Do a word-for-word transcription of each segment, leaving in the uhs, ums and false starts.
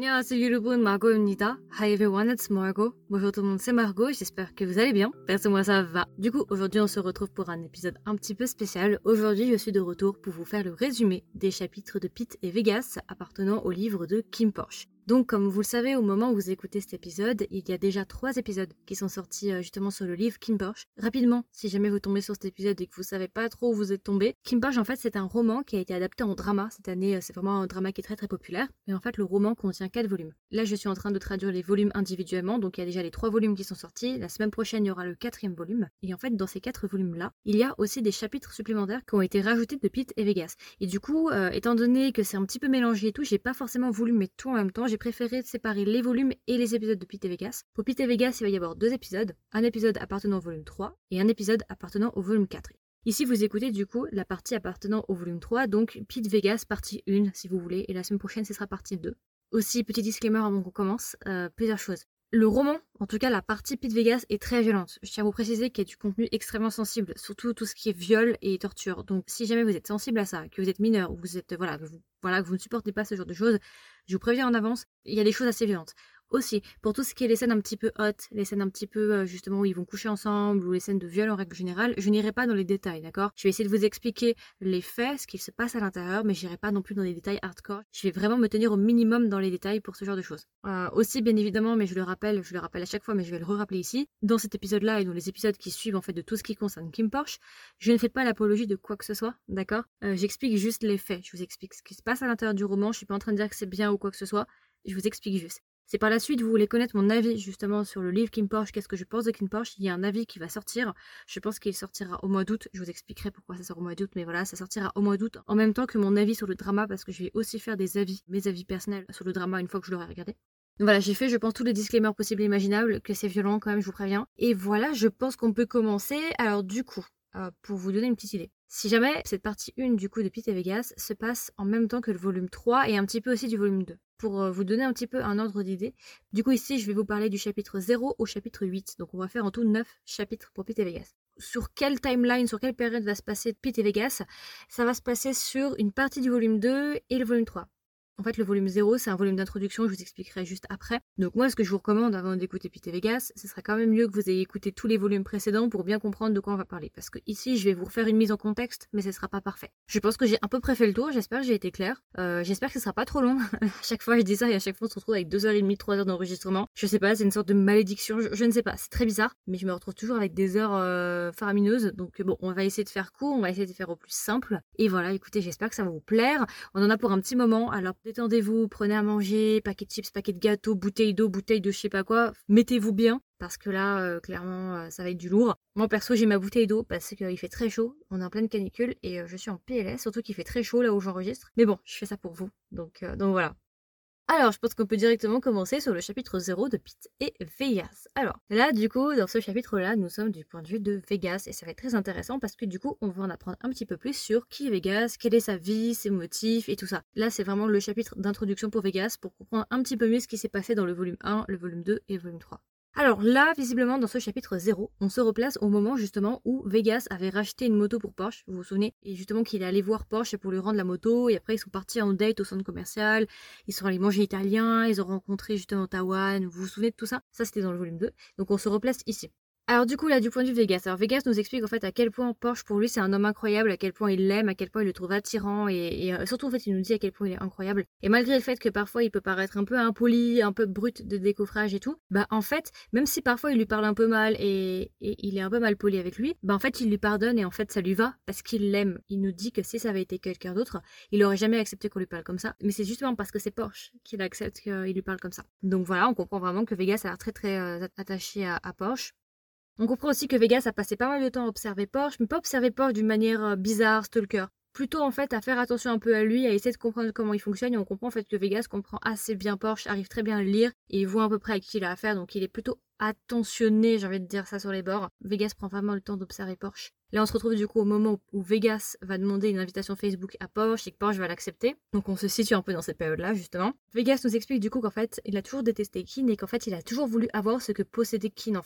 안녕하세요 여러분, Margot입니다. Hi everyone, it's Margot. Bonjour tout le monde, c'est Margot, j'espère que vous allez bien. Perso moi ça va. Du coup, aujourd'hui on se retrouve pour un épisode un petit peu spécial. Aujourd'hui je suis de retour pour vous faire le résumé des chapitres de Pete et Vegas appartenant au livre de Kim Porsche. Donc comme vous le savez, au moment où vous écoutez cet épisode, il y a déjà trois épisodes qui sont sortis euh, justement sur le livre Kim Porsche. Rapidement, si jamais vous tombez sur cet épisode et que vous savez pas trop où vous êtes tombé, Kim Porsche en fait c'est un roman qui a été adapté en drama cette année, euh, c'est vraiment un drama qui est très très populaire, et en fait le roman contient quatre volumes. Là je suis en train de traduire les volumes individuellement, donc il y a déjà les trois volumes qui sont sortis, la semaine prochaine il y aura le quatrième volume, et en fait dans ces quatre volumes là, il y a aussi des chapitres supplémentaires qui ont été rajoutés de Pete et Vegas. Et du coup, euh, étant donné que c'est un petit peu mélangé et tout, j'ai pas forcément voulu mettre tout en même temps, j'ai préféré séparer les volumes et les épisodes de Pete et Vegas. Pour Pete et Vegas, il va y avoir deux épisodes, un épisode appartenant au volume trois et un épisode appartenant au volume quatre. Ici, vous écoutez du coup la partie appartenant au volume trois, donc Pete Vegas partie un si vous voulez, et la semaine prochaine ce sera partie deux. Aussi, petit disclaimer avant qu'on commence, euh, plusieurs choses. Le roman, en tout cas la partie Pete Vegas, est très violente. Je tiens à vous préciser qu'il y a du contenu extrêmement sensible, surtout tout ce qui est viol et torture. Donc si jamais vous êtes sensible à ça, que vous êtes mineur, ou vous êtes voilà, que vous, voilà, que vous ne supportez pas ce genre de choses, je vous préviens en avance, il y a des choses assez violentes. Aussi, pour tout ce qui est les scènes un petit peu hot, les scènes un petit peu euh, justement où ils vont coucher ensemble, ou les scènes de viol en règle générale, je n'irai pas dans les détails, d'accord? Je vais essayer de vous expliquer les faits, ce qu'il se passe à l'intérieur, mais j'irai pas non plus dans les détails hardcore. Je vais vraiment me tenir au minimum dans les détails pour ce genre de choses. Euh, aussi, bien évidemment, mais je le rappelle, je le rappelle à chaque fois, mais je vais le re-rappeler ici, dans cet épisode-là et dans les épisodes qui suivent en fait de tout ce qui concerne Kim Porsche, je ne fais pas l'apologie de quoi que ce soit, d'accord? euh, J'explique juste les faits, je vous explique ce qui se passe à l'intérieur du roman, je suis pas en train de dire que c'est bien ou quoi que ce soit, je vous explique juste. Si par la suite vous voulez connaître mon avis justement sur le livre Kim Porsche, qu'est-ce que je pense de Kim Porsche, il y a un avis qui va sortir. Je pense qu'il sortira au mois d'août. Je vous expliquerai pourquoi ça sort au mois d'août, mais voilà, ça sortira au mois d'août en même temps que mon avis sur le drama parce que je vais aussi faire des avis, mes avis personnels sur le drama une fois que je l'aurai regardé. Donc voilà, j'ai fait, je pense, tous les disclaimers possibles et imaginables, que c'est violent quand même, je vous préviens. Et voilà, je pense qu'on peut commencer. Alors du coup, euh, pour vous donner une petite idée. Si jamais cette partie un du coup de Pete et Vegas se passe en même temps que le volume trois et un petit peu aussi du volume deux. Pour euh, vous donner un petit peu un ordre d'idée, du coup ici je vais vous parler du chapitre zéro au chapitre huit. Donc on va faire en tout neuf chapitres pour Pete et Vegas. Sur quelle timeline, sur quelle période va se passer Pete et Vegas? Ça va se passer sur une partie du volume deux et le volume trois. En fait, le volume zéro, c'est un volume d'introduction, je vous expliquerai juste après. Donc moi, ce que je vous recommande avant d'écouter Pete et Vegas, ce serait quand même mieux que vous ayez écouté tous les volumes précédents pour bien comprendre de quoi on va parler. Parce que ici, je vais vous refaire une mise en contexte, mais ce sera pas parfait. Je pense que j'ai à peu près fait le tour, j'espère que j'ai été claire. Euh, j'espère que ce sera pas trop long. À chaque fois, je dis ça et à chaque fois, on se retrouve avec deux heures trente, trois heures d'enregistrement. Je sais pas, c'est une sorte de malédiction, je, je ne sais pas, c'est très bizarre. Mais je me retrouve toujours avec des heures euh, faramineuses. Donc bon, on va essayer de faire court, on va essayer de faire au plus simple. Et voilà, écoutez, j'espère que ça va vous plaire. On en a pour un petit moment, alors détendez-vous, prenez à manger, paquet de chips, paquet de gâteaux, bouteille d'eau, bouteille de je sais pas quoi, mettez-vous bien, parce que là, euh, clairement, euh, ça va être du lourd. Moi, perso, j'ai ma bouteille d'eau parce qu'il fait très chaud, on est en pleine canicule, et euh, je suis en P L S, surtout qu'il fait très chaud là où j'enregistre. Mais bon, je fais ça pour vous, donc, euh, donc voilà. Alors, je pense qu'on peut directement commencer sur le chapitre zéro de Pete et Vegas. Alors, là, du coup, dans ce chapitre-là, nous sommes du point de vue de Vegas, et ça va être très intéressant parce que du coup, on va en apprendre un petit peu plus sur qui est Vegas, quelle est sa vie, ses motifs et tout ça. Là, c'est vraiment le chapitre d'introduction pour Vegas pour comprendre un petit peu mieux ce qui s'est passé dans le volume un, le volume deux et le volume trois. Alors là, visiblement, dans ce chapitre zéro, on se replace au moment justement où Vegas avait racheté une moto pour Porsche, vous vous souvenez, et justement qu'il est allé voir Porsche pour lui rendre la moto, et après ils sont partis en date au centre commercial, ils sont allés manger italien, ils ont rencontré justement Tawan, vous vous souvenez de tout ça? Ça c'était dans le volume deux, donc on se replace ici. Alors du coup là du point de vue de Vegas, alors Vegas nous explique en fait à quel point Porsche pour lui c'est un homme incroyable, à quel point il l'aime, à quel point il le trouve attirant et, et euh, surtout en fait il nous dit à quel point il est incroyable. Et malgré le fait que parfois il peut paraître un peu impoli, un peu brut de décoffrage et tout, bah en fait même si parfois il lui parle un peu mal et, et il est un peu mal poli avec lui, bah en fait il lui pardonne et en fait ça lui va parce qu'il l'aime. Il nous dit que si ça avait été quelqu'un d'autre, il aurait jamais accepté qu'on lui parle comme ça. Mais c'est justement parce que c'est Porsche qu'il accepte qu'il lui parle comme ça. Donc voilà, on comprend vraiment que Vegas a l'air très très euh, attaché à, à Porsche. On comprend aussi que Vegas a passé pas mal de temps à observer Porsche, mais pas observer Porsche d'une manière bizarre, stalker. Plutôt en fait à faire attention un peu à lui, à essayer de comprendre comment il fonctionne, et on comprend en fait que Vegas comprend assez bien Porsche, arrive très bien à le lire, et il voit à peu près à qui il a affaire, donc il est plutôt attentionné, j'ai envie de dire ça sur les bords. Vegas prend vraiment le temps d'observer Porsche. Là on se retrouve du coup au moment où Vegas va demander une invitation Facebook à Porsche et que Porsche va l'accepter. Donc on se situe un peu dans cette période-là justement. Vegas nous explique du coup qu'en fait il a toujours détesté Keane et qu'en fait il a toujours voulu avoir ce que possédait Keane en fait.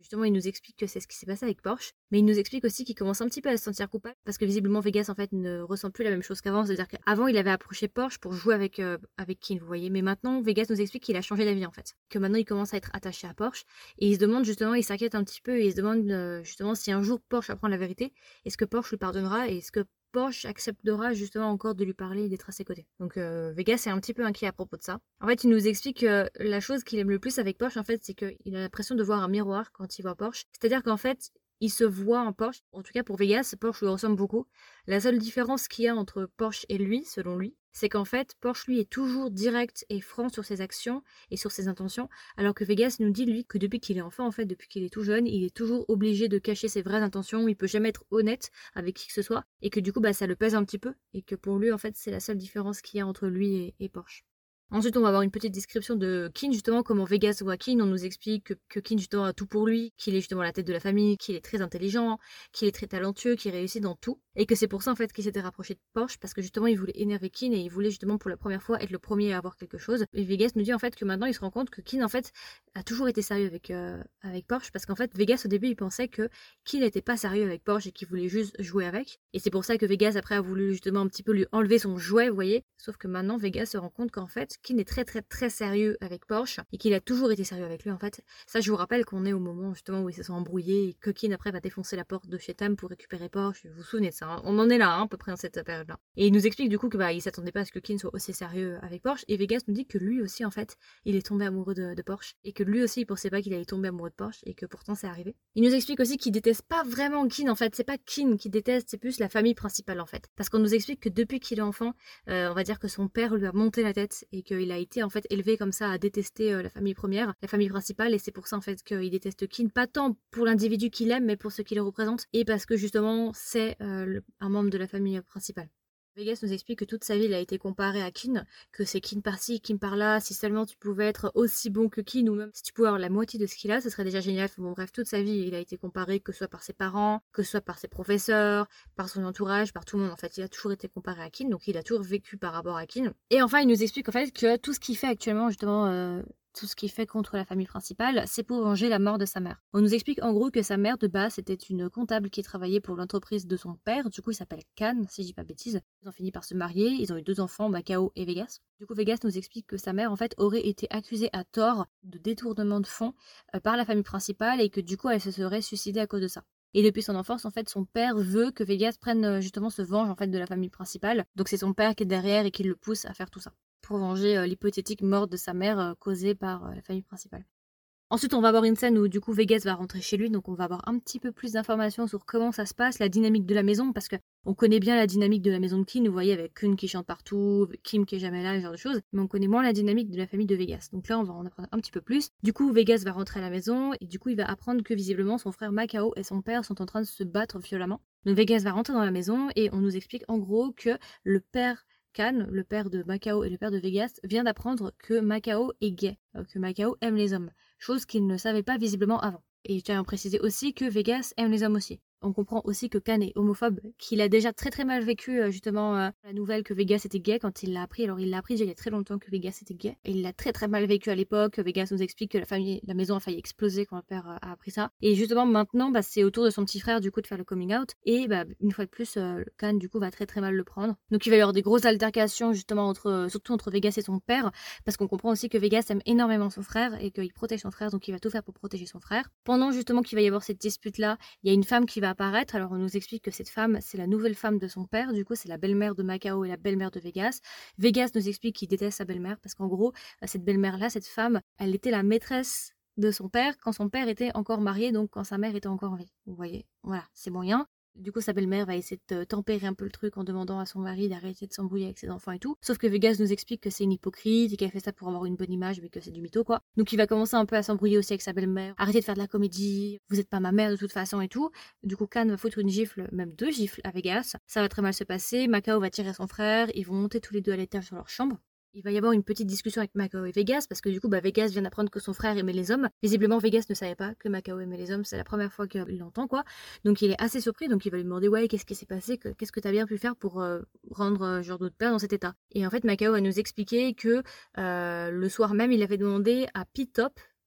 Justement, il nous explique que c'est ce qui s'est passé avec Porsche, mais il nous explique aussi qu'il commence un petit peu à se sentir coupable parce que visiblement Vegas en fait ne ressent plus la même chose qu'avant. C'est-à-dire qu'avant il avait approché Porsche pour jouer avec euh, avec Keane, vous voyez, mais maintenant Vegas nous explique qu'il a changé d'avis en fait, que maintenant il commence à être attaché à Porsche et il se demande justement, il s'inquiète un petit peu et il se demande euh, justement si un jour Porsche apprend la vérité, est-ce que Porsche lui pardonnera et est-ce que Porsche acceptera justement encore de lui parler et d'être à ses côtés. Donc euh, Vegas est un petit peu inquiet à propos de ça. En fait, il nous explique que la chose qu'il aime le plus avec Porsche, en fait, c'est qu'il a l'impression de voir un miroir quand il voit Porsche. C'est-à-dire qu'en fait, il se voit en Porsche. En tout cas, pour Vegas, Porsche lui ressemble beaucoup. La seule différence qu'il y a entre Porsche et lui, selon lui, c'est qu'en fait, Porsche, lui, est toujours direct et franc sur ses actions et sur ses intentions, alors que Vegas nous dit, lui, que depuis qu'il est enfant, en fait, depuis qu'il est tout jeune, il est toujours obligé de cacher ses vraies intentions, il peut jamais être honnête avec qui que ce soit, et que du coup, bah, ça le pèse un petit peu, et que pour lui, en fait, c'est la seule différence qu'il y a entre lui et, et Porsche. Ensuite, on va avoir une petite description de Keane, justement, comment Vegas voit Keane. On nous explique que, que Keane, justement, a tout pour lui, qu'il est justement la tête de la famille, qu'il est très intelligent, qu'il est très talentueux, qu'il réussit dans tout. Et que c'est pour ça, en fait, qu'il s'était rapproché de Porsche, parce que justement, il voulait énerver Keane et il voulait justement, pour la première fois, être le premier à avoir quelque chose. Et Vegas nous dit, en fait, que maintenant, il se rend compte que Keane, en fait, a toujours été sérieux avec, euh, avec Porsche, parce qu'en fait, Vegas, au début, il pensait que Keane n'était pas sérieux avec Porsche et qu'il voulait juste jouer avec. Et c'est pour ça que Vegas, après, a voulu justement un petit peu lui enlever son jouet, vous voyez. Sauf que maintenant, Vegas se rend compte qu'en fait, Keane est très, très, très sérieux avec Porsche et qu'il a toujours été sérieux avec lui, en fait. Ça, je vous rappelle qu'on est au moment, justement, où ils se sont embrouillés et que Keane, après, va défoncer la porte de chez Tam pour récupérer Porsche. Vous vous souvenez de ça, hein. On en est là, hein, à peu près dans cette période-là. Et il nous explique, du coup, que, bah, il s'attendait pas à ce que Keane soit aussi sérieux avec Porsche. Et Vegas nous dit que lui aussi, en fait, il est tombé amoureux de, de Porsche et que lui aussi, il pensait pas qu'il allait tomber amoureux de Porsche et que pourtant, c'est arrivé. Il nous explique aussi qu'il déteste pas vraiment Keane, en fait. C'est pas Keane qui déteste, c'est plus la famille principale, en fait. Parce qu'on nous explique que depuis qu'il est enfant, euh, on va dire que son père lui a monté la tête et qu'il a été, en fait, élevé comme ça à détester euh, la famille première, la famille principale, et c'est pour ça, en fait, qu'il déteste Keane. Pas tant pour l'individu qu'il aime, mais pour ce qu'il représente et parce que, justement, c'est euh, un membre de la famille principale. Vegas nous explique que toute sa vie, il a été comparé à Keane, que c'est Keane par-ci, Keane par-là, si seulement tu pouvais être aussi bon que Keane, ou même si tu pouvais avoir la moitié de ce qu'il a, ce serait déjà génial. Bon, bref, toute sa vie, il a été comparé, que ce soit par ses parents, que ce soit par ses professeurs, par son entourage, par tout le monde. En fait, il a toujours été comparé à Keane, donc il a toujours vécu par rapport à Keane. Et enfin, il nous explique en fait que tout ce qu'il fait actuellement, justement, euh, tout ce qu'il fait contre la famille principale, c'est pour venger la mort de sa mère. On nous explique en gros que sa mère de base était une comptable qui travaillait pour l'entreprise de son père, du coup il s'appelle Khan, si je dis pas bêtise. Ils ont fini par se marier, ils ont eu deux enfants, Macao et Vegas. Du coup Vegas nous explique que sa mère en fait aurait été accusée à tort de détournement de fonds euh, par la famille principale et que du coup elle se serait suicidée à cause de ça. Et depuis son enfance, en fait, son père veut que Vegas prenne justement se venge en fait de la famille principale. Donc c'est son père qui est derrière et qui le pousse à faire tout ça pour venger euh, l'hypothétique mort de sa mère euh, causée par euh, la famille principale. Ensuite, on va avoir une scène où du coup Vegas va rentrer chez lui, donc on va avoir un petit peu plus d'informations sur comment ça se passe, la dynamique de la maison, parce que on connaît bien la dynamique de la maison de Keane, vous voyez, avec Kun qui chante partout, Kim qui est jamais là, ce genre de choses, mais on connaît moins la dynamique de la famille de Vegas. Donc là, on va en apprendre un petit peu plus. Du coup, Vegas va rentrer à la maison, et du coup, il va apprendre que visiblement son frère Macao et son père sont en train de se battre violemment. Donc Vegas va rentrer dans la maison, et on nous explique en gros que le père Khan, le père de Macao et le père de Vegas, vient d'apprendre que Macao est gay, que Macao aime les hommes, chose qu'il ne savait pas visiblement avant. Et je tiens à préciser aussi que Vegas aime les hommes aussi. On comprend aussi que Khan est homophobe, qu'il a déjà très très mal vécu justement euh, la nouvelle que Vegas était gay quand il l'a appris. Alors il l'a appris déjà il y a très longtemps que Vegas était gay. Et il l'a très très mal vécu à l'époque. Vegas nous explique que la famille, la maison a failli exploser quand le père euh, a appris ça. Et justement maintenant, bah, c'est au tour de son petit frère du coup de faire le coming out. Et bah, une fois de plus, euh, Khan du coup va très très mal le prendre. Donc il va y avoir des grosses altercations justement entre, euh, surtout entre Vegas et son père, parce qu'on comprend aussi que Vegas aime énormément son frère et qu'il protège son frère, donc il va tout faire pour protéger son frère. Pendant justement qu'il va y avoir cette dispute là, il y a une femme qui va apparaître. Alors on nous explique que cette femme, c'est la nouvelle femme de son père, du coup c'est la belle-mère de Macao et la belle-mère de Vegas. Vegas nous explique qu'il déteste sa belle-mère parce qu'en gros, cette belle-mère-là, cette femme, elle était la maîtresse de son père quand son père était encore marié, donc quand sa mère était encore en vie. Vous voyez, voilà, c'est moyen. Du coup, sa belle-mère va essayer de tempérer un peu le truc en demandant à son mari d'arrêter de s'embrouiller avec ses enfants et tout. Sauf que Vegas nous explique que c'est une hypocrite et qu'elle fait ça pour avoir une bonne image, mais que c'est du mytho, quoi. Donc il va commencer un peu à s'embrouiller aussi avec sa belle-mère. Arrêtez de faire de la comédie, vous êtes pas ma mère de toute façon et tout. Du coup, Khan va foutre une gifle, même deux gifles à Vegas. Ça va très mal se passer. Macao va tirer son frère. Ils vont monter tous les deux à l'étage sur leur chambre. Il va y avoir une petite discussion avec Macao et Vegas, parce que du coup, bah, Vegas vient d'apprendre que son frère aimait les hommes. Visiblement, Vegas ne savait pas que Macao aimait les hommes, c'est la première fois qu'il l'entend, quoi. Donc il est assez surpris, donc il va lui demander, ouais, qu'est-ce qui s'est passé, qu'est-ce que t'as bien pu faire pour euh, rendre euh, genre d'autres père dans cet état. Et en fait, Macao va nous expliquer que euh, le soir même, il avait demandé à P-Top,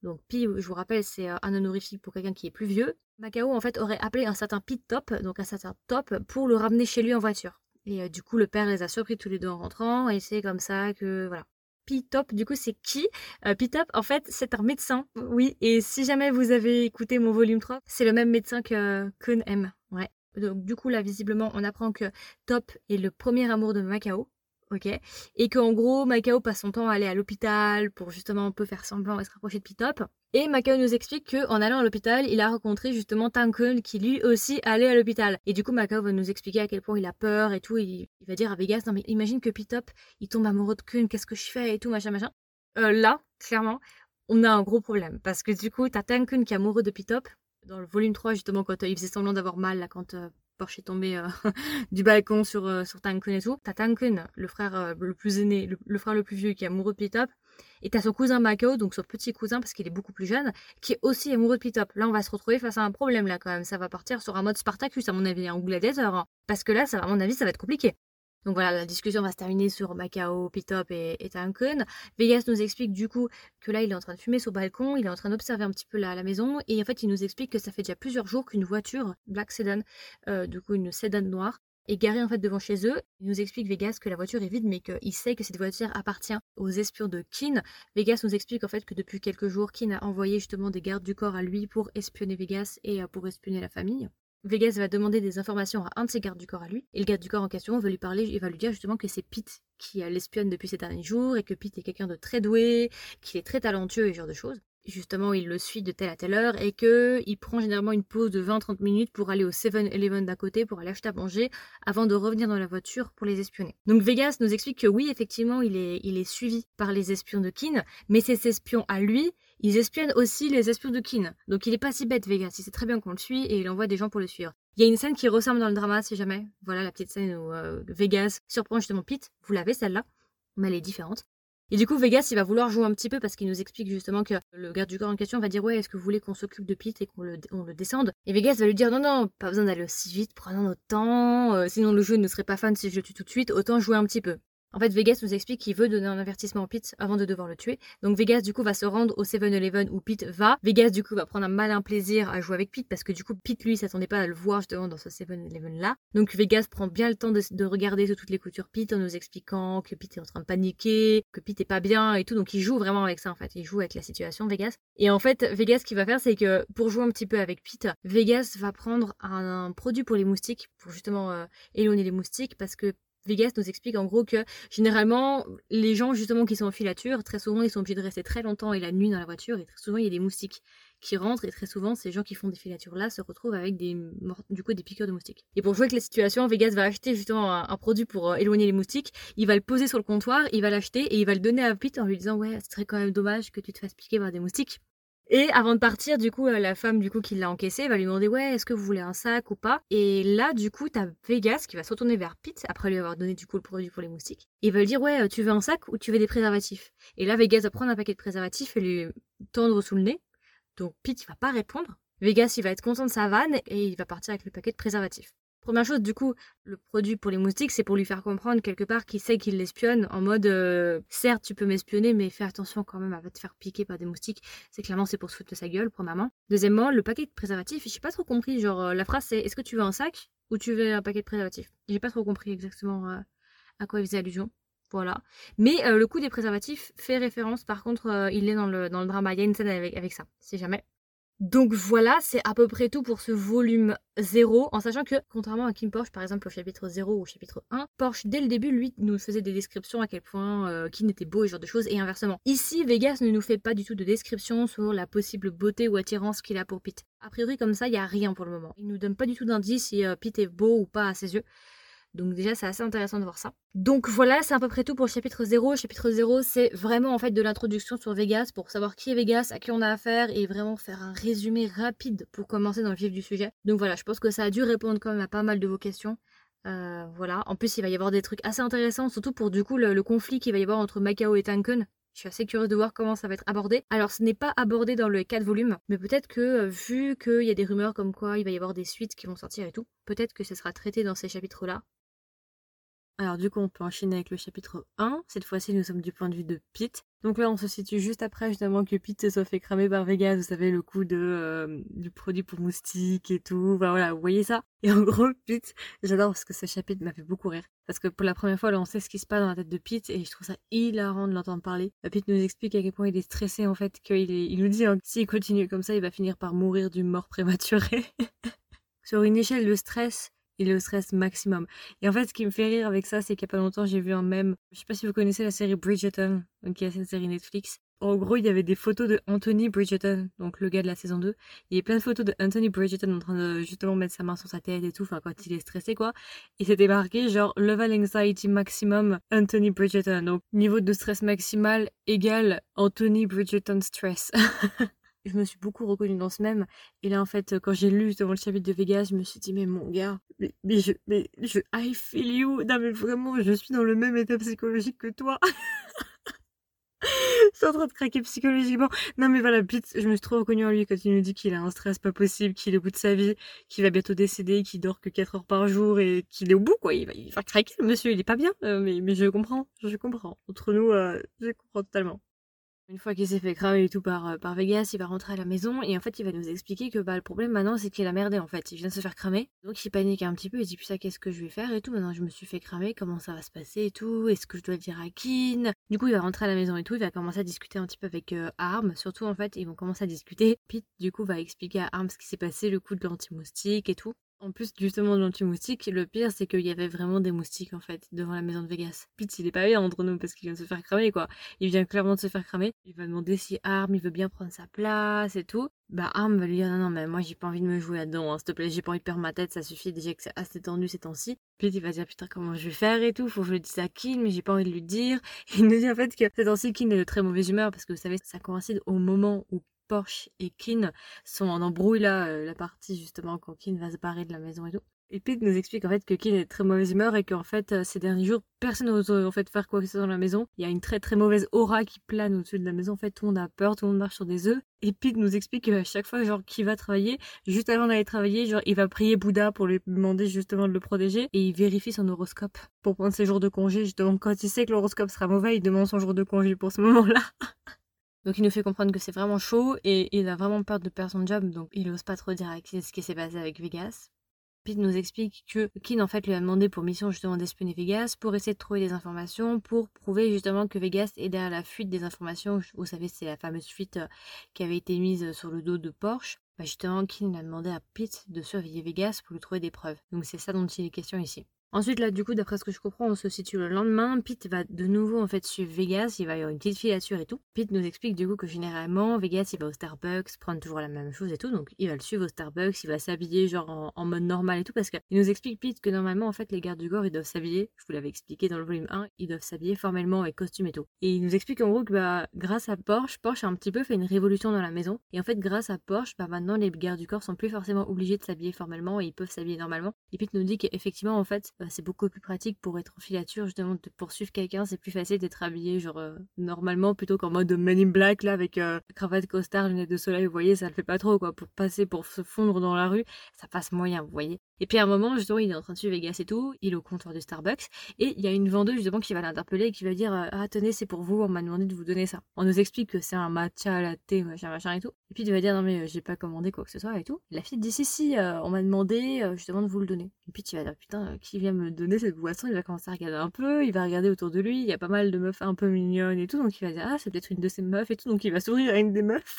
Donc Pi, je vous rappelle, c'est un honorifique pour quelqu'un qui est plus vieux. Macao en fait aurait appelé un certain Pete Top, donc un certain Top, pour le ramener chez lui en voiture. Et euh, du coup le père les a surpris tous les deux en rentrant et c'est comme ça que voilà. Pete Top, du coup, c'est qui? euh, Pete Top, en fait, c'est un médecin, oui. Et si jamais vous avez écouté mon volume trois, c'est le même médecin que Kun M. Ouais. Donc, du coup, là, visiblement, on apprend que Top est le premier amour de Macao. Ok. Et qu'en gros, Macao passe son temps à aller à l'hôpital pour justement un peu faire semblant et se rapprocher de Pete Top. Et Macao nous explique qu'en allant à l'hôpital, il a rencontré justement Tankun qui lui aussi allait à l'hôpital. Et du coup, Macao va nous expliquer à quel point il a peur et tout. Il, il va dire à Vegas, non mais imagine que Pete Top, il tombe amoureux de Kun, qu'est-ce que je fais et tout, machin, machin. Euh, là, clairement, on a un gros problème. Parce que du coup, t'as Tankun qui est amoureux de Pete Top. Dans le volume trois, justement, quand euh, il faisait semblant d'avoir mal, là, quand euh, Porsche est tombé euh, du balcon sur, euh, sur Tankun et tout. T'as Tankun, le frère euh, le plus aîné, le, le frère le plus vieux qui est amoureux de Pete Top. Et t'as son cousin Macao, donc son petit cousin, parce qu'il est beaucoup plus jeune, qui est aussi amoureux de Pete Top. Là, on va se retrouver face à un problème, là, quand même. Ça va partir sur un mode Spartacus, à mon avis, un gladiateur. Hein. Parce que là, ça, à mon avis, ça va être compliqué. Donc voilà, la discussion va se terminer sur Macao, Pete Top et, et Tankun. Vegas nous explique du coup que là, il est en train de fumer sur le balcon, il est en train d'observer un petit peu la, la maison, et en fait, il nous explique que ça fait déjà plusieurs jours qu'une voiture, Black Sedan, euh, du coup une Sedan noire, est garée en fait devant chez eux. Il nous explique Vegas que la voiture est vide, mais qu'il sait que cette voiture appartient aux espions de Kin. Vegas nous explique en fait que depuis quelques jours, Kin a envoyé justement des gardes du corps à lui pour espionner Vegas et euh, pour espionner la famille. Vegas va demander des informations à un de ses gardes du corps à lui, et le garde du corps en question va lui parler, il va lui dire justement que c'est Pete qui l'espionne depuis ces derniers jours, et que Pete est quelqu'un de très doué, qu'il est très talentueux et ce genre de choses. Justement, il le suit de telle à telle heure, et qu'il prend généralement une pause de vingt à trente minutes pour aller au seven eleven d'à côté, pour aller acheter à manger, avant de revenir dans la voiture pour les espionner. Donc Vegas nous explique que oui, effectivement, il est, il est suivi par les espions de Kin, mais ces espions à lui, ils espionnent aussi les espions de Kin. Donc il est pas si bête, Vegas. Il sait très bien qu'on le suit et il envoie des gens pour le suivre. Il y a une scène qui ressemble dans le drama, si jamais. Voilà la petite scène où euh, Vegas surprend justement Pete. Vous l'avez celle-là, mais elle est différente. Et du coup, Vegas, il va vouloir jouer un petit peu parce qu'il nous explique justement que le garde du corps en question va dire ouais, est-ce que vous voulez qu'on s'occupe de Pete et qu'on le, on le descende? Et Vegas va lui dire non, non, pas besoin d'aller aussi vite, prenons notre temps. Euh, sinon le jeu ne serait pas fun si je le tue tout de suite. Autant jouer un petit peu. En fait, Vegas nous explique qu'il veut donner un avertissement à Pete avant de devoir le tuer. Donc Vegas, du coup, va se rendre au seven eleven où Pete va. Vegas, du coup, va prendre un malin plaisir à jouer avec Pete parce que, du coup, Pete, lui, s'attendait pas à le voir justement dans ce seven eleven là. Donc Vegas prend bien le temps de, de regarder sous toutes les coutures Pete en nous expliquant que Pete est en train de paniquer, que Pete est pas bien et tout. Donc il joue vraiment avec ça, en fait. Il joue avec la situation, Vegas. Et en fait, Vegas, ce qu'il va faire, c'est que pour jouer un petit peu avec Pete, Vegas va prendre un, un produit pour les moustiques, pour justement euh, éloigner les moustiques parce que Vegas nous explique en gros que généralement les gens justement qui sont en filature, très souvent ils sont obligés de rester très longtemps et la nuit dans la voiture et très souvent il y a des moustiques qui rentrent et très souvent ces gens qui font des filatures là se retrouvent avec des du coup des piqûres de moustiques. Et pour jouer avec la situation, Vegas va acheter justement un, un produit pour euh, éloigner les moustiques, il va le poser sur le comptoir, il va l'acheter et il va le donner à Pete en lui disant ouais, ce serait quand même dommage que tu te fasses piquer par des moustiques. Et avant de partir, du coup, la femme du coup qui l'a encaissé va lui demander ouais, est-ce que vous voulez un sac ou pas? Et là, du coup, t'as Vegas qui va se retourner vers Pete après lui avoir donné du coup le produit pour les moustiques. Et il va lui dire ouais, tu veux un sac ou tu veux des préservatifs? Et là, Vegas va prendre un paquet de préservatifs et lui tendre sous le nez. Donc Pete, il va pas répondre. Vegas, il va être content de sa vanne et il va partir avec le paquet de préservatifs. Première chose, du coup, le produit pour les moustiques, c'est pour lui faire comprendre quelque part qu'il sait qu'il l'espionne en mode euh, certes, tu peux m'espionner, mais fais attention quand même, elle va te faire piquer par des moustiques. C'est clairement c'est pour se foutre de sa gueule, premièrement. Deuxièmement, le paquet de préservatifs, j'ai pas trop compris. Genre, euh, la phrase c'est est-ce que tu veux un sac ou tu veux un paquet de préservatifs? J'ai pas trop compris exactement euh, à quoi il faisait allusion. Voilà. Mais euh, le coup des préservatifs fait référence, par contre, euh, il est dans le, dans le drama. Il y a une scène avec, avec ça, si jamais. Donc voilà, c'est à peu près tout pour ce volume zéro, en sachant que, contrairement à Kim Porsche, par exemple au chapitre zéro ou au chapitre un, Porsche, dès le début, lui, nous faisait des descriptions à quel point euh, Kin était beau et ce genre de choses, et inversement. Ici, Vegas ne nous fait pas du tout de description sur la possible beauté ou attirance qu'il a pour Pete. A priori, comme ça, il n'y a rien pour le moment. Il nous donne pas du tout d'indice si euh, Pete est beau ou pas à ses yeux. Donc déjà, c'est assez intéressant de voir ça. Donc voilà, c'est à peu près tout pour le chapitre zéro. Le chapitre zéro, c'est vraiment en fait de l'introduction sur Vegas pour savoir qui est Vegas, à qui on a affaire et vraiment faire un résumé rapide pour commencer dans le vif du sujet. Donc voilà, je pense que ça a dû répondre quand même à pas mal de vos questions. Euh, voilà. En plus, il va y avoir des trucs assez intéressants, surtout pour du coup le, le conflit qu'il va y avoir entre Macao et Tankun. Je suis assez curieuse de voir comment ça va être abordé. Alors, ce n'est pas abordé dans le quatre volumes, mais peut-être que, vu qu'il y a des rumeurs comme quoi il va y avoir des suites qui vont sortir et tout, peut-être que ce sera traité dans ces chapitres-là. Alors du coup, on peut enchaîner avec le chapitre un. Cette fois-ci, nous sommes du point de vue de Pete. Donc là, on se situe juste après, justement, que Pete se soit fait cramer par Vegas. Vous savez, le coup de euh, du produit pour moustiques et tout. Enfin, voilà, vous voyez ça. Et en gros, Pete, j'adore parce que ce chapitre m'a fait beaucoup rire. Parce que pour la première fois, là, on sait ce qui se passe dans la tête de Pete. Et je trouve ça hilarant de l'entendre parler. Pete nous explique à quel point il est stressé, en fait. Qu'il est, il nous dit, hein, que s'il continue comme ça, il va finir par mourir d'une mort prématurée. Sur une échelle de stress, il est au stress maximum. Et en fait, ce qui me fait rire avec ça, c'est qu'il y a pas longtemps, j'ai vu un mème. Je sais pas si vous connaissez la série Bridgerton, donc qui est une série Netflix. En gros, il y avait des photos de Anthony Bridgerton, donc le gars de la saison deux. Il y a plein de photos de Anthony Bridgerton en train de justement mettre sa main sur sa tête et tout, enfin quand il est stressé quoi. Et c'était marqué genre level anxiety maximum Anthony Bridgerton. Donc niveau de stress maximal égale Anthony Bridgerton stress. Je me suis beaucoup reconnue dans ce mème. Et là, en fait, quand j'ai lu justement le chapitre de Vegas, je me suis dit, mais mon gars, mais, mais je, mais je, I feel you. Non, mais vraiment, je suis dans le même état psychologique que toi. Je suis en train de craquer psychologiquement. Non, mais voilà, Pete, je me suis trop reconnue en lui quand il nous dit qu'il a un stress pas possible, qu'il est au bout de sa vie, qu'il va bientôt décéder, qu'il dort que quatre heures par jour et qu'il est au bout, quoi. Il va, il va craquer, le monsieur, il est pas bien. Euh, mais, mais je comprends, je comprends. Entre nous, euh, je comprends totalement. Une fois qu'il s'est fait cramer et tout par, euh, par Vegas, il va rentrer à la maison et en fait il va nous expliquer que bah le problème maintenant c'est qu'il a merdé en fait, il vient de se faire cramer. Donc il panique un petit peu, il dit putain qu'est-ce que je vais faire et tout, maintenant je me suis fait cramer, comment ça va se passer et tout, est-ce que je dois le dire à Kin? Du coup il va rentrer à la maison et tout, il va commencer à discuter un petit peu avec euh, Arm, surtout en fait ils vont commencer à discuter. Pete du coup va expliquer à Arm ce qui s'est passé, le coup de l'anti-moustique et tout. En plus, justement, de l'anti-moustique, le pire, c'est qu'il y avait vraiment des moustiques, en fait, devant la maison de Vegas. Pete, il est pas bien entre nous, parce qu'il vient de se faire cramer, quoi. Il vient clairement de se faire cramer. Il va demander si Arm, il veut bien prendre sa place et tout. Bah, Arm va lui dire, non, non, mais moi, j'ai pas envie de me jouer là-dedans, hein, s'il te plaît, j'ai pas envie de perdre ma tête, ça suffit, déjà que c'est assez tendu ces temps-ci. Pete, il va dire, putain, comment je vais faire et tout, faut que je le dise à Kin, mais j'ai pas envie de lui dire. Et il nous dit, en fait, que ces temps-ci, Kin est de très mauvaise humeur, parce que vous savez, ça coïncide au moment où Porsche et Kin sont en embrouille là, euh, la partie justement quand Kin va se barrer de la maison et tout. Et Pete nous explique en fait que Kin est de très mauvaise humeur et qu'en fait euh, ces derniers jours personne n'ose en fait faire quoi que ce soit dans la maison. Il y a une très très mauvaise aura qui plane au-dessus de la maison. En fait tout le monde a peur, tout le monde marche sur des œufs. Et Pete nous explique qu'à chaque fois genre qu'il va travailler, juste avant d'aller travailler, genre il va prier Bouddha pour lui demander justement de le protéger et il vérifie son horoscope pour prendre ses jours de congé. Justement quand il sait que l'horoscope sera mauvais, il demande son jour de congé pour ce moment-là. Donc il nous fait comprendre que c'est vraiment chaud et il a vraiment peur de perdre son job, donc il ose pas trop dire à Kin ce qui s'est passé avec Vegas. Pete nous explique que Kin en fait lui a demandé pour mission justement d'espionner Vegas pour essayer de trouver des informations pour prouver justement que Vegas est derrière la fuite des informations. Vous savez, c'est la fameuse fuite qui avait été mise sur le dos de Porsche. Bah justement, Kin a demandé à Pete de surveiller Vegas pour lui trouver des preuves. Donc c'est ça dont il est question ici. Ensuite, là, du coup, d'après ce que je comprends, on se situe le lendemain. Pete va de nouveau, en fait, suivre Vegas. Il va y avoir une petite filature et tout. Pete nous explique, du coup, que généralement, Vegas, il va au Starbucks, prendre toujours la même chose et tout. Donc, il va le suivre au Starbucks. Il va s'habiller, genre, en, en mode normal et tout. Parce qu'il nous explique, Pete, que normalement, en fait, les gardes du corps, ils doivent s'habiller. Je vous l'avais expliqué dans le volume un. Ils doivent s'habiller formellement avec costume et tout. Et il nous explique, en gros, que, bah, grâce à Porsche, Porsche a un petit peu fait une révolution dans la maison. Et en fait, grâce à Porsche, bah, maintenant, les gardes du corps sont plus forcément obligés de s'habiller formellement et ils peuvent s'habiller normalement. Et Pete nous dit qu'effectivement, en fait, bah, c'est beaucoup plus pratique pour être en filature, justement, de poursuivre quelqu'un. C'est plus facile d'être habillé, genre, euh, normalement, plutôt qu'en mode Men in Black, là, avec euh, cravate, costard, lunettes de soleil, vous voyez, ça le fait pas trop, quoi. Pour passer, pour se fondre dans la rue, ça passe moyen, vous voyez. Et puis à un moment, justement, il est en train de suivre Vegas et tout, il est au comptoir du Starbucks, et il y a une vendeuse, justement, qui va l'interpeller et qui va dire euh, ah, tenez, c'est pour vous, on m'a demandé de vous donner ça. On nous explique que c'est un matcha latte, machin, machin et tout. Et puis il va dire non, mais euh, j'ai pas commandé quoi que ce soit et tout. Et la fille dit si, si, euh, on m'a demandé euh, justement de vous le donner. Et puis tu vas dire putain, euh, qui vient me donner cette boisson? Il va commencer à regarder un peu, il va regarder autour de lui, il y a pas mal de meufs un peu mignonnes et tout, donc il va dire ah, c'est peut-être une de ces meufs et tout, donc il va sourire à une des meufs.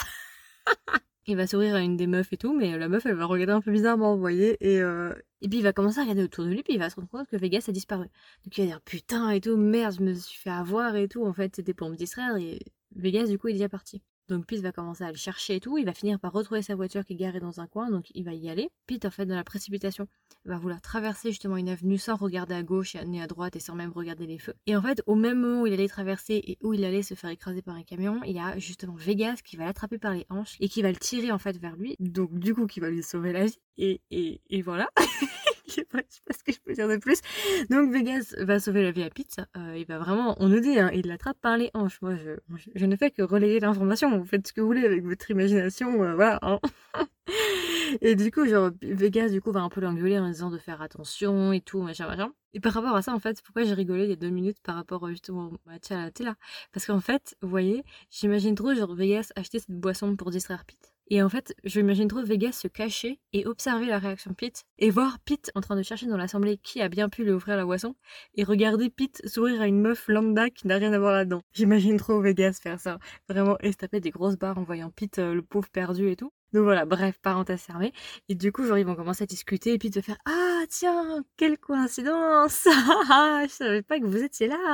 Il va sourire à une des meufs et tout, mais la meuf, elle va regarder un peu bizarrement, vous voyez, et, euh... et puis il va commencer à regarder autour de lui, puis il va se rendre compte que Vegas a disparu. Donc il va dire, putain, et tout, merde, je me suis fait avoir et tout, en fait, c'était pour me distraire, et Vegas, du coup, il est déjà parti. Donc Pete va commencer à le chercher et tout, il va finir par retrouver sa voiture qui est garée dans un coin, donc il va y aller. Pete, en fait, dans la précipitation, va vouloir traverser justement une avenue sans regarder à gauche ni à droite et sans même regarder les feux. Et en fait, au même moment où il allait traverser et où il allait se faire écraser par un camion, il y a justement Vegas qui va l'attraper par les hanches et qui va le tirer en fait vers lui, donc du coup qui va lui sauver la vie. Et, et, et voilà. Je sais pas ce que je peux dire de plus. Donc Vegas va sauver la vie à Pete. Euh, il va vraiment, on nous dit, hein, il l'attrape par les hanches. Moi, je, je ne fais que relayer l'information. Vous faites ce que vous voulez avec votre imagination, euh, voilà. Hein. Et du coup, genre, Vegas, du coup, va un peu l'engueuler en disant de faire attention et tout, machin, machin. Et par rapport à ça, en fait, pourquoi j'ai rigolé il y a deux minutes par rapport euh, justement au match à la télé là? Parce qu'en fait, vous voyez, j'imagine trop, genre, Vegas acheter cette boisson pour distraire Pete. Et en fait, je m'imagine trop Vegas se cacher et observer la réaction de Pete et voir Pete en train de chercher dans l'assemblée qui a bien pu lui offrir la boisson et regarder Pete sourire à une meuf lambda qui n'a rien à voir là-dedans. J'imagine trop Vegas faire ça, vraiment, et se taper des grosses barres en voyant Pete, euh, le pauvre perdu et tout. Donc voilà, bref, parenthèse fermée. Et du coup, genre, ils vont commencer à discuter et Pete va faire « Ah, tiens, quelle coïncidence. Ah, je savais pas que vous étiez là. »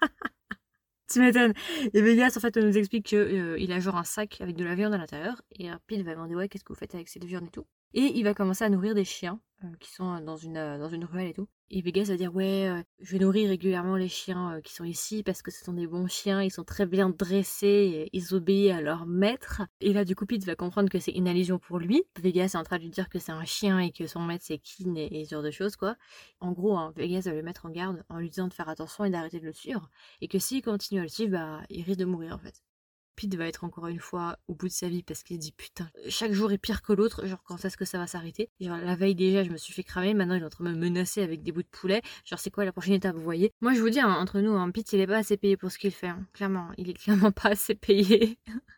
Tu m'étonnes. Et Vegas, en fait, nous explique qu'il euh, a genre un sac avec de la viande à l'intérieur. Et euh, Pete va demander, ouais, qu'est-ce que vous faites avec cette viande et tout. Et il va commencer à nourrir des chiens euh, qui sont dans une, euh, dans une ruelle et tout. Et Vegas va dire, ouais, euh, je vais nourrir régulièrement les chiens euh, qui sont ici parce que ce sont des bons chiens, ils sont très bien dressés, et ils obéissent à leur maître. Et là, du coup, Pete va comprendre que c'est une allusion pour lui. Vegas est en train de lui dire que c'est un chien et que son maître c'est Keen et, et ce genre de choses, quoi. En gros, hein, Vegas va le mettre en garde en lui disant de faire attention et d'arrêter de le suivre. Et que s'il continue à le suivre, bah, il risque de mourir en fait. Pete va être encore une fois au bout de sa vie parce qu'il se dit putain, chaque jour est pire que l'autre, genre quand est-ce que ça va s'arrêter? Genre la veille déjà je me suis fait cramer, maintenant il est en train de me menacer avec des bouts de poulet, genre c'est quoi la prochaine étape, vous voyez? Moi je vous dis, hein, entre nous, hein, Pete il est pas assez payé pour ce qu'il fait, hein. Clairement, il est clairement pas assez payé.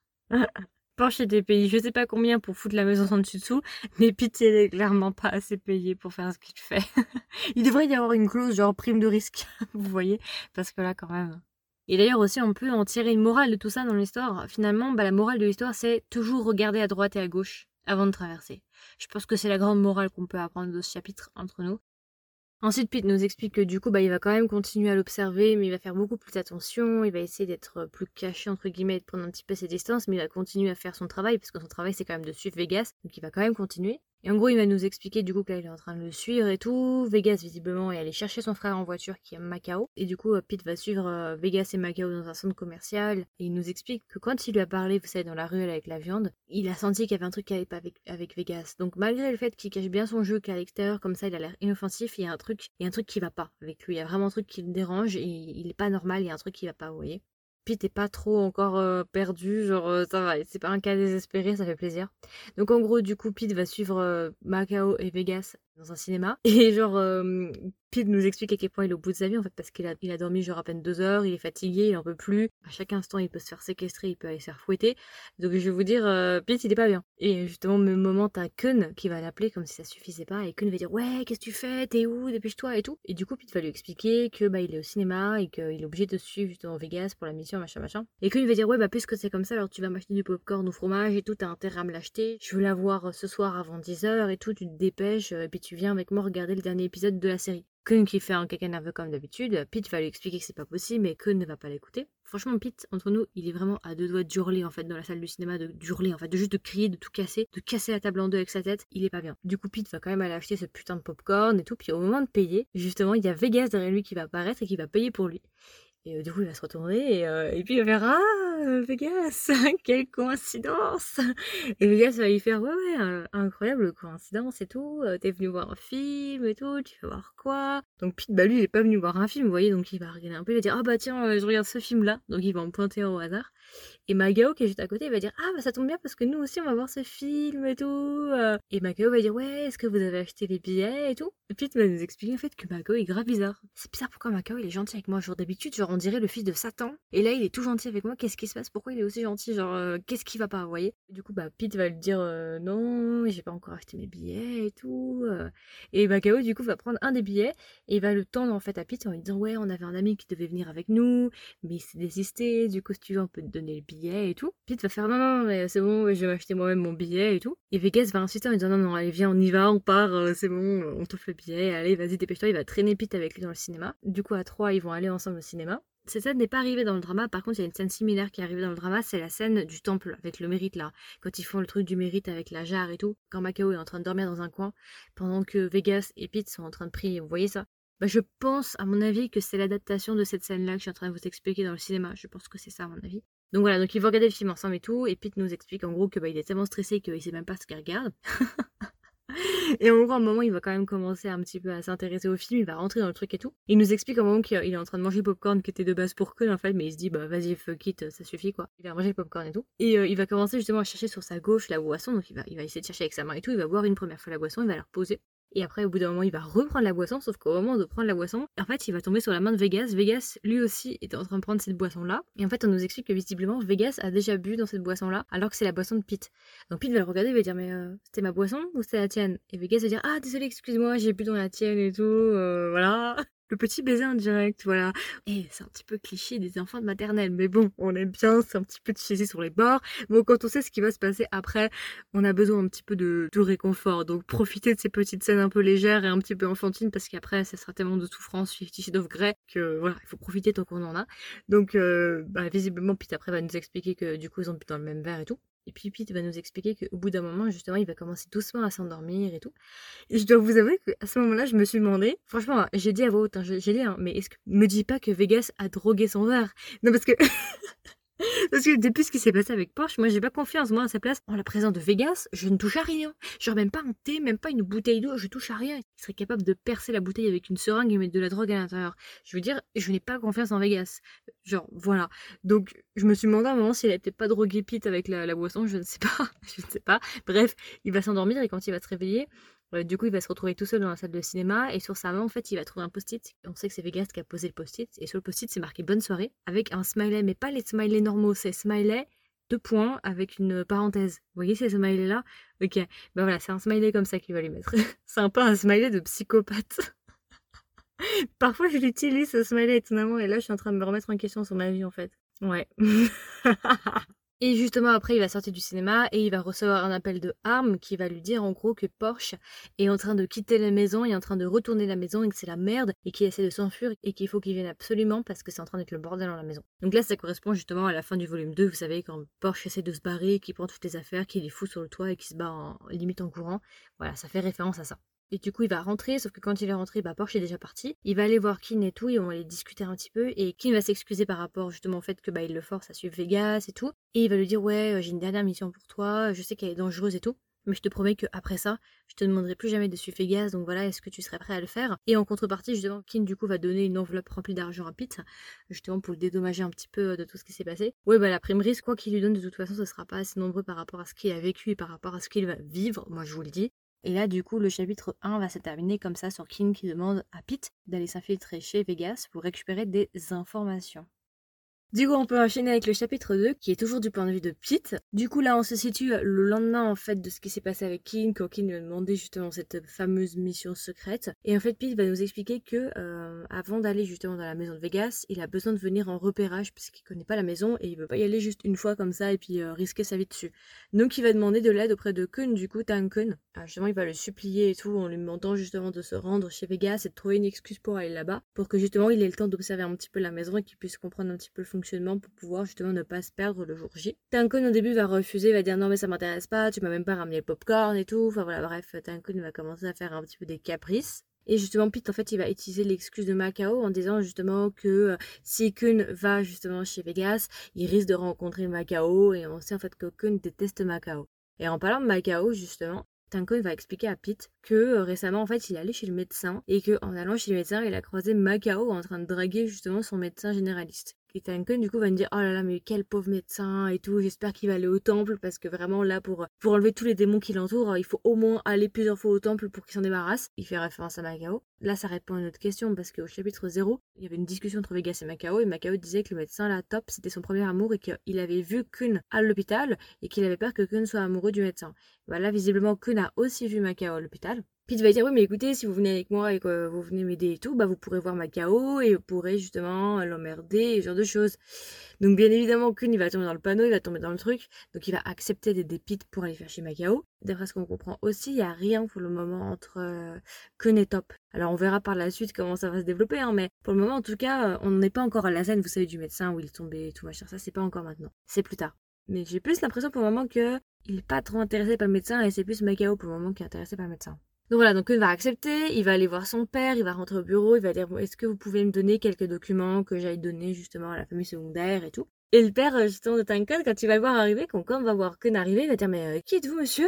Pencher des pays, je sais pas combien pour foutre la maison en dessus-dessous, mais Pete il est clairement pas assez payé pour faire ce qu'il fait. Il devrait y avoir une clause genre prime de risque, vous voyez? Parce que là quand même... Et d'ailleurs aussi, on peut en tirer une morale de tout ça dans l'histoire. Finalement, bah, la morale de l'histoire, c'est toujours regarder à droite et à gauche avant de traverser. Je pense que c'est la grande morale qu'on peut apprendre de ce chapitre entre nous. Ensuite, Pete nous explique que du coup, bah, il va quand même continuer à l'observer, mais il va faire beaucoup plus attention, il va essayer d'être plus caché, entre guillemets, et de prendre un petit peu ses distances, mais il va continuer à faire son travail, parce que son travail, c'est quand même de suivre Vegas, donc il va quand même continuer. Et en gros, il va nous expliquer du coup que là, il est en train de le suivre et tout. Vegas, visiblement, est allé chercher son frère en voiture qui est à Macao. Et du coup, Pete va suivre euh, Vegas et Macao dans un centre commercial. Et il nous explique que quand il lui a parlé, vous savez, dans la ruelle avec la viande, il a senti qu'il y avait un truc qui allait pas avec, avec Vegas. Donc malgré le fait qu'il cache bien son jeu qu'à l'extérieur, comme ça, il a l'air inoffensif, il y a un truc, il y a un truc qui va pas avec lui. Il y a vraiment un truc qui le dérange et il est pas normal, il y a un truc qui va pas, vous voyez. Pete est pas trop encore euh, perdu, genre euh, ça va, c'est pas un cas désespéré, ça fait plaisir. Donc en gros, du coup, Pete va suivre euh, Macao et Vegas dans un cinéma. Et genre, euh, Pete nous explique à quel point il est au bout de sa vie, en fait, parce qu'il a, il a dormi genre à peine deux heures, il est fatigué, il en peut plus. À chaque instant, il peut se faire séquestrer, il peut aller se faire fouetter. Donc je vais vous dire, euh, Pete, il est pas bien. Et justement, au même moment, t'as Kun qui va l'appeler comme si ça suffisait pas. Et Kun va dire, ouais, qu'est-ce que tu fais? T'es où? Dépêche-toi et tout. Et du coup, Pete va lui expliquer que bah il est au cinéma et qu'il est obligé de suivre justement Vegas pour la mission, machin, machin. Et Kun va dire, ouais, bah puisque c'est comme ça, alors tu vas m'acheter du popcorn au fromage et tout, t'as intérêt à me l'acheter. Je veux la voir ce soir avant dix heures et tout, tu te dépêches, et puis tu viens avec moi regarder le dernier épisode de la série. Kun qui fait un caca nerveux comme d'habitude, Pete va lui expliquer que c'est pas possible, mais Kun ne va pas l'écouter. Franchement, Pete, entre nous, il est vraiment à deux doigts d'hurler en fait dans la salle du cinéma, de d'hurler en fait, de juste de crier, de tout casser, de casser la table en deux avec sa tête. Il est pas bien. Du coup, Pete va quand même aller acheter ce putain de popcorn et tout, puis au moment de payer, justement, il y a Vegas derrière lui qui va apparaître et qui va payer pour lui. Et euh, du coup, il va se retourner et, euh, et puis il va faire ah Vegas, quelle coïncidence. Et Vegas va lui faire ouais ouais euh, incroyable coïncidence et tout. Euh, T'es venu voir un film et tout. Tu vas voir quoi? Donc Pete bah lui il est pas venu voir un film, vous voyez. Donc il va regarder un peu, il va dire ah bah tiens euh, je regarde ce film là. Donc il va en pointer au hasard. Et Macao qui est juste à côté il va dire ah bah ça tombe bien parce que nous aussi on va voir ce film et tout. Euh. Et Macao va dire ouais est-ce que vous avez acheté les billets et tout. Et Pete va nous expliquer en fait que Macao est grave bizarre. C'est bizarre pourquoi Macao il est gentil avec moi. Genre d'habitude genre on dirait le fils de Satan. Et là, il est tout gentil avec moi. Qu'est-ce qui se passe? Pourquoi il est aussi gentil? Genre, euh, qu'est-ce qui va pas, vous voyez? Du coup, bah, Pete va lui dire euh, non, j'ai pas encore acheté mes billets et tout. Euh. Et Macao, du coup, va prendre un des billets et il va le tendre en fait à Pete en lui disant ouais, on avait un ami qui devait venir avec nous, mais il s'est désisté. Du coup, si tu veux, on peut te donner le billet et tout. Pete va faire non, non, mais c'est bon, je vais m'acheter moi-même mon billet et tout. Et Vegas va insister en lui disant non, non, allez, viens, on y va, on part, euh, c'est bon, on t'offre le billet, allez, vas-y, dépêche-toi. Il va traîner Pete avec lui dans le cinéma. Du coup, à trois, ils vont aller ensemble au cinéma. Cette scène n'est pas arrivée dans le drama, par contre il y a une scène similaire qui est arrivée dans le drama, c'est la scène du temple avec le mérite là, quand ils font le truc du mérite avec la jarre et tout, quand Macao est en train de dormir dans un coin, pendant que Vegas et Pete sont en train de prier, vous voyez ça? Bah je pense, à mon avis, que c'est l'adaptation de cette scène là que je suis en train de vous expliquer dans le cinéma, je pense que c'est ça à mon avis. Donc voilà, donc ils vont regarder le film ensemble et tout, et Pete nous explique en gros que bah il est tellement stressé qu'il sait même pas ce qu'il regarde. Et en gros, à un moment, il va quand même commencer un petit peu à s'intéresser au film, il va rentrer dans le truc et tout. Il nous explique à un moment qu'il est en train de manger le popcorn qui était de base pour Kun en fait, mais il se dit bah vas-y fuck it, ça suffit quoi. Il va manger le popcorn et tout. Et euh, il va commencer justement à chercher sur sa gauche la boisson, donc il va, il va essayer de chercher avec sa main et tout, il va boire une première fois la boisson, il va la reposer. Et après, au bout d'un moment, il va reprendre la boisson, sauf qu'au moment de prendre la boisson, en fait, il va tomber sur la main de Vegas. Vegas, lui aussi, était en train de prendre cette boisson-là. Et en fait, on nous explique que visiblement, Vegas a déjà bu dans cette boisson-là, alors que c'est la boisson de Pete. Donc Pete va le regarder, il va dire, mais euh, c'était ma boisson ou c'était la tienne? Et Vegas va dire, ah, désolé, excuse-moi, j'ai bu dans la tienne et tout, euh, voilà. Le petit baiser en direct, voilà. Et c'est un petit peu cliché des enfants de maternelle, mais bon, on aime bien, c'est un petit peu cheesy sur les bords. Bon, quand on sait ce qui va se passer après, on a besoin un petit peu de, de réconfort. Donc profitez de ces petites scènes un peu légères et un petit peu enfantines, parce qu'après, ça sera tellement de souffrance, Fifty Shades of Grey, que voilà, il faut profiter tant qu'on en a. Donc, euh, bah, visiblement, Pete après va nous expliquer que du coup, ils ont bu dans le même verre et tout. Et puis Pete va nous expliquer qu'au bout d'un moment, justement, il va commencer doucement à s'endormir et tout. Et je dois vous avouer qu'à ce moment-là, je me suis demandé, franchement, j'ai dit à voix haute, hein, j'ai dit, hein, mais est-ce que me dis pas que Vegas a drogué son verre? Non, parce que parce que depuis ce qui s'est passé avec Porsche, moi j'ai pas confiance. Moi à sa place, en la présence de Vegas, je ne touche à rien. Genre même pas un thé, même pas une bouteille d'eau, je touche à rien. Il serait capable de percer la bouteille avec une seringue et mettre de la drogue à l'intérieur. Je veux dire, je n'ai pas confiance en Vegas. Genre voilà. Donc je me suis demandé à un moment s'il avait peut-être pas drogué Pete avec la, la boisson, je ne sais pas. je ne sais pas. Bref, il va s'endormir et quand il va se réveiller, Euh, du coup, il va se retrouver tout seul dans la salle de cinéma et sur sa main, en fait, il va trouver un post-it. On sait que c'est Vegas qui a posé le post-it et sur le post-it, c'est marqué bonne soirée avec un smiley, mais pas les smileys normaux, c'est smiley deux points avec une parenthèse. Vous voyez ces smileys-là? Ok, ben voilà, c'est un smiley comme ça qu'il va lui mettre. C'est un peu un smiley de psychopathe. Parfois, je l'utilise ce smiley étonnamment et là, je suis en train de me remettre en question sur ma vie en fait. Ouais. Et justement après il va sortir du cinéma et il va recevoir un appel de Arm qui va lui dire en gros que Porsche est en train de quitter la maison, est en train de retourner la maison et que c'est la merde et qu'il essaie de s'enfuir et qu'il faut qu'il vienne absolument parce que c'est en train d'être le bordel dans la maison. Donc là ça correspond justement à la fin du volume deux, vous savez quand Porsche essaie de se barrer, qu'il prend toutes les affaires, qu'il les fout sur le toit et qu'il se barre en limite en courant. Voilà, ça fait référence à ça. Et du coup, il va rentrer, sauf que quand il est rentré, bah, Porsche est déjà parti. Il va aller voir Kin et tout, et on va aller discuter un petit peu. Et Kin va s'excuser par rapport justement au fait que bah, il le force à suivre Vegas et tout. Et il va lui dire, ouais, j'ai une dernière mission pour toi, je sais qu'elle est dangereuse et tout. Mais je te promets qu'après ça, je te demanderai plus jamais de suivre Vegas, donc voilà, est-ce que tu serais prêt à le faire? Et en contrepartie, justement, Kin du coup va donner une enveloppe remplie d'argent à Pete, justement pour le dédommager un petit peu de tout ce qui s'est passé. Ouais, bah la prime risque, quoi qu'il lui donne, de toute façon, ce sera pas assez nombreux par rapport à ce qu'il a vécu et par rapport à ce qu'il va vivre, moi je vous le dis. Et là, du coup, le chapitre un va se terminer comme ça sur Kin qui demande à Pete d'aller s'infiltrer chez Vegas pour récupérer des informations. Du coup, on peut enchaîner avec le chapitre deux, qui est toujours du point de vue de Pete. Du coup, là, on se situe le lendemain, en fait, de ce qui s'est passé avec Kin, quand Kin lui a demandé justement cette fameuse mission secrète. Et en fait, Pete va nous expliquer que, euh, avant d'aller justement dans la maison de Vegas, il a besoin de venir en repérage, puisqu'il connaît pas la maison, et il veut pas y aller juste une fois comme ça, et puis euh, risquer sa vie dessus. Donc, il va demander de l'aide auprès de Kun, du coup, Tang Kun. Ah, justement, il va le supplier et tout, en lui demandant justement de se rendre chez Vegas et de trouver une excuse pour aller là-bas, pour que justement, il ait le temps d'observer un petit peu la maison et qu'il puisse comprendre un petit peu le fonctionnement pour pouvoir justement ne pas se perdre le jour J. Tankun au début va refuser, va dire non mais ça m'intéresse pas, tu m'as même pas ramené le popcorn et tout, enfin voilà bref, Tankun va commencer à faire un petit peu des caprices. Et justement, Pete, en fait, il va utiliser l'excuse de Macao en disant justement que euh, si Kun va justement chez Vegas, il risque de rencontrer Macao et on sait en fait que Kun déteste Macao. Et en parlant de Macao, justement, Tankun va expliquer à Pete que euh, récemment en fait il est allé chez le médecin et que en allant chez le médecin il a croisé Macao en train de draguer justement son médecin généraliste. Et Tankun du coup va me dire oh là là mais quel pauvre médecin et tout, j'espère qu'il va aller au temple parce que vraiment là pour, pour enlever tous les démons qui l'entourent il faut au moins aller plusieurs fois au temple pour qu'il s'en débarrasse. Il fait référence à Macao. Là ça répond à une autre question parce qu'au chapitre zéro il y avait une discussion entre Vegas et Macao et Macao disait que le médecin là top c'était son premier amour et qu'il avait vu Kun à l'hôpital et qu'il avait peur que Kun soit amoureux du médecin. Voilà visiblement Kun a aussi vu Macao à l'hôpital. Pete va dire oui mais écoutez si vous venez avec moi et que vous venez m'aider et tout bah vous pourrez voir Macao et vous pourrez justement l'emmerder et ce genre de choses. Donc bien évidemment Kun il va tomber dans le panneau, il va tomber dans le truc, donc il va accepter d'aider Pete pour aller faire chez Macao. D'après ce qu'on comprend aussi il n'y a rien pour le moment entre euh, Kun et Top. Alors on verra par la suite comment ça va se développer hein, mais pour le moment en tout cas on n'est pas encore à la scène vous savez du médecin où il est tombé et tout machin, ça c'est pas encore maintenant, c'est plus tard. Mais j'ai plus l'impression pour le moment que il est pas trop intéressé par le médecin et c'est plus Macao pour le moment qui est intéressé par le médecin. Donc voilà, donc Kun va accepter, il va aller voir son père, il va rentrer au bureau, il va dire bon, est-ce que vous pouvez me donner quelques documents que j'aille donner justement à la famille secondaire et tout. Et le père, euh, justement, de Tankon, quand il va le voir arriver, quand Kon va voir Kun arriver, il va dire, mais euh, qui êtes-vous, monsieur?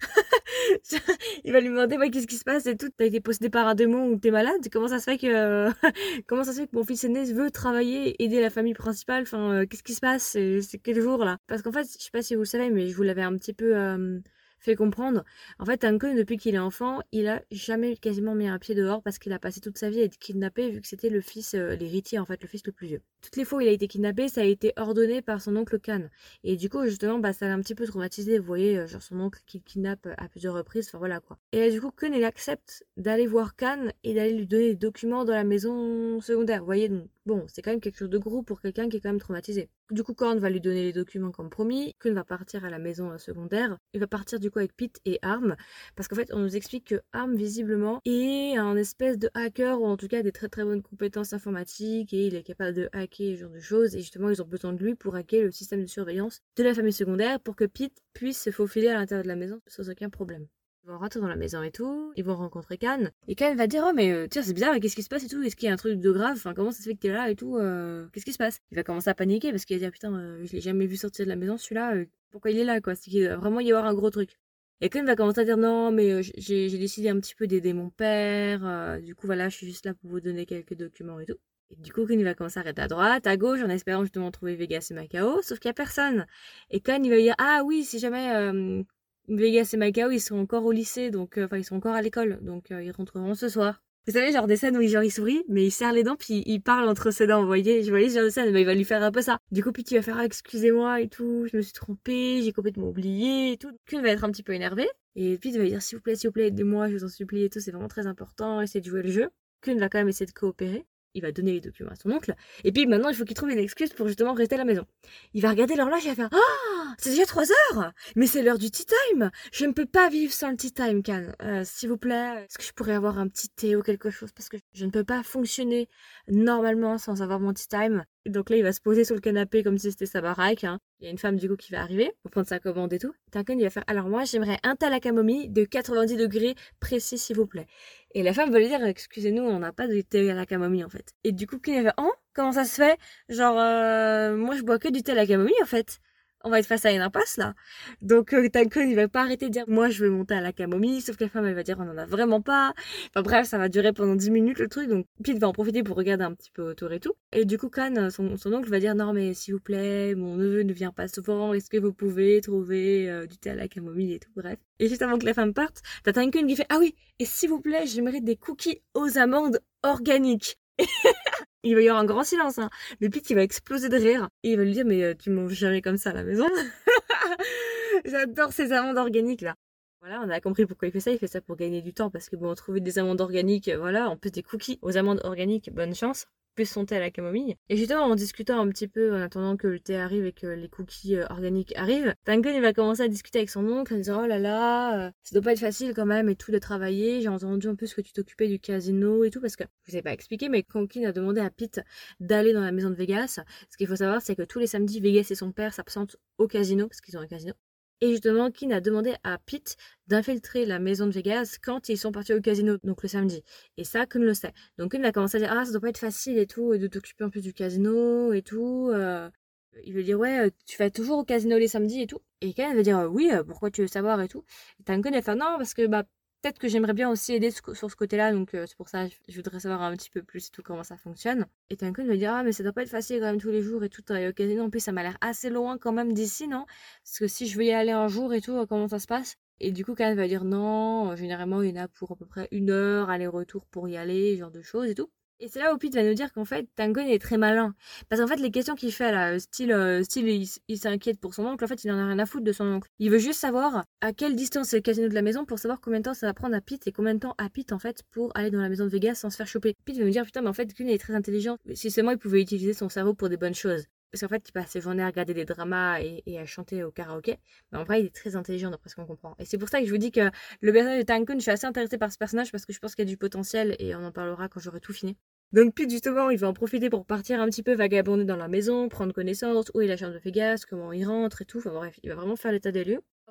Il va lui demander, ouais, qu'est-ce qui se passe et tout, t'as été possédé par un démon ou t'es malade? Comment ça se fait que, comment ça se fait que mon fils aîné veut travailler, aider la famille principale? Enfin, euh, qu'est-ce qui se passe? C'est c'est quel jour, là? Parce qu'en fait, je sais pas si vous le savez, mais je vous l'avais un petit peu, euh, fait comprendre. En fait, Tankon, depuis qu'il est enfant, il a jamais quasiment mis un pied dehors parce qu'il a passé toute sa vie à être kidnappé vu que c'était le fils, euh, l'héritier, en fait, le fils le plus vieux. Toutes les fois où il a été kidnappé, ça a été ordonné par son oncle Kan. Et du coup, justement, bah, ça l'a un petit peu traumatisé. Vous voyez, euh, genre son oncle qui le kidnappe à plusieurs reprises. Enfin, voilà, quoi. Et là, du coup, Kun, il accepte d'aller voir Kan et d'aller lui donner des documents dans la maison secondaire. Vous voyez, donc, bon, c'est quand même quelque chose de gros pour quelqu'un qui est quand même traumatisé. Du coup, Korn va lui donner les documents comme promis. Kun va partir à la maison euh, secondaire. Il va partir, du coup, avec Pete et Arm. Parce qu'en fait, on nous explique que Arm, visiblement, est un espèce de hacker, ou en tout cas des très très bonnes compétences informatiques, et il est capable de hacker ce genre de choses. Et justement, ils ont besoin de lui pour hacker le système de surveillance de la famille secondaire pour que Pete puisse se faufiler à l'intérieur de la maison sans aucun problème. Ils vont rentrer dans la maison et tout, ils vont rencontrer Kan, et Kan va dire, oh mais euh, tiens c'est bizarre, qu'est-ce qui se passe et tout, est-ce qu'il y a un truc de grave, enfin comment ça se fait que t'es là et tout, euh, qu'est-ce qui se passe? Il va commencer à paniquer parce qu'il va dire, putain, euh, je l'ai jamais vu sortir de la maison celui-là, euh, pourquoi il est là quoi, c'est qu'il va vraiment y avoir un gros truc. Et Kan va commencer à dire, non mais euh, j'ai j'ai décidé un petit peu d'aider mon père, euh, du coup voilà, je suis juste là pour vous donner quelques documents et tout. Et du coup, Kan il va commencer à arrêter à droite, à gauche, en espérant justement trouver Vegas et Macao, sauf qu'il y a personne. Et Kan il va lui dire, ah oui, si jamais... Euh, Vegas et Macao, ils sont encore au lycée, donc euh, enfin ils sont encore à l'école, donc euh, ils rentreront ce soir. Vous savez, genre des scènes où il, genre, il sourit, mais il serre les dents, puis il parle entre ses dents, vous voyez, je voyais ce genre de scène, mais il va lui faire un peu ça. Du coup, puis tu vas faire, ah, excusez-moi et tout, je me suis trompée, j'ai complètement oublié et tout. Kun va être un petit peu énervé, et puis il va lui dire, s'il vous plaît, s'il vous plaît, aidez-moi, je vous en supplie et tout, c'est vraiment très important, essayez de jouer le jeu. Kun va quand même essayer de coopérer. Il va donner les documents à son oncle. Et puis maintenant, il faut qu'il trouve une excuse pour justement rester à la maison. Il va regarder l'horloge et il va faire, ah, c'est déjà trois heures! Mais c'est l'heure du tea time! Je ne peux pas vivre sans le tea time, Kan. Euh, s'il vous plaît, est-ce que je pourrais avoir un petit thé ou quelque chose? Parce que je ne peux pas fonctionner normalement sans avoir mon tea time. Et donc là, il va se poser sur le canapé comme si c'était sa baraque. Hein. Il y a une femme du coup qui va arriver pour prendre sa commande et tout. Tankon, il va faire, alors moi, j'aimerais un thé à la camomille de quatre-vingt-dix degrés précis, s'il vous plaît. Et la femme va lui dire, excusez-nous, on n'a pas de thé à la camomille, en fait. Et du coup, Kun, il va, oh, comment ça se fait? Genre, euh, moi, je bois que du thé à la camomille, en fait. On va être face à une impasse, là. Donc, euh, Tankon, il va pas arrêter de dire, moi, je veux monter à la camomille, sauf que la femme, elle va dire, on en a vraiment pas. Enfin, bref, ça va durer pendant dix minutes, le truc. Donc, Pete va en profiter pour regarder un petit peu autour et tout. Et du coup, Kan, son, son oncle va dire, non, mais s'il vous plaît, mon neveu ne vient pas souvent, est-ce que vous pouvez trouver euh, du thé à la camomille et tout, bref. Et juste avant que la femme parte, t'as Tankon qui fait, ah oui, et s'il vous plaît, j'aimerais des cookies aux amandes organiques. Il va y avoir un grand silence, hein. Mais Pete, il va exploser de rire. Et il va lui dire, mais euh, tu manges jamais comme ça à la maison. J'adore ces amandes organiques, là. Voilà, on a compris pourquoi il fait ça. Il fait ça pour gagner du temps. Parce que bon, trouver des amandes organiques, euh, voilà, en plus des cookies aux amandes organiques, bonne chance. Plus son thé à la camomille. Et justement, en discutant un petit peu, en attendant que le thé arrive et que les cookies euh, organiques arrivent, Tankon, il va commencer à discuter avec son oncle, en disant, oh là là, euh, ça doit pas être facile quand même et tout de travailler. J'ai entendu en plus que tu t'occupais du casino et tout, parce que je vous ai pas expliqué, mais quand Kin a demandé à Pete d'aller dans la maison de Vegas, ce qu'il faut savoir, c'est que tous les samedis, Vegas et son père s'absentent au casino, parce qu'ils ont un casino. Et justement, Kin a demandé à Pete d'infiltrer la maison de Vegas quand ils sont partis au casino, donc le samedi. Et ça, Kun le sait. Donc Kun a commencé à dire, ah, ça doit pas être facile et tout, et de t'occuper en plus du casino et tout. Euh... Il veut dire, ouais, tu vas toujours au casino les samedis et tout. Et Ken va dire, euh, oui, euh, pourquoi tu veux savoir et tout. Et Tankon, elle fait, non, parce que, bah, peut-être que j'aimerais bien aussi aider sur ce côté-là, donc euh, c'est pour ça je voudrais savoir un petit peu plus tout comment ça fonctionne. Et Tankon va dire, ah mais ça doit pas être facile quand même tous les jours et tout, travailler au casino, en plus ça m'a l'air assez loin quand même d'ici, non? Parce que si je veux y aller un jour et tout, euh, comment ça se passe? Et du coup, Kan va dire non, euh, généralement il y en a pour à peu près une heure, aller-retour pour y aller, ce genre de choses et tout. Et c'est là où Pete va nous dire qu'en fait, Tankon est très malin. Parce qu'en fait, les questions qu'il fait là, style, euh, style il, il s'inquiète pour son oncle, en fait, il en a rien à foutre de son oncle. Il veut juste savoir à quelle distance est le casino de la maison pour savoir combien de temps ça va prendre à Pete et combien de temps à Pete, en fait, pour aller dans la maison de Vegas sans se faire choper. Pete va me dire, putain, mais en fait, Kun est très intelligent. Si seulement il pouvait utiliser son cerveau pour des bonnes choses. Parce qu'en fait, il passe ses journées à regarder des dramas et, et à chanter au karaoké. Mais en vrai, il est très intelligent d'après ce qu'on comprend. Et c'est pour ça que je vous dis que le personnage de Tankon, je suis assez intéressée par ce personnage parce que je pense qu'il y a du potentiel et on en parlera quand j'aurai tout fini. Donc Pete, justement, il va en profiter pour partir un petit peu vagabonder dans la maison, prendre connaissance, où est la chambre de Vegas, comment il rentre et tout. Enfin bref, il va vraiment faire l'état des lieux.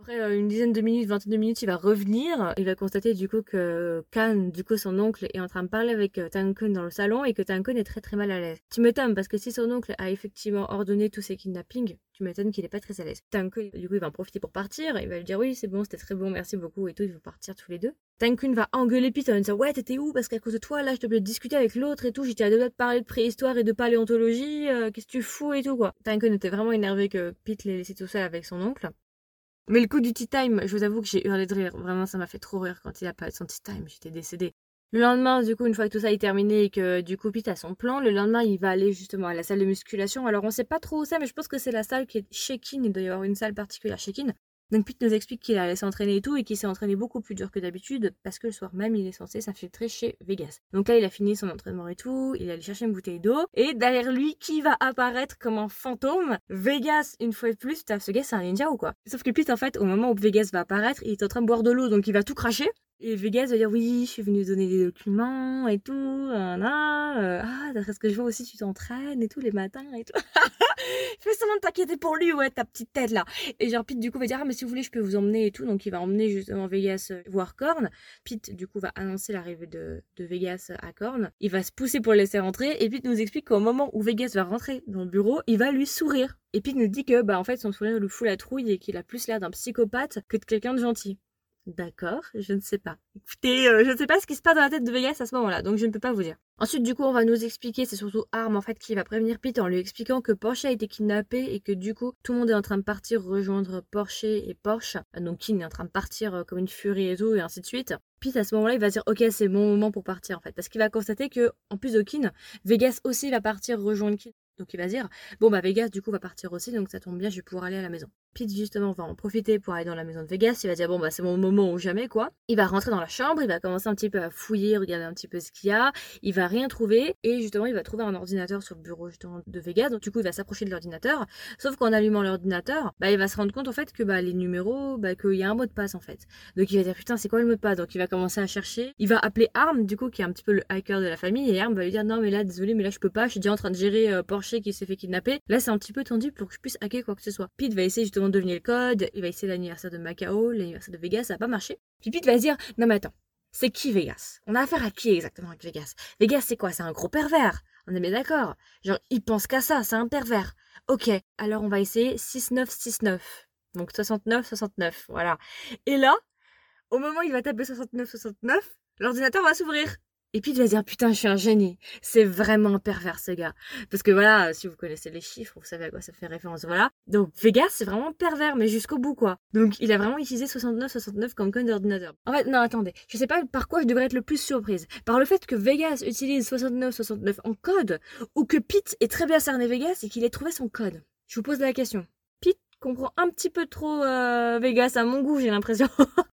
Après euh, une dizaine de minutes, vingtaine de minutes, il va revenir. Il va constater du coup que Kan, du coup son oncle, est en train de parler avec euh, Tankun dans le salon et que Tankun est très très mal à l'aise. Tu m'étonnes parce que si son oncle a effectivement ordonné tous ces kidnappings, tu m'étonnes qu'il est pas très à l'aise. Tankun, du coup, il va en profiter pour partir. Il va lui dire oui, c'est bon, c'était très bon, merci beaucoup et tout. Ils vont partir tous les deux. Tankun va engueuler Pete en lui disant ouais, t'étais où? Parce qu'à cause de toi, là, je devais discuter avec l'autre et tout. J'étais à deux doigts de parler de préhistoire et de paléontologie. Euh, Qu'est-ce que tu fous et tout quoi. Tankun était vraiment énervé que Pete l'ait laissé tout seul avec son oncle. Mais le coup du tea time, je vous avoue que j'ai hurlé de rire. Vraiment, ça m'a fait trop rire quand il a parlé de son tea time. J'étais décédée. Le lendemain, du coup, une fois que tout ça est terminé et que du coup Pete a son plan, le lendemain, il va aller justement à la salle de musculation. Alors, on sait pas trop où c'est, mais je pense que c'est la salle qui est chez Kin. Il doit y avoir une salle particulière chez Kin. Donc Pete nous explique qu'il allait s'entraîner et tout, et qu'il s'est entraîné beaucoup plus dur que d'habitude, parce que le soir même, il est censé s'infiltrer chez Vegas. Donc là, il a fini son entraînement et tout, il est allé chercher une bouteille d'eau, et derrière lui, qui va apparaître comme un fantôme? Vegas, une fois de plus. Putain, ce gars, c'est un ninja ou quoi? Sauf que Pete, en fait, au moment où Vegas va apparaître, il est en train de boire de l'eau, donc il va tout cracher. Et Vegas va dire oui, je suis venue donner des documents et tout, là, euh, ah, d'après ce que je vois aussi, tu t'entraînes et tout les matins et tout. Fais semblant de t'inquiéter pour lui, ouais, ta petite tête là. Et genre Pete du coup va dire ah mais si vous voulez je peux vous emmener et tout, donc il va emmener justement Vegas euh, voir Korn. Pete du coup va annoncer l'arrivée de, de Vegas à Korn. Il va se pousser pour le laisser rentrer et Pete nous explique qu'au moment où Vegas va rentrer dans le bureau, il va lui sourire. Et Pete nous dit que bah en fait son sourire lui fout la trouille et qu'il a plus l'air d'un psychopathe que de quelqu'un de gentil. D'accord, je ne sais pas. Écoutez, euh, je ne sais pas ce qui se passe dans la tête de Vegas à ce moment-là, donc je ne peux pas vous dire. Ensuite, du coup, on va nous expliquer, c'est surtout Arm en fait qui va prévenir Pete en lui expliquant que Porsche a été kidnappé et que du coup, tout le monde est en train de partir rejoindre Porsche et Porsche. Donc Kin est en train de partir euh, comme une furie et tout, et ainsi de suite. Pete à ce moment-là, il va dire ok, c'est bon moment pour partir en fait, parce qu'il va constater que en plus de Kin, Vegas aussi va partir rejoindre Kin. Donc il va dire, bon bah Vegas du coup va partir aussi, donc ça tombe bien, je vais pouvoir aller à la maison. Pete justement va en profiter pour aller dans la maison de Vegas, il va dire bon bah c'est mon moment ou jamais quoi. Il va rentrer dans la chambre, il va commencer un petit peu à fouiller, regarder un petit peu ce qu'il y a, il va rien trouver et justement il va trouver un ordinateur sur le bureau justement de Vegas, donc du coup il va s'approcher de l'ordinateur, sauf qu'en allumant l'ordinateur, bah il va se rendre compte en fait que bah les numéros, bah qu'il y a un mot de passe en fait. Donc il va dire putain c'est quoi le mot de passe, donc il va commencer à chercher, il va appeler Arm du coup qui est un petit peu le hacker de la famille et Arm va lui dire non mais là désolé mais là je peux pas, je suis déjà en train de gérer euh, Porsche qui s'est fait kidnapper. Là, c'est un petit peu tendu pour que je puisse hacker quoi que ce soit. Pete va essayer justement de deviner le code, il va essayer l'anniversaire de Macao, l'anniversaire de Vegas, ça va pas marcher. Puis Pete va se dire, non mais attends, c'est qui Vegas? On a affaire à qui exactement avec Vegas? Vegas, c'est quoi? C'est un gros pervers. On est bien d'accord. Genre, il pense qu'à ça, c'est un pervers. Ok, alors on va essayer six neuf six neuf. Donc soixante-neuf soixante-neuf, voilà. Et là, au moment où il va taper soixante-neuf soixante-neuf, l'ordinateur va s'ouvrir. Et puis il va se dire putain je suis un génie, c'est vraiment un pervers ce gars. Parce que voilà, si vous connaissez les chiffres, vous savez à quoi ça fait référence, voilà. Donc Vegas c'est vraiment pervers, mais jusqu'au bout quoi. Donc il a vraiment utilisé soixante-neuf soixante-neuf comme code d'ordinateur. En fait non attendez, je sais pas par quoi je devrais être le plus surprise. Par le fait que Vegas utilise soixante-neuf soixante-neuf en code, ou que Pete ait très bien cerné Vegas et qu'il ait trouvé son code. Je vous pose la question. Pete comprend un petit peu trop euh, Vegas à mon goût j'ai l'impression.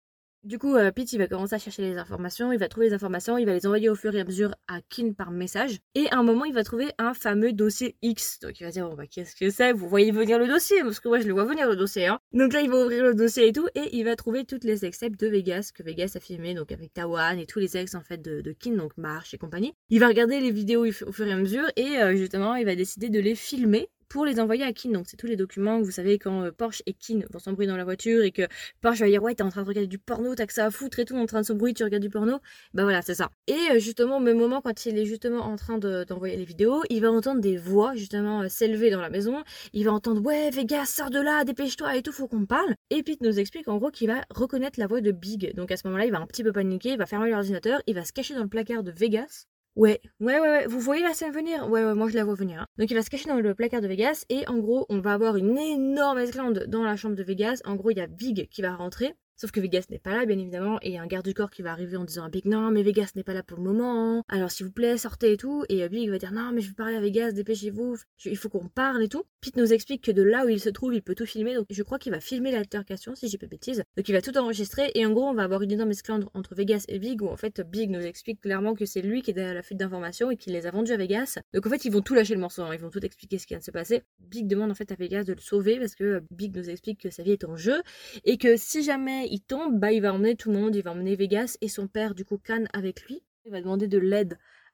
Du coup, euh, Pete, il va commencer à chercher les informations, il va trouver les informations, il va les envoyer au fur et à mesure à Kin par message. Et à un moment, il va trouver un fameux dossier X. Donc il va dire, oh, bah, qu'est-ce que c'est? Vous voyez venir le dossier? Parce que moi, je le vois venir le dossier, hein. Donc là, il va ouvrir le dossier et tout, et il va trouver toutes les ex-tapes de Vegas, que Vegas a filmé, donc avec Tawan et tous les ex, en fait, de, de Kin, donc Marsh et compagnie. Il va regarder les vidéos au fur et à mesure, et euh, justement, il va décider de les filmer pour les envoyer à Kin. Donc c'est tous les documents que vous savez quand euh, Porsche et Kin vont s'embrouiller dans la voiture et que Porsche va dire ouais t'es en train de regarder du porno, t'as que ça à foutre et tout, en train de s'embrouiller, tu regardes du porno. Bah voilà c'est ça. Et euh, justement au même moment quand il est justement en train de, d'envoyer les vidéos, il va entendre des voix justement euh, s'élever dans la maison. Il va entendre ouais Vegas sors de là, dépêche-toi et tout, faut qu'on parle. Et Pete nous explique en gros qu'il va reconnaître la voix de Big. Donc à ce moment-là il va un petit peu paniquer, il va fermer l'ordinateur, il va se cacher dans le placard de Vegas. Ouais, ouais, ouais, ouais, vous voyez la scène venir? Ouais, ouais, moi je la vois venir. Hein. Donc il va se cacher dans le placard de Vegas et en gros, on va avoir une énorme esclandre dans la chambre de Vegas. En gros, il y a Big qui va rentrer. Sauf que Vegas n'est pas là, bien évidemment, et il y a un garde du corps qui va arriver en disant à Big non, mais Vegas n'est pas là pour le moment, alors s'il vous plaît, sortez et tout. Et Big va dire non, mais je veux parler à Vegas, dépêchez-vous, il faut qu'on parle et tout. Pete nous explique que de là où il se trouve, il peut tout filmer, donc je crois qu'il va filmer l'altercation, si j'ai pas de bêtises. Donc il va tout enregistrer, et en gros, on va avoir une énorme esclandre entre Vegas et Big, où en fait, Big nous explique clairement que c'est lui qui est derrière la fuite d'informations et qu'il les a vendus à Vegas. Donc en fait, ils vont tout lâcher le morceau, hein. Ils vont tout expliquer ce qui vient de se passer. Big demande en fait à Vegas de le sauver parce que Big nous explique que sa vie est en jeu et que si jamais il tombe, bah il va emmener tout le monde, il va emmener Vegas et son père du coup Kan avec lui. Il va demander de l'aide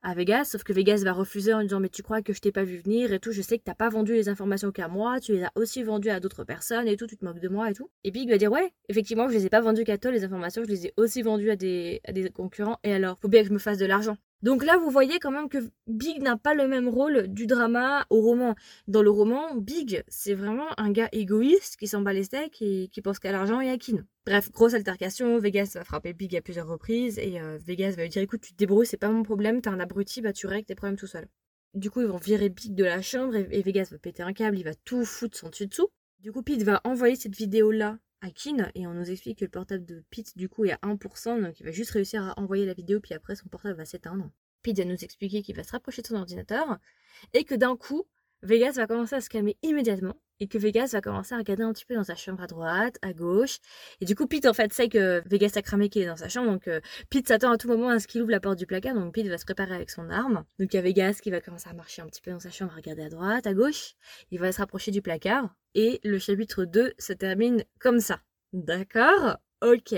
à Vegas, sauf que Vegas va refuser en disant mais tu crois que je t'ai pas vu venir et tout, je sais que t'as pas vendu les informations qu'à moi, tu les as aussi vendues à d'autres personnes et tout, tu te moques de moi et tout. Et Big va dire ouais, effectivement je les ai pas vendues qu'à toi les informations, je les ai aussi vendues à des, à des concurrents et alors, faut bien que je me fasse de l'argent. Donc là, vous voyez quand même que Big n'a pas le même rôle du drama au roman. Dans le roman, Big, c'est vraiment un gars égoïste qui s'en bat les steaks et qui pense qu'à l'argent et à Kin. Bref, grosse altercation, Vegas va frapper Big à plusieurs reprises et euh, Vegas va lui dire écoute, tu te débrouilles, c'est pas mon problème, t'es un abruti, bah tu règles tes problèmes tout seul. Du coup, ils vont virer Big de la chambre et, et Vegas va péter un câble, il va tout foutre son dessus dessous. Du coup, Pete va envoyer cette vidéo-là à Kin et on nous explique que le portable de Pete du coup est à un pour cent, donc il va juste réussir à envoyer la vidéo puis après son portable va s'éteindre. Pete va nous expliquer qu'il va se rapprocher de son ordinateur et que d'un coup Vegas va commencer à se calmer immédiatement et que Vegas va commencer à regarder un petit peu dans sa chambre à droite, à gauche et du coup Pete en fait sait que Vegas a cramé qu'il est dans sa chambre donc euh, Pete s'attend à tout moment à ce qu'il ouvre la porte du placard donc Pete va se préparer avec son arme donc il y a Vegas qui va commencer à marcher un petit peu dans sa chambre, à regarder à droite, à gauche, il va se rapprocher du placard et le chapitre deux se termine comme ça. D'accord ? Ok.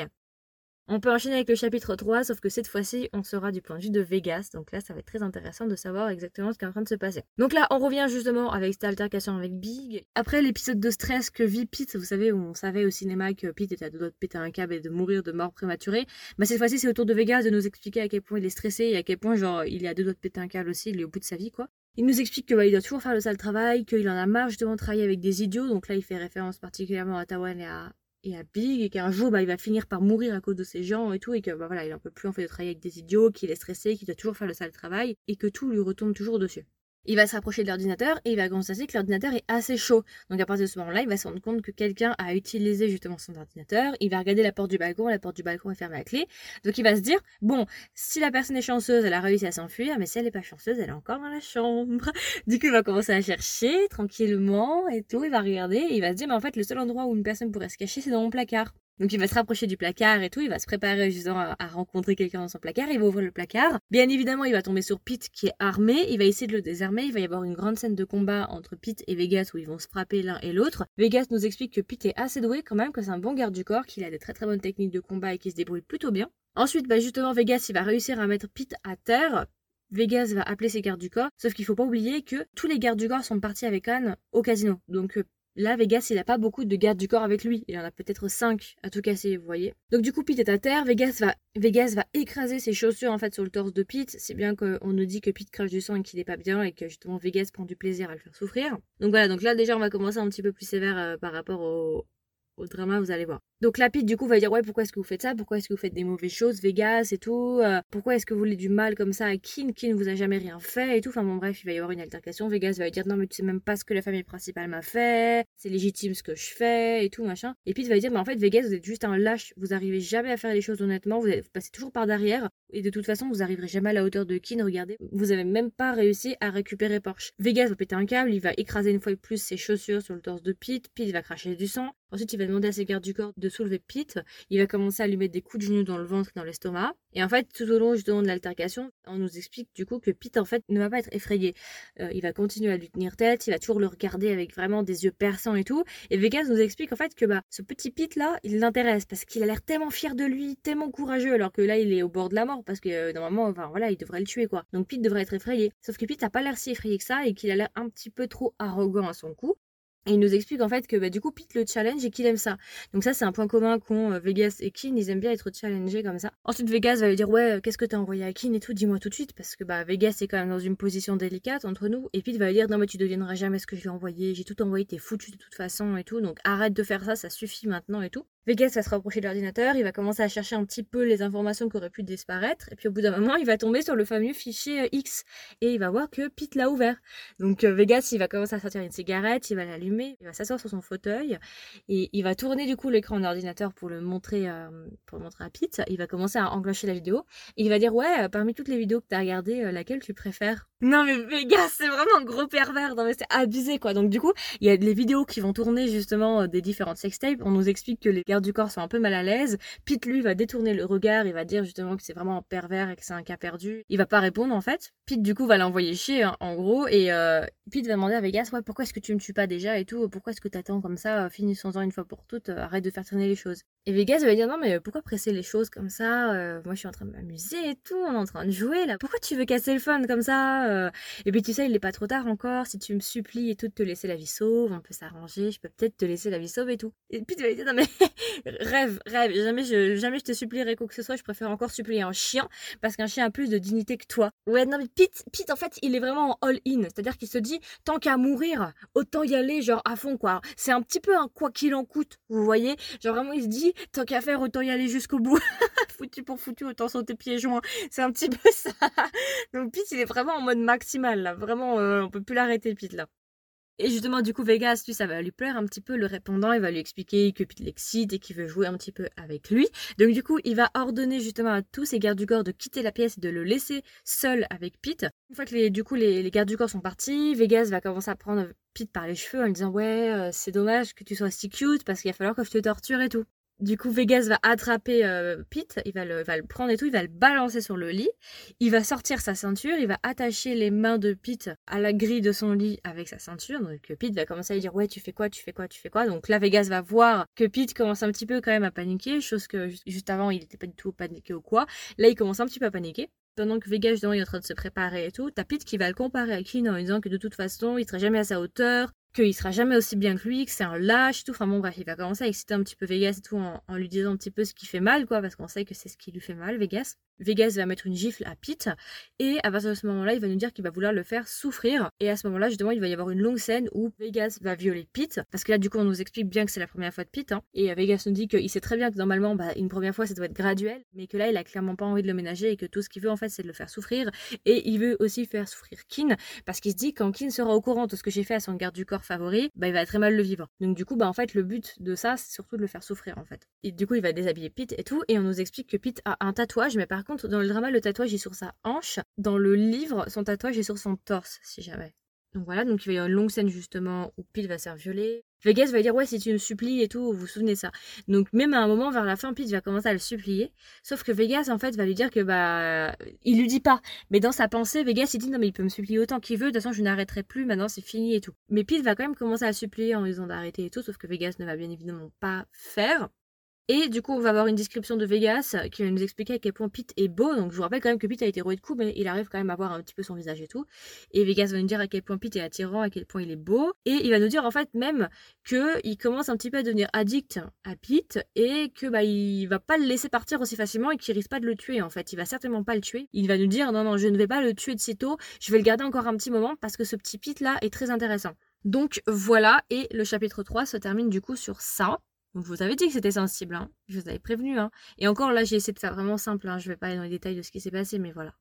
On peut enchaîner avec le chapitre trois, sauf que cette fois-ci, on sera du point de vue de Vegas. Donc là, ça va être très intéressant de savoir exactement ce qui est en train de se passer. Donc là, on revient justement avec cette altercation avec Big. Après l'épisode de stress que vit Pete, vous savez, où on savait au cinéma que Pete était à deux doigts de péter un câble et de mourir de mort prématurée, bah cette fois-ci, c'est au tour de Vegas de nous expliquer à quel point il est stressé et à quel point, genre, il est à deux doigts de péter un câble aussi, il est au bout de sa vie, quoi. Il nous explique que bah, il doit toujours faire le sale travail, qu'il en a marre justement de travailler avec des idiots. Donc là, il fait référence particulièrement à Tawan et à... et à Big, et qu'un jour bah, il va finir par mourir à cause de ces gens et tout, et que bah, voilà, il en peut plus en fait de travailler avec des idiots, qu'il est stressé, qu'il doit toujours faire le sale travail, et que tout lui retombe toujours dessus. Il va se rapprocher de l'ordinateur et il va constater que l'ordinateur est assez chaud. Donc à partir de ce moment-là, il va se rendre compte que quelqu'un a utilisé justement son ordinateur. Il va regarder la porte du balcon, la porte du balcon est fermée à clé. Donc il va se dire, bon, si la personne est chanceuse, elle a réussi à s'enfuir, mais si elle n'est pas chanceuse, elle est encore dans la chambre. Du coup, il va commencer à chercher tranquillement et tout. Il va regarder et il va se dire, mais en fait, le seul endroit où une personne pourrait se cacher, c'est dans mon placard. Donc il va se rapprocher du placard et tout, il va se préparer justement à, à rencontrer quelqu'un dans son placard, il va ouvrir le placard. Bien évidemment, il va tomber sur Pete qui est armé, il va essayer de le désarmer, il va y avoir une grande scène de combat entre Pete et Vegas où ils vont se frapper l'un et l'autre. Vegas nous explique que Pete est assez doué quand même, que c'est un bon garde du corps, qu'il a des très très bonnes techniques de combat et qu'il se débrouille plutôt bien. Ensuite, bah justement, Vegas, il va réussir à mettre Pete à terre. Vegas va appeler ses gardes du corps, sauf qu'il faut pas oublier que tous les gardes du corps sont partis avec Anne au casino. Donc là, Vegas, il a pas beaucoup de gardes du corps avec lui. Il en a peut-être cinq à tout casser, vous voyez. Donc du coup, Pete est à terre. Vegas va, Vegas va écraser ses chaussures en fait sur le torse de Pete. C'est bien qu'on nous dit que Pete crache du sang et qu'il est pas bien et que justement Vegas prend du plaisir à le faire souffrir. Donc voilà, donc là déjà on va commencer un petit peu plus sévère euh, par rapport au, au drama, vous allez voir. Donc là, Pete, du coup, va dire, ouais, pourquoi est-ce que vous faites ça? Pourquoi est-ce que vous faites des mauvaises choses, Vegas et tout? euh, Pourquoi est-ce que vous voulez du mal comme ça à Kin? Kin vous a jamais rien fait et tout. Enfin bon, bref, il va y avoir une altercation. Vegas va lui dire, non, mais tu sais même pas ce que la famille principale m'a fait. C'est légitime ce que je fais et tout, machin. Et Pete va lui dire, mais en fait, Vegas, vous êtes juste un lâche. Vous arrivez jamais à faire les choses honnêtement. Vous, vous passez toujours par derrière. Et de toute façon, vous arriverez jamais à la hauteur de Kin. Regardez, vous avez même pas réussi à récupérer Porsche. Vegas va péter un câble. Il va écraser une fois de plus ses chaussures sur le torse de Pete. Pete va cracher du sang. Ensuite, il va demander à ses gardes du corps de soulever Pete. Il va commencer à lui mettre des coups de genoux dans le ventre et dans l'estomac. Et en fait, tout au long justement de l'altercation, on nous explique du coup que Pete en fait ne va pas être effrayé. Euh, il va continuer à lui tenir tête, il va toujours le regarder avec vraiment des yeux perçants et tout. Et Vegas nous explique en fait que bah ce petit Pete là, il l'intéresse parce qu'il a l'air tellement fier de lui, tellement courageux, alors que là il est au bord de la mort parce que euh, normalement, enfin voilà, il devrait le tuer quoi. Donc Pete devrait être effrayé. Sauf que Pete a pas l'air si effrayé que ça et qu'il a l'air un petit peu trop arrogant à son coup. Et il nous explique en fait que bah, du coup Pete le challenge et qu'il aime ça. Donc ça c'est un point commun qu'ont euh, Vegas et Kin, ils aiment bien être challengés comme ça. Ensuite Vegas va lui dire ouais qu'est-ce que t'as envoyé à Kin et tout, dis-moi tout de suite parce que bah Vegas est quand même dans une position délicate entre nous. Et Pete va lui dire non mais tu deviendras jamais ce que je lui ai envoyé, j'ai tout envoyé, t'es foutu de toute façon et tout, donc arrête de faire ça, ça suffit maintenant et tout. Vegas va se rapprocher de l'ordinateur, il va commencer à chercher un petit peu les informations qui auraient pu disparaître et puis au bout d'un moment il va tomber sur le fameux fichier euh, X et il va voir que Pete l'a ouvert. Donc euh, Vegas il va commencer à sortir une cigarette, il va l'allumer, il va s'asseoir sur son fauteuil et il va tourner du coup l'écran de l'ordinateur pour le montrer euh, pour le montrer à Pete. Il va commencer à enclencher la vidéo et il va dire ouais euh, parmi toutes les vidéos que t'as regardées euh, laquelle tu préfères? Non mais Vegas c'est vraiment un gros pervers, non mais c'est abusé quoi. Donc du coup il y a les vidéos qui vont tourner justement euh, des différentes sextapes. On nous explique que les gardes du corps sont un peu mal à l'aise. Pete lui va détourner le regard, il va dire justement que c'est vraiment un pervers et que c'est un cas perdu. Il va pas répondre en fait. Pete du coup va l'envoyer chier hein, en gros et euh, Pete va demander à Vegas ouais pourquoi est-ce que tu me tues pas déjà et tout, pourquoi est-ce que t'attends comme ça, euh, finissons-en une fois pour toutes, euh, arrête de faire traîner les choses. Et Vegas va dire non mais pourquoi presser les choses comme ça, euh, moi je suis en train de m'amuser et tout, on est en train de jouer là, pourquoi tu veux casser le fun comme ça euh Et puis tu sais il est pas trop tard encore, si tu me supplies et tout de te laisser la vie sauve, on peut s'arranger, je peux peut-être te laisser la vie sauve et tout. Et puis tu vas lui dire non mais rêve, rêve, jamais je, jamais je te supplierai quoi que ce soit, je préfère encore supplier un chien parce qu'un chien a plus de dignité que toi. Ouais non mais Pete, Pete en fait il est vraiment en all-in, c'est-à-dire qu'il se dit tant qu'à mourir, autant y aller genre à fond quoi. C'est un petit peu un quoi qu'il en coûte, vous voyez, genre vraiment il se dit tant qu'à faire, autant y aller jusqu'au bout. Foutu pour foutu, autant sauter pieds joints. C'est un petit peu ça. Donc Pete, il est vraiment en mode maximal, là. Vraiment, euh, on peut plus l'arrêter, Pete, là. Et justement, du coup, Vegas, lui, ça va lui plaire un petit peu, le répondant, il va lui expliquer que Pete l'excite et qu'il veut jouer un petit peu avec lui. Donc du coup, il va ordonner justement à tous ses gardes du corps de quitter la pièce et de le laisser seul avec Pete. Une fois que les, du coup, les, les gardes du corps sont partis, Vegas va commencer à prendre Pete par les cheveux en lui disant « Ouais, euh, c'est dommage que tu sois si cute parce qu'il va falloir que je te torture et tout. » Du coup, Vegas va attraper euh, Pete, il va, le, va le prendre et tout, il va le balancer sur le lit, il va sortir sa ceinture, il va attacher les mains de Pete à la grille de son lit avec sa ceinture, donc Pete va commencer à lui dire « Ouais, tu fais quoi, tu fais quoi, tu fais quoi ?» Donc là, Vegas va voir que Pete commence un petit peu quand même à paniquer, chose que juste, juste avant, il n'était pas du tout paniqué ou quoi. Là, il commence un petit peu à paniquer. Pendant que Vegas, justement, il est en train de se préparer et tout, t'as Pete qui va le comparer à Kin en lui disant que de toute façon, il serait jamais à sa hauteur, qu'il sera jamais aussi bien que lui, que c'est un lâche et tout. Enfin bon, bref, il va commencer à exciter un petit peu Vegas et tout en, en lui disant un petit peu ce qui fait mal, quoi, parce qu'on sait que c'est ce qui lui fait mal, Vegas. Vegas va mettre une gifle à Pete et à partir de ce moment-là, il va nous dire qu'il va vouloir le faire souffrir. Et à ce moment-là, justement, il va y avoir une longue scène où Vegas va violer Pete, parce que là, du coup, on nous explique bien que c'est la première fois de Pete, hein. Et Vegas nous dit qu'il sait très bien que normalement, bah, une première fois, ça doit être graduel, mais que là, il a clairement pas envie de le ménager et que tout ce qu'il veut, en fait, c'est de le faire souffrir. Et il veut aussi faire souffrir Kin, parce qu'il se dit quand Kin sera au courant de ce que j'ai fait à son garde du corps favori, bah, il va très mal le vivre. Donc du coup, bah en fait, le but de ça, c'est surtout de le faire souffrir, en fait. Et du coup, il va déshabiller Pete et tout, et on nous explique que Pete a un tatouage, mais par contre, dans le drama, le tatouage est sur sa hanche. Dans le livre, son tatouage est sur son torse, si jamais. Donc voilà, donc il va y avoir une longue scène justement où Pete va se faire violer. Vegas va dire ouais si tu me supplies et tout, vous vous souvenez ça. Donc même à un moment vers la fin, Pete va commencer à le supplier. Sauf que Vegas en fait va lui dire que bah il lui dit pas. Mais dans sa pensée, Vegas il dit non mais il peut me supplier autant qu'il veut, de toute façon je n'arrêterai plus, maintenant c'est fini et tout. Mais Pete va quand même commencer à le supplier en lui disant d'arrêter et tout, sauf que Vegas ne va bien évidemment pas faire. Et du coup, on va avoir une description de Vegas qui va nous expliquer à quel point Pete est beau. Donc, je vous rappelle quand même que Pete a été roué de coups, mais il arrive quand même à voir un petit peu son visage et tout. Et Vegas va nous dire à quel point Pete est attirant, à quel point il est beau. Et il va nous dire en fait même qu'il commence un petit peu à devenir addict à Pete et que bah il va pas le laisser partir aussi facilement et qu'il risque pas de le tuer en fait. Il va certainement pas le tuer. Il va nous dire non non, je ne vais pas le tuer de sitôt. Je vais le garder encore un petit moment parce que ce petit Pete là est très intéressant. Donc voilà, et le chapitre trois se termine du coup sur ça. Donc je vous avais dit que c'était sensible, hein. Je vous avais prévenu, hein. Et encore là, j'ai essayé de faire vraiment simple, hein. Je vais pas aller dans les détails de ce qui s'est passé, mais voilà.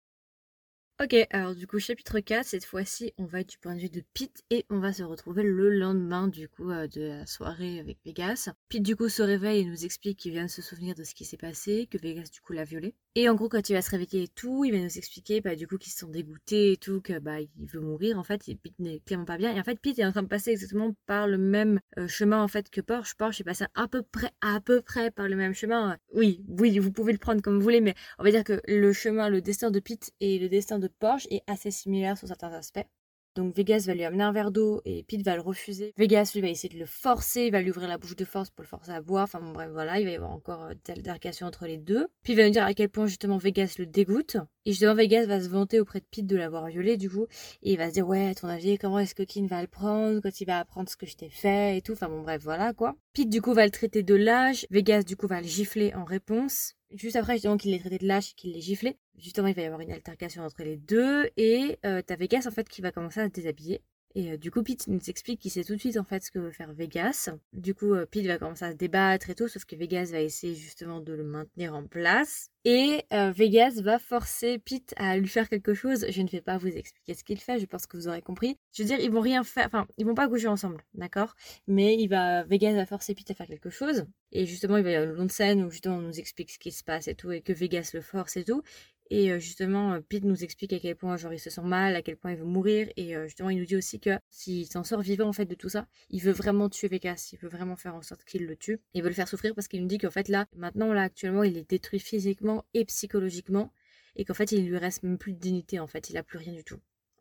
Ok, alors du coup, chapitre quatre, cette fois-ci, on va être du point de vue de Pete et on va se retrouver le lendemain du coup euh, de la soirée avec Vegas. Pete du coup se réveille et nous explique qu'il vient de se souvenir de ce qui s'est passé, que Vegas du coup l'a violé. Et en gros, quand il va se réveiller et tout, il va nous expliquer bah, du coup qu'ils se sont dégoûtés et tout, que bah il veut mourir en fait, et Pete n'est clairement pas bien. Et en fait, Pete est en train de passer exactement par le même euh, chemin en fait que Porsche. Porsche est passé à peu près, à peu près par le même chemin. Oui, oui, vous pouvez le prendre comme vous voulez, mais on va dire que le chemin, le destin de Pete et le destin de Porsche est assez similaire sur certains aspects. Donc Vegas va lui amener un verre d'eau et Pete va le refuser. Vegas lui va essayer de le forcer, il va lui ouvrir la bouche de force pour le forcer à boire. Enfin bon bref voilà, il va y avoir encore euh, telle altercation entre les deux. Puis il va nous dire à quel point justement Vegas le dégoûte. Et justement Vegas va se vanter auprès de Pete de l'avoir violé du coup. Et il va se dire ouais à ton avis comment est-ce que Kin va le prendre quand il va apprendre ce que je t'ai fait et tout. Enfin bon bref voilà quoi. Pete du coup va le traiter de lâche. Vegas du coup va le gifler en réponse. Juste après, justement, qu'il l'ait traité de lâche et qu'il l'ait giflé, justement, il va y avoir une altercation entre les deux. Et euh, t'as Vegas, en fait, qui va commencer à se déshabiller. Et euh, du coup, Pete nous explique qu'il sait tout de suite, en fait, ce que veut faire Vegas. Du coup, euh, Pete va commencer à se débattre et tout, sauf que Vegas va essayer, justement, de le maintenir en place. Et euh, Vegas va forcer Pete à lui faire quelque chose. Je ne vais pas vous expliquer ce qu'il fait, je pense que vous aurez compris. Je veux dire, ils vont rien faire, enfin, ils vont pas coucher ensemble, d'accord? Mais il va, Vegas va forcer Pete à faire quelque chose. Et justement, il va y avoir une longue scène où justement on nous explique ce qui se passe et tout, et que Vegas le force et tout. Et euh, justement, Pete nous explique à quel point genre il se sent mal, à quel point il veut mourir. Et euh, justement, il nous dit aussi que s'il s'en sort vivant en fait de tout ça, il veut vraiment tuer Vegas. Il veut vraiment faire en sorte qu'il le tue. Il veut le faire souffrir parce qu'il nous dit qu'en fait là, maintenant là actuellement, il est détruit physiquement et psychologiquement. Et qu'en fait, il lui reste même plus de dignité en fait. Il a plus rien du tout.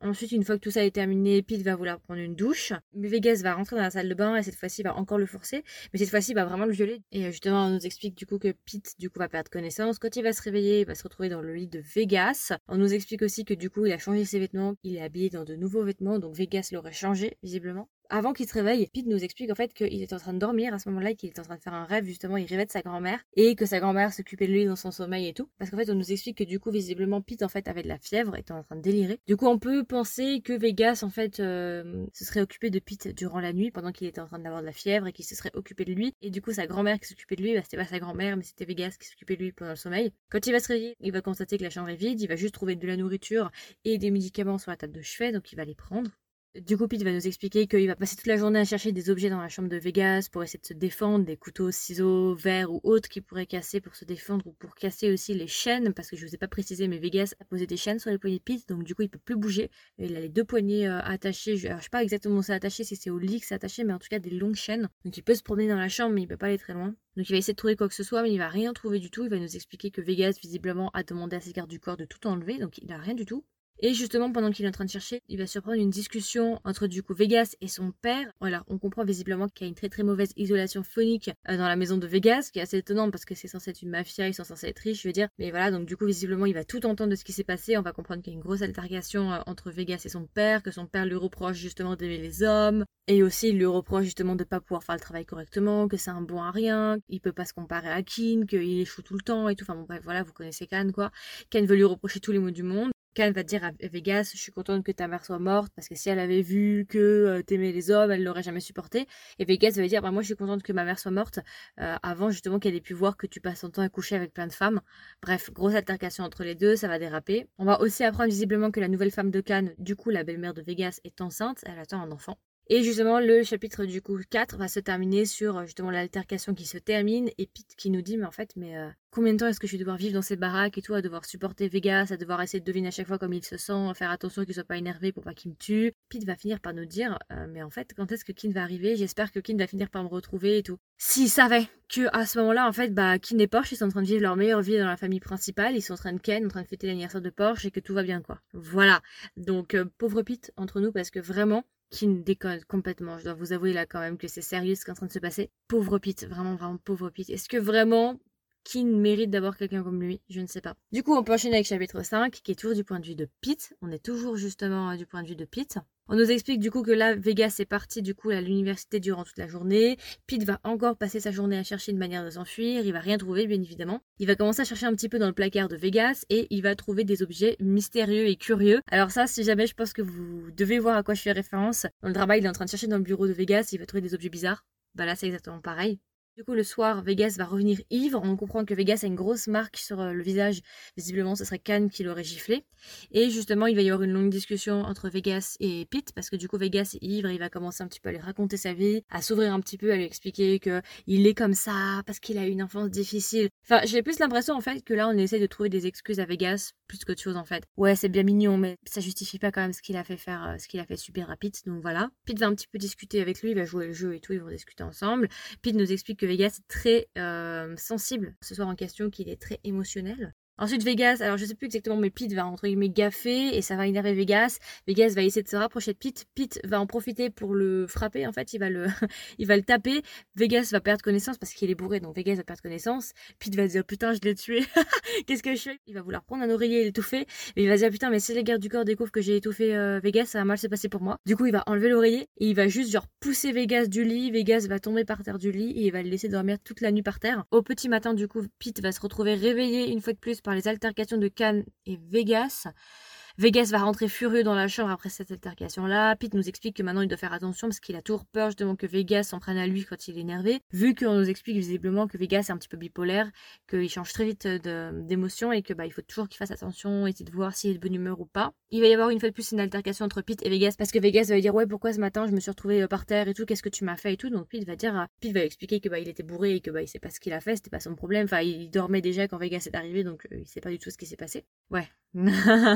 Ensuite, une fois que tout ça est terminé, Pete va vouloir prendre une douche. Mais Vegas va rentrer dans la salle de bain et cette fois-ci va encore le forcer. Mais cette fois-ci, il va vraiment le violer. Et justement, on nous explique du coup que Pete du coup va perdre connaissance. Quand il va se réveiller, il va se retrouver dans le lit de Vegas. On nous explique aussi que du coup, il a changé ses vêtements. Il est habillé dans de nouveaux vêtements. Donc Vegas l'aurait changé, visiblement. Avant qu'il se réveille, Pete nous explique en fait qu'il est en train de dormir à ce moment-là, qu'il est en train de faire un rêve, justement, il rêvait de sa grand-mère et que sa grand-mère s'occupait de lui dans son sommeil et tout. Parce qu'en fait, on nous explique que du coup, visiblement, Pete en fait avait de la fièvre, était en train de délirer. Du coup, on peut penser que Vegas en fait euh, se serait occupé de Pete durant la nuit pendant qu'il était en train d'avoir de la fièvre et qu'il se serait occupé de lui. Et du coup, sa grand-mère qui s'occupait de lui, bah, c'était pas sa grand-mère, mais c'était Vegas qui s'occupait de lui pendant le sommeil. Quand il va se réveiller, il va constater que la chambre est vide, il va juste trouver de la nourriture et des médicaments sur la table de chevet, donc il va les prendre. Du coup, Pete va nous expliquer qu'il va passer toute la journée à chercher des objets dans la chambre de Vegas pour essayer de se défendre, des couteaux, ciseaux, verres ou autres qu'il pourrait casser pour se défendre ou pour casser aussi les chaînes, parce que je vous ai pas précisé, mais Vegas a posé des chaînes sur les poignets de Pete, donc du coup il peut plus bouger. Il a les deux poignets euh, attachés, je, alors, je sais pas exactement où c'est attaché, si c'est au lit que c'est attaché, mais en tout cas des longues chaînes. Donc il peut se promener dans la chambre, mais il peut pas aller très loin. Donc il va essayer de trouver quoi que ce soit, mais il va rien trouver du tout. Il va nous expliquer que Vegas visiblement a demandé à ses gardes du corps de tout enlever, donc il a rien du tout. Et justement, pendant qu'il est en train de chercher, il va surprendre une discussion entre du coup Vegas et son père. Voilà, on comprend visiblement qu'il y a une très très mauvaise isolation phonique euh, dans la maison de Vegas, ce qui est assez étonnant parce que c'est censé être une mafia, ils sont censés être riches, je veux dire. Mais voilà, donc du coup visiblement il va tout entendre de ce qui s'est passé. On va comprendre qu'il y a une grosse altercation euh, entre Vegas et son père, que son père lui reproche justement d'aimer les hommes. Et aussi il lui reproche justement de pas pouvoir faire le travail correctement, que c'est un bon à rien, il peut pas se comparer à Ken, qu'il échoue tout le temps et tout. Enfin bon bref, voilà, vous connaissez Ken quoi. Ken veut lui reprocher tous les maux du monde. Ken va dire à Vegas, je suis contente que ta mère soit morte parce que si elle avait vu que euh, t'aimais les hommes, elle l'aurait jamais supporté. Et Vegas va dire, bah moi je suis contente que ma mère soit morte euh, avant justement qu'elle ait pu voir que tu passes ton temps à coucher avec plein de femmes. Bref, grosse altercation entre les deux, ça va déraper. On va aussi apprendre visiblement que la nouvelle femme de Ken, du coup la belle-mère de Vegas, est enceinte, elle attend un enfant. Et justement, le chapitre du coup quatre va se terminer sur justement l'altercation qui se termine et Pete qui nous dit, mais en fait, mais euh, combien de temps est-ce que je vais devoir vivre dans ces baraques et tout, à devoir supporter Vegas, à devoir essayer de deviner à chaque fois comment il se sent, à faire attention qu'il soit pas énervé pour pas qu'il me tue. Pete va finir par nous dire, euh, mais en fait, quand est-ce que Ken va arriver? J'espère que Ken va finir par me retrouver et tout. S'il savait que à ce moment-là, en fait, bah, Ken et Porsche, ils sont en train de vivre leur meilleure vie dans la famille principale, ils sont en train de Ken, en train de fêter l'anniversaire de Porsche et que tout va bien, quoi. Voilà. Donc, euh, pauvre Pete entre nous parce que vraiment, Ken déconne complètement. Je dois vous avouer là quand même que c'est sérieux ce qui est en train de se passer. Pauvre Pete, vraiment, vraiment pauvre Pete. Est-ce que vraiment Ken mérite d'avoir quelqu'un comme lui? Je ne sais pas. Du coup, on peut enchaîner avec chapitre cinq, qui est toujours du point de vue de Pete. On est toujours justement euh, du point de vue de Pete. On nous explique du coup que là, Vegas est parti du coup à l'université durant toute la journée. Pete va encore passer sa journée à chercher une manière de s'enfuir. Il va rien trouver, bien évidemment. Il va commencer à chercher un petit peu dans le placard de Vegas et il va trouver des objets mystérieux et curieux. Alors ça, si jamais je pense que vous devez voir à quoi je fais référence. Dans le drama, il est en train de chercher dans le bureau de Vegas, il va trouver des objets bizarres. Bah là, c'est exactement pareil. Du coup, le soir, Vegas va revenir ivre. On comprend que Vegas a une grosse marque sur le visage. Visiblement, ce serait Ken qui l'aurait giflé. Et justement, il va y avoir une longue discussion entre Vegas et Pete, parce que du coup, Vegas est ivre et il va commencer un petit peu à lui raconter sa vie, à s'ouvrir un petit peu, à lui expliquer que il est comme ça, parce qu'il a eu une enfance difficile. Enfin, j'ai plus l'impression, en fait, que là, on essaie de trouver des excuses à Vegas, plus qu'autre chose, en fait. Ouais, c'est bien mignon, mais ça justifie pas quand même ce qu'il a fait faire, euh, ce qu'il a fait subir à Pete. Donc voilà. Pete va un petit peu discuter avec lui, il va jouer le jeu et tout, ils vont discuter ensemble. Pete nous explique que Vegas est très euh, sensible ce soir en question, qu'il est très émotionnel. Ensuite, Vegas, alors je sais plus exactement, mais Pete va entre guillemets gaffer et ça va énerver Vegas. Vegas va essayer de se rapprocher de Pete. Pete va en profiter pour le frapper, en fait, il va le, il va le taper. Vegas va perdre connaissance parce qu'il est bourré, donc Vegas va perdre connaissance. Pete va dire putain, je l'ai tué. Qu'est-ce que je fais? Il va vouloir prendre un oreiller et l'étouffer. Mais il va dire putain, mais si les gardes du corps découvrent que j'ai étouffé euh, Vegas, ça va mal se passer pour moi. Du coup, il va enlever l'oreiller et il va juste genre pousser Vegas du lit. Vegas va tomber par terre du lit et il va le laisser dormir toute la nuit par terre. Au petit matin, du coup, Pete va se retrouver réveillé une fois de plus par les altercations de Ken et Vegas. Vegas va rentrer furieux dans la chambre après cette altercation-là. Pete nous explique que maintenant il doit faire attention parce qu'il a toujours peur justement que Vegas s'en prenne à lui quand il est énervé. Vu qu'on nous explique visiblement que Vegas est un petit peu bipolaire, qu'il change très vite d'émotion et que bah il faut toujours qu'il fasse attention, essayer de voir s'il est de bonne humeur ou pas. Il va y avoir une fois de plus une altercation entre Pete et Vegas parce que Vegas va lui dire ouais pourquoi ce matin je me suis retrouvé par terre et tout, qu'est-ce que tu m'as fait et tout. Donc Pete va dire, Pete va expliquer que bah il était bourré et que bah il sait pas ce qu'il a fait, c'était pas son problème. Enfin il dormait déjà quand Vegas est arrivé donc euh, il sait pas du tout ce qui s'est passé. Ouais.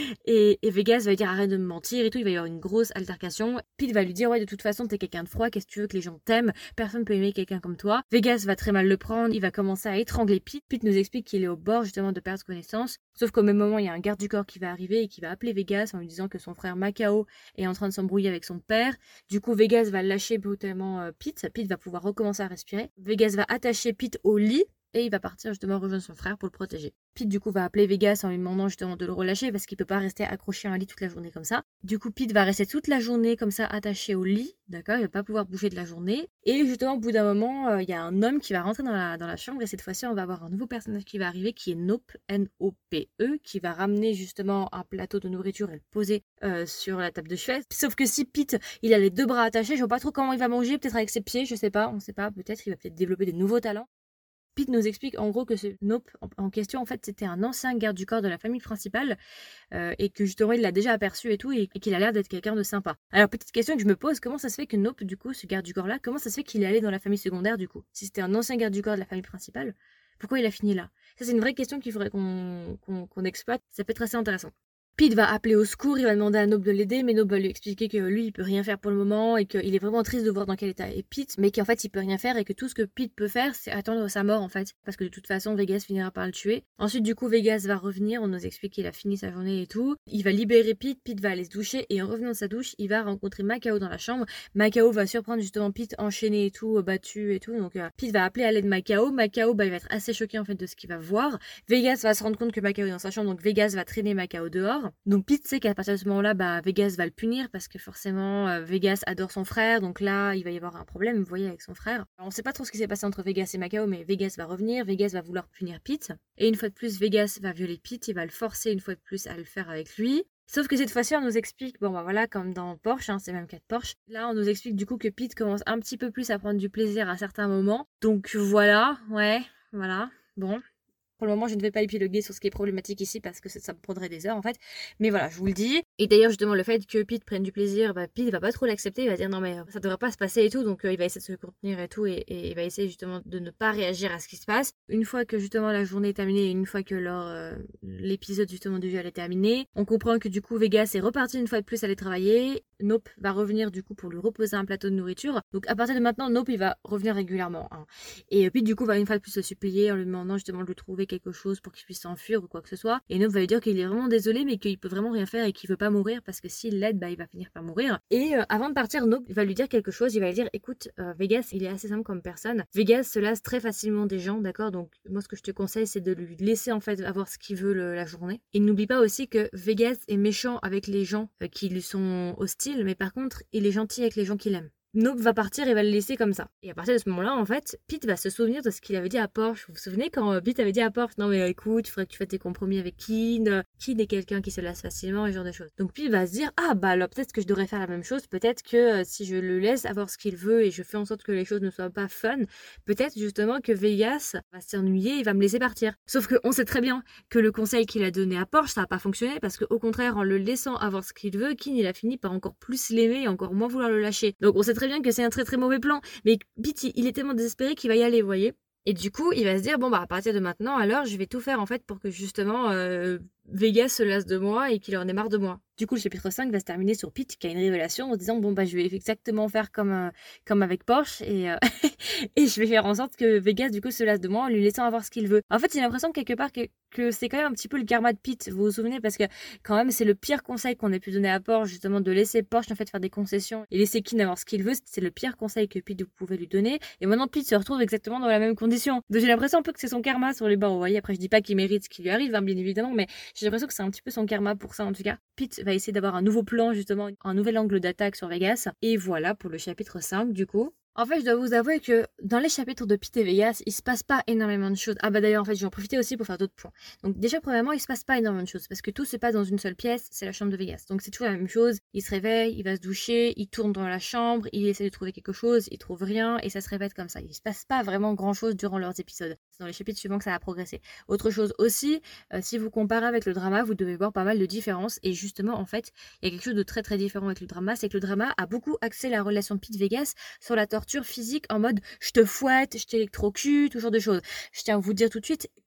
et, et Vegas va lui dire arrête de me mentir et tout, il va y avoir une grosse altercation. Pete va lui dire ouais de toute façon t'es quelqu'un de froid, qu'est-ce que tu veux que les gens t'aiment, personne peut aimer quelqu'un comme toi. Vegas va très mal le prendre, il va commencer à étrangler Pete. Pete nous explique qu'il est au bord justement de perdre connaissance, sauf qu'au même moment il y a un garde du corps qui va arriver et qui va appeler Vegas en lui disant que son frère Macao est en train de s'embrouiller avec son père. Du coup Vegas va lâcher brutalement euh, Pete, Pete va pouvoir recommencer à respirer. Vegas va attacher Pete au lit et il va partir justement rejoindre son frère pour le protéger. Pete du coup va appeler Vegas en lui demandant justement de le relâcher parce qu'il peut pas rester accroché à un lit toute la journée comme ça. Du coup Pete va rester toute la journée comme ça attaché au lit, d'accord, il va pas pouvoir bouger de la journée. Et justement au bout d'un moment, il euh, y a un homme qui va rentrer dans la, dans la chambre et cette fois-ci on va avoir un nouveau personnage qui va arriver qui est Nope, N O P E, qui va ramener justement un plateau de nourriture et le poser euh, sur la table de chevet. Sauf que si Pete il a les deux bras attachés, je vois pas trop comment il va manger, peut-être avec ses pieds, je sais pas, on sait pas, peut-être il va peut-être développer des nouveaux talents. Pete nous explique en gros que ce Nope en question, en fait, c'était un ancien garde du corps de la famille principale euh, et que justement il l'a déjà aperçu et tout et, et qu'il a l'air d'être quelqu'un de sympa. Alors petite question que je me pose, comment ça se fait que Nope, du coup, ce garde du corps là, comment ça se fait qu'il est allé dans la famille secondaire du coup? Si c'était un ancien garde du corps de la famille principale, pourquoi il a fini là? Ça c'est une vraie question qu'il faudrait qu'on qu'on, qu'on exploite, ça peut être assez intéressant. Pete va appeler au secours, il va demander à Nope de l'aider, mais Nope va lui expliquer que lui, il peut rien faire pour le moment et qu'il est vraiment triste de voir dans quel état est Pete, mais qu'en fait, il peut rien faire et que tout ce que Pete peut faire, c'est attendre sa mort en fait, parce que de toute façon, Vegas finira par le tuer. Ensuite, du coup, Vegas va revenir, on nous explique qu'il a fini sa journée et tout. Il va libérer Pete, Pete va aller se doucher et en revenant de sa douche, il va rencontrer Macao dans la chambre. Macao va surprendre justement Pete enchaîné et tout, battu et tout, donc euh, Pete va appeler à l'aide Macao. Macao, bah, il va être assez choqué en fait de ce qu'il va voir. Vegas va se rendre compte que Macao est dans sa chambre, donc Vegas va traîner Macao dehors. Donc Pete sait qu'à partir de ce moment-là, bah, Vegas va le punir parce que forcément, euh, Vegas adore son frère, donc là, il va y avoir un problème, vous voyez, avec son frère. Alors, on sait pas trop ce qui s'est passé entre Vegas et Macao, mais Vegas va revenir, Vegas va vouloir punir Pete, et une fois de plus, Vegas va violer Pete, il va le forcer une fois de plus à le faire avec lui. Sauf que cette fois-ci, on nous explique, bon bah voilà, comme dans Porsche, hein, c'est même cas de Porsche, là on nous explique du coup que Pete commence un petit peu plus à prendre du plaisir à certains moments. Donc voilà, ouais, voilà, bon. Pour le moment, je ne vais pas épiloguer sur ce qui est problématique ici parce que ça, ça me prendrait des heures en fait. Mais voilà, je vous le dis. Et d'ailleurs, justement, le fait que Pete prenne du plaisir, bah, Pete va pas trop l'accepter. Il va dire non, mais ça devrait pas se passer et tout. Donc, euh, il va essayer de se contenir et tout. Et, et il va essayer justement de ne pas réagir à ce qui se passe. Une fois que justement la journée est terminée et une fois que leur, euh, l'épisode justement du viol est terminé, on comprend que du coup, Vegas est reparti une fois de plus aller travailler. Nope va revenir du coup pour lui reposer un plateau de nourriture. Donc, à partir de maintenant, Nope il va revenir régulièrement. Hein. Et Pete du coup va une fois de plus le supplier en lui demandant justement de lui trouver quelque chose pour qu'il puisse s'enfuir ou quoi que ce soit. Et Nope va lui dire qu'il est vraiment désolé mais qu'il peut vraiment rien faire et qu'il veut pas mourir parce que s'il l'aide, bah il va finir par mourir. Et euh, avant de partir, Nope va lui dire quelque chose. Il va lui dire écoute, euh, Vegas, il est assez simple comme personne. Vegas se lasse très facilement des gens, d'accord? Donc moi ce que je te conseille c'est de lui laisser en fait avoir ce qu'il veut le, la journée. Et n'oublie pas aussi que Vegas est méchant avec les gens euh, qui lui sont hostiles, mais par contre il est gentil avec les gens qu'il aime. Nope va partir et va le laisser comme ça. Et à partir de ce moment-là, en fait, Pete va se souvenir de ce qu'il avait dit à Porsche. Vous vous souvenez quand Pete avait dit à Porsche, non mais écoute, il faudrait que tu fasses tes compromis avec Keane. Keane est quelqu'un qui se lasse facilement, et ce genre de choses. Donc Pete va se dire, ah bah alors peut-être que je devrais faire la même chose. Peut-être que euh, si je le laisse avoir ce qu'il veut et je fais en sorte que les choses ne soient pas fun, peut-être justement que Vegas va s'ennuyer et va me laisser partir. Sauf qu'on sait très bien que le conseil qu'il a donné à Porsche, ça n'a pas fonctionné parce qu'au contraire, en le laissant avoir ce qu'il veut, Keane il a fini par encore plus l'aimer et encore moins vouloir le lâcher. Donc on sait très bien que c'est un très très mauvais plan, mais Pete il est tellement désespéré qu'il va y aller, vous voyez. Et du coup il va se dire bon bah à partir de maintenant alors je vais tout faire en fait pour que justement euh, Vegas se lasse de moi et qu'il en ait marre de moi. Du coup le chapitre cinq va se terminer sur Pete qui a une révélation en se disant bon bah je vais exactement faire comme euh, comme avec Porsche et euh, et je vais faire en sorte que Vegas du coup se lasse de moi en lui laissant avoir ce qu'il veut. En fait j'ai l'impression quelque part que, que c'est quand même un petit peu le karma de Pete, vous vous souvenez, parce que quand même c'est le pire conseil qu'on ait pu donner à Porsche, justement de laisser Porsche en fait faire des concessions et laisser Keane avoir ce qu'il veut, c'est le pire conseil que Pete pouvait lui donner. Et maintenant Pete se retrouve exactement dans la même condition. Donc j'ai l'impression un peu que c'est son karma sur les bords, vous voyez. Après je dis pas qu'il mérite ce qui lui arrive hein, bien évidemment, mais j'ai l'impression que c'est un petit peu son karma pour ça en tout cas. Pete va essayer d'avoir un nouveau plan justement, un nouvel angle d'attaque sur Vegas. Et voilà pour le chapitre cinq du coup. En fait, je dois vous avouer que dans les chapitres de Pete et Vegas, il se passe pas énormément de choses. Ah bah d'ailleurs, en fait, je vais en profiter aussi pour faire d'autres points. Donc déjà, premièrement, il se passe pas énormément de choses parce que tout se passe dans une seule pièce, c'est la chambre de Vegas. Donc c'est toujours la même chose. Il se réveille, il va se doucher, il tourne dans la chambre, il essaie de trouver quelque chose, il trouve rien et ça se répète comme ça. Il se passe pas vraiment grand chose durant leurs épisodes. C'est dans les chapitres suivants que ça va progresser. Autre chose aussi, euh, si vous comparez avec le drama, vous devez voir pas mal de différences. Et justement, en fait, il y a quelque chose de très très différent avec le drama, c'est que le drama a beaucoup axé la relation Pete-Vegas sur la torture physique en mode je te fouette, je t'électrocute, tout genre de choses. Je tiens à vous dire tout de suite,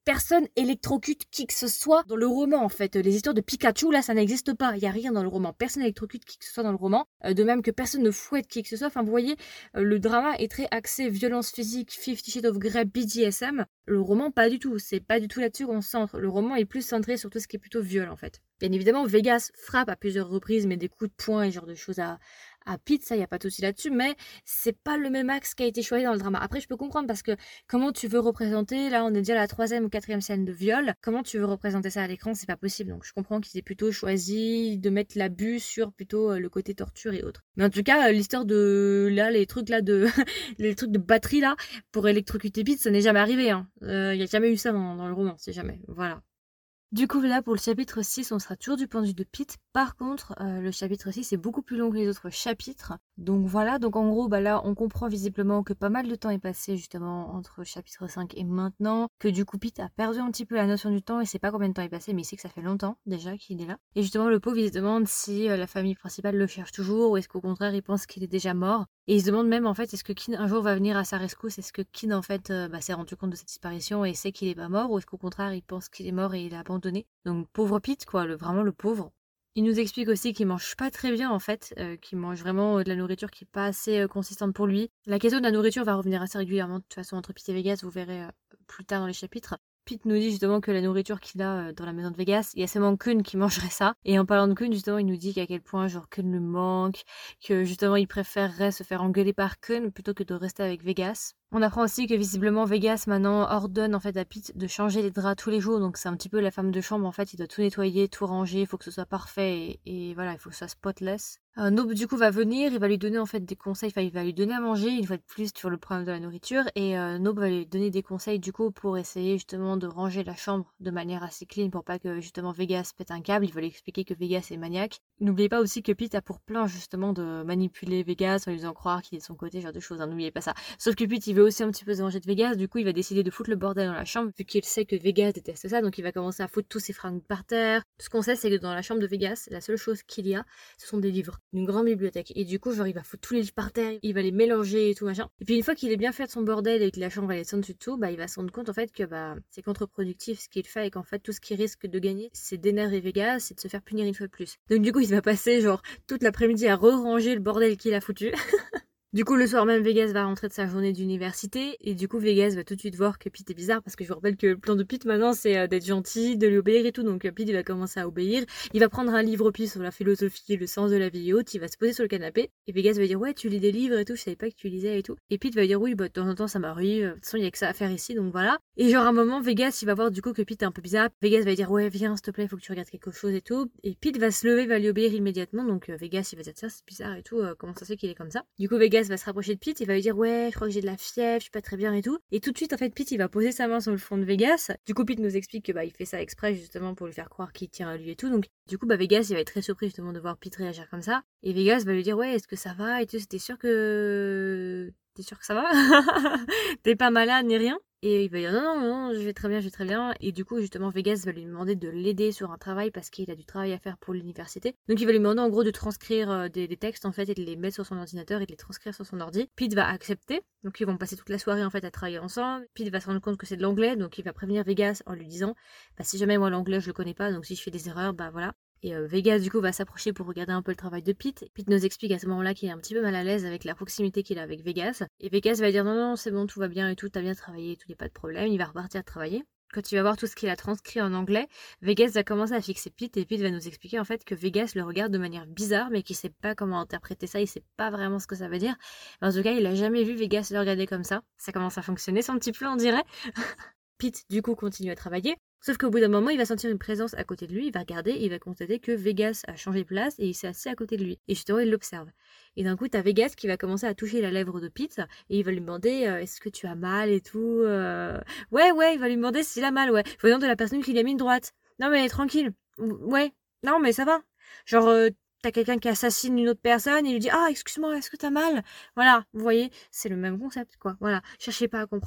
personne électrocute qui que ce soit dans le roman en fait. Les histoires de Pikachu là ça n'existe pas, il y a rien dans le roman, personne électrocute qui que ce soit dans le roman, euh, de même que personne ne fouette qui que ce soit. Enfin vous voyez, euh, le drama est très axé violence physique, Fifty Shades of Grey, B D S M. Le roman pas du tout, c'est pas du tout là-dessus qu'on se centre. Le roman est plus centré sur tout ce qui est plutôt viol en fait. Bien évidemment Vegas frappe à plusieurs reprises, mais des coups de poing et genre de choses à à Pete, ça y a pas de souci là-dessus, mais c'est pas le même axe qui a été choisi dans le drama. Après je peux comprendre parce que comment tu veux représenter, là on est déjà à la troisième ou quatrième scène de viol, comment tu veux représenter ça à l'écran, c'est pas possible. Donc je comprends qu'ils aient plutôt choisi de mettre l'abus sur plutôt euh, le côté torture et autres. Mais en tout cas, euh, l'histoire de là, les trucs là de les trucs de batterie là pour électrocuter Pete, ça n'est jamais arrivé. Hein. Euh, y a jamais eu ça dans, dans le roman, c'est jamais. Voilà. Du coup, là, pour le chapitre six, on sera toujours du point de vue de Pete. Par contre, euh, le chapitre six est beaucoup plus long que les autres chapitres. Donc voilà, donc en gros, bah là, on comprend visiblement que pas mal de temps est passé justement entre le chapitre cinq et maintenant. Que du coup, Pete a perdu un petit peu la notion du temps et sait pas combien de temps est passé, mais il sait que ça fait longtemps déjà qu'il est là. Et justement, le pauvre, il se demande si euh, la famille principale le cherche toujours ou est-ce qu'au contraire, il pense qu'il est déjà mort. Et il se demande même en fait, est-ce que Kin un jour va venir à sa rescousse? Est-ce que Kin en fait euh, bah, s'est rendu compte de cette disparition et sait qu'il est pas mort? Ou est-ce qu'au contraire, il pense qu'il est mort et il a abandonné? Donc pauvre Pete quoi, le, vraiment le pauvre. Il nous explique aussi qu'il mange pas très bien en fait, euh, qu'il mange vraiment euh, de la nourriture qui est pas assez euh, consistante pour lui. La question de la nourriture va revenir assez régulièrement de toute façon entre Pete et Vegas, vous verrez euh, plus tard dans les chapitres. Pete nous dit justement que la nourriture qu'il a euh, dans la maison de Vegas, il y a seulement Kun qui mangerait ça. Et en parlant de Kun, justement, il nous dit qu'à quel point genre Kun le manque, que justement il préférerait se faire engueuler par Kun plutôt que de rester avec Vegas. On apprend aussi que visiblement Vegas maintenant ordonne en fait à Pete de changer les draps tous les jours, donc c'est un petit peu la femme de chambre en fait, il doit tout nettoyer, tout ranger, il faut que ce soit parfait et, et voilà, il faut que ce soit spotless. Euh, Nope du coup va venir, il va lui donner en fait des conseils, enfin il va lui donner à manger une fois de plus sur le problème de la nourriture et euh, Nope va lui donner des conseils du coup pour essayer justement de ranger la chambre de manière assez clean pour pas que justement Vegas pète un câble, il va lui expliquer que Vegas est maniaque. N'oubliez pas aussi que Pete a pour plan justement de manipuler Vegas en lui faisant croire qu'il est de son côté, genre de choses, hein, n'oubliez pas ça. Sauf que Pete il veut aussi un petit peu se venger de Vegas, du coup il va décider de foutre le bordel dans la chambre vu qu'il sait que Vegas déteste ça, donc il va commencer à foutre tous ses fringues par terre. Tout ce qu'on sait c'est que dans la chambre de Vegas, la seule chose qu'il y a, ce sont des livres, une grande bibliothèque. Et du coup genre il va foutre tous les livres par terre, il va les mélanger et tout machin. Et puis une fois qu'il est bien fait de son bordel et que la chambre elle est sans dessus dessous, bah il va se rendre compte en fait que bah c'est contre-productif ce qu'il fait et qu'en fait tout ce qu'il risque de gagner c'est d'énerver Vegas, c'est de se faire punir une fois de plus. Donc du coup il va passer genre toute l'après-midi à re-ranger le bordel qu'il a foutu. Du coup, le soir même, Vegas va rentrer de sa journée d'université et du coup, Vegas va tout de suite voir que Pete est bizarre parce que je vous rappelle que le plan de Pete maintenant, c'est euh, d'être gentil, de lui obéir et tout. Donc euh, Pete, il va commencer à obéir. Il va prendre un livre au pied sur la philosophie et le sens de la vie et autres. Il va se poser sur le canapé et Vegas va dire ouais, tu lis des livres et tout. Je savais pas que tu lisais et tout. Et Pete va dire oui, bah de temps en temps, ça m'arrive. De toute façon, il y a que ça à faire ici, donc voilà. Et genre à un moment, Vegas, il va voir du coup que Pete est un peu bizarre. Vegas va dire ouais, viens, s'il te plaît, faut que tu regardes quelque chose et tout. Et Pete va se lever, va lui obéir immédiatement. Donc euh, Vegas, il va dire tiens, c'est bizarre et tout. Euh, comment ça se fait qu'il est comme ça? Du coup, Vegas va se rapprocher de Pete. Il va lui dire ouais je crois que j'ai de la fièvre, je suis pas très bien et tout. Et tout de suite en fait Pete il va poser sa main sur le front de Vegas. Du coup Pete nous explique que bah il fait ça exprès justement pour lui faire croire qu'il tient à lui et tout. Donc du coup bah Vegas il va être très surpris justement de voir Pete réagir comme ça. Et Vegas va lui dire ouais est-ce que ça va et tout, t'es sûr que t'es sûr que ça va? T'es pas malade ni rien? Et il va dire non, non, non, je vais très bien, je vais très bien. Et du coup, justement, Vegas va lui demander de l'aider sur un travail parce qu'il a du travail à faire pour l'université. Donc il va lui demander en gros de transcrire euh, des, des textes en fait et de les mettre sur son ordinateur et de les transcrire sur son ordi. Pete va accepter. Donc ils vont passer toute la soirée en fait à travailler ensemble. Pete va se rendre compte que c'est de l'anglais, donc il va prévenir Vegas en lui disant bah si jamais moi l'anglais je le connais pas, donc si je fais des erreurs, bah voilà. Et euh, Vegas du coup va s'approcher pour regarder un peu le travail de Pete. Pete nous explique à ce moment-là qu'il est un petit peu mal à l'aise avec la proximité qu'il a avec Vegas. Et Vegas va dire non non c'est bon tout va bien et tout, t'as bien travaillé et tout, y a pas de problème. Il va repartir travailler. Quand il va voir tout ce qu'il a transcrit en anglais, Vegas va commencer à fixer Pete et Pete va nous expliquer en fait que Vegas le regarde de manière bizarre mais qu'il sait pas comment interpréter ça, il sait pas vraiment ce que ça veut dire. Mais en tout cas il a jamais vu Vegas le regarder comme ça. Ça commence à fonctionner son petit plan on dirait. Pete du coup continue à travailler. Sauf qu'au bout d'un moment, il va sentir une présence à côté de lui, il va regarder et il va constater que Vegas a changé de place et il s'est assis à côté de lui. Et justement, il l'observe. Et d'un coup, t'as Vegas qui va commencer à toucher la lèvre de Pete et il va lui demander euh, est-ce que tu as mal et tout euh... Ouais, ouais, il va lui demander s'il a mal, ouais. Voyons de la personne qui lui a mis une droite. Non mais tranquille. Ouais. Non mais ça va. Genre, euh, t'as quelqu'un qui assassine une autre personne et il lui dit ah, excuse-moi, est-ce que t'as mal? Voilà, vous voyez, c'est le même concept, quoi. Voilà, cherchez pas à comprendre.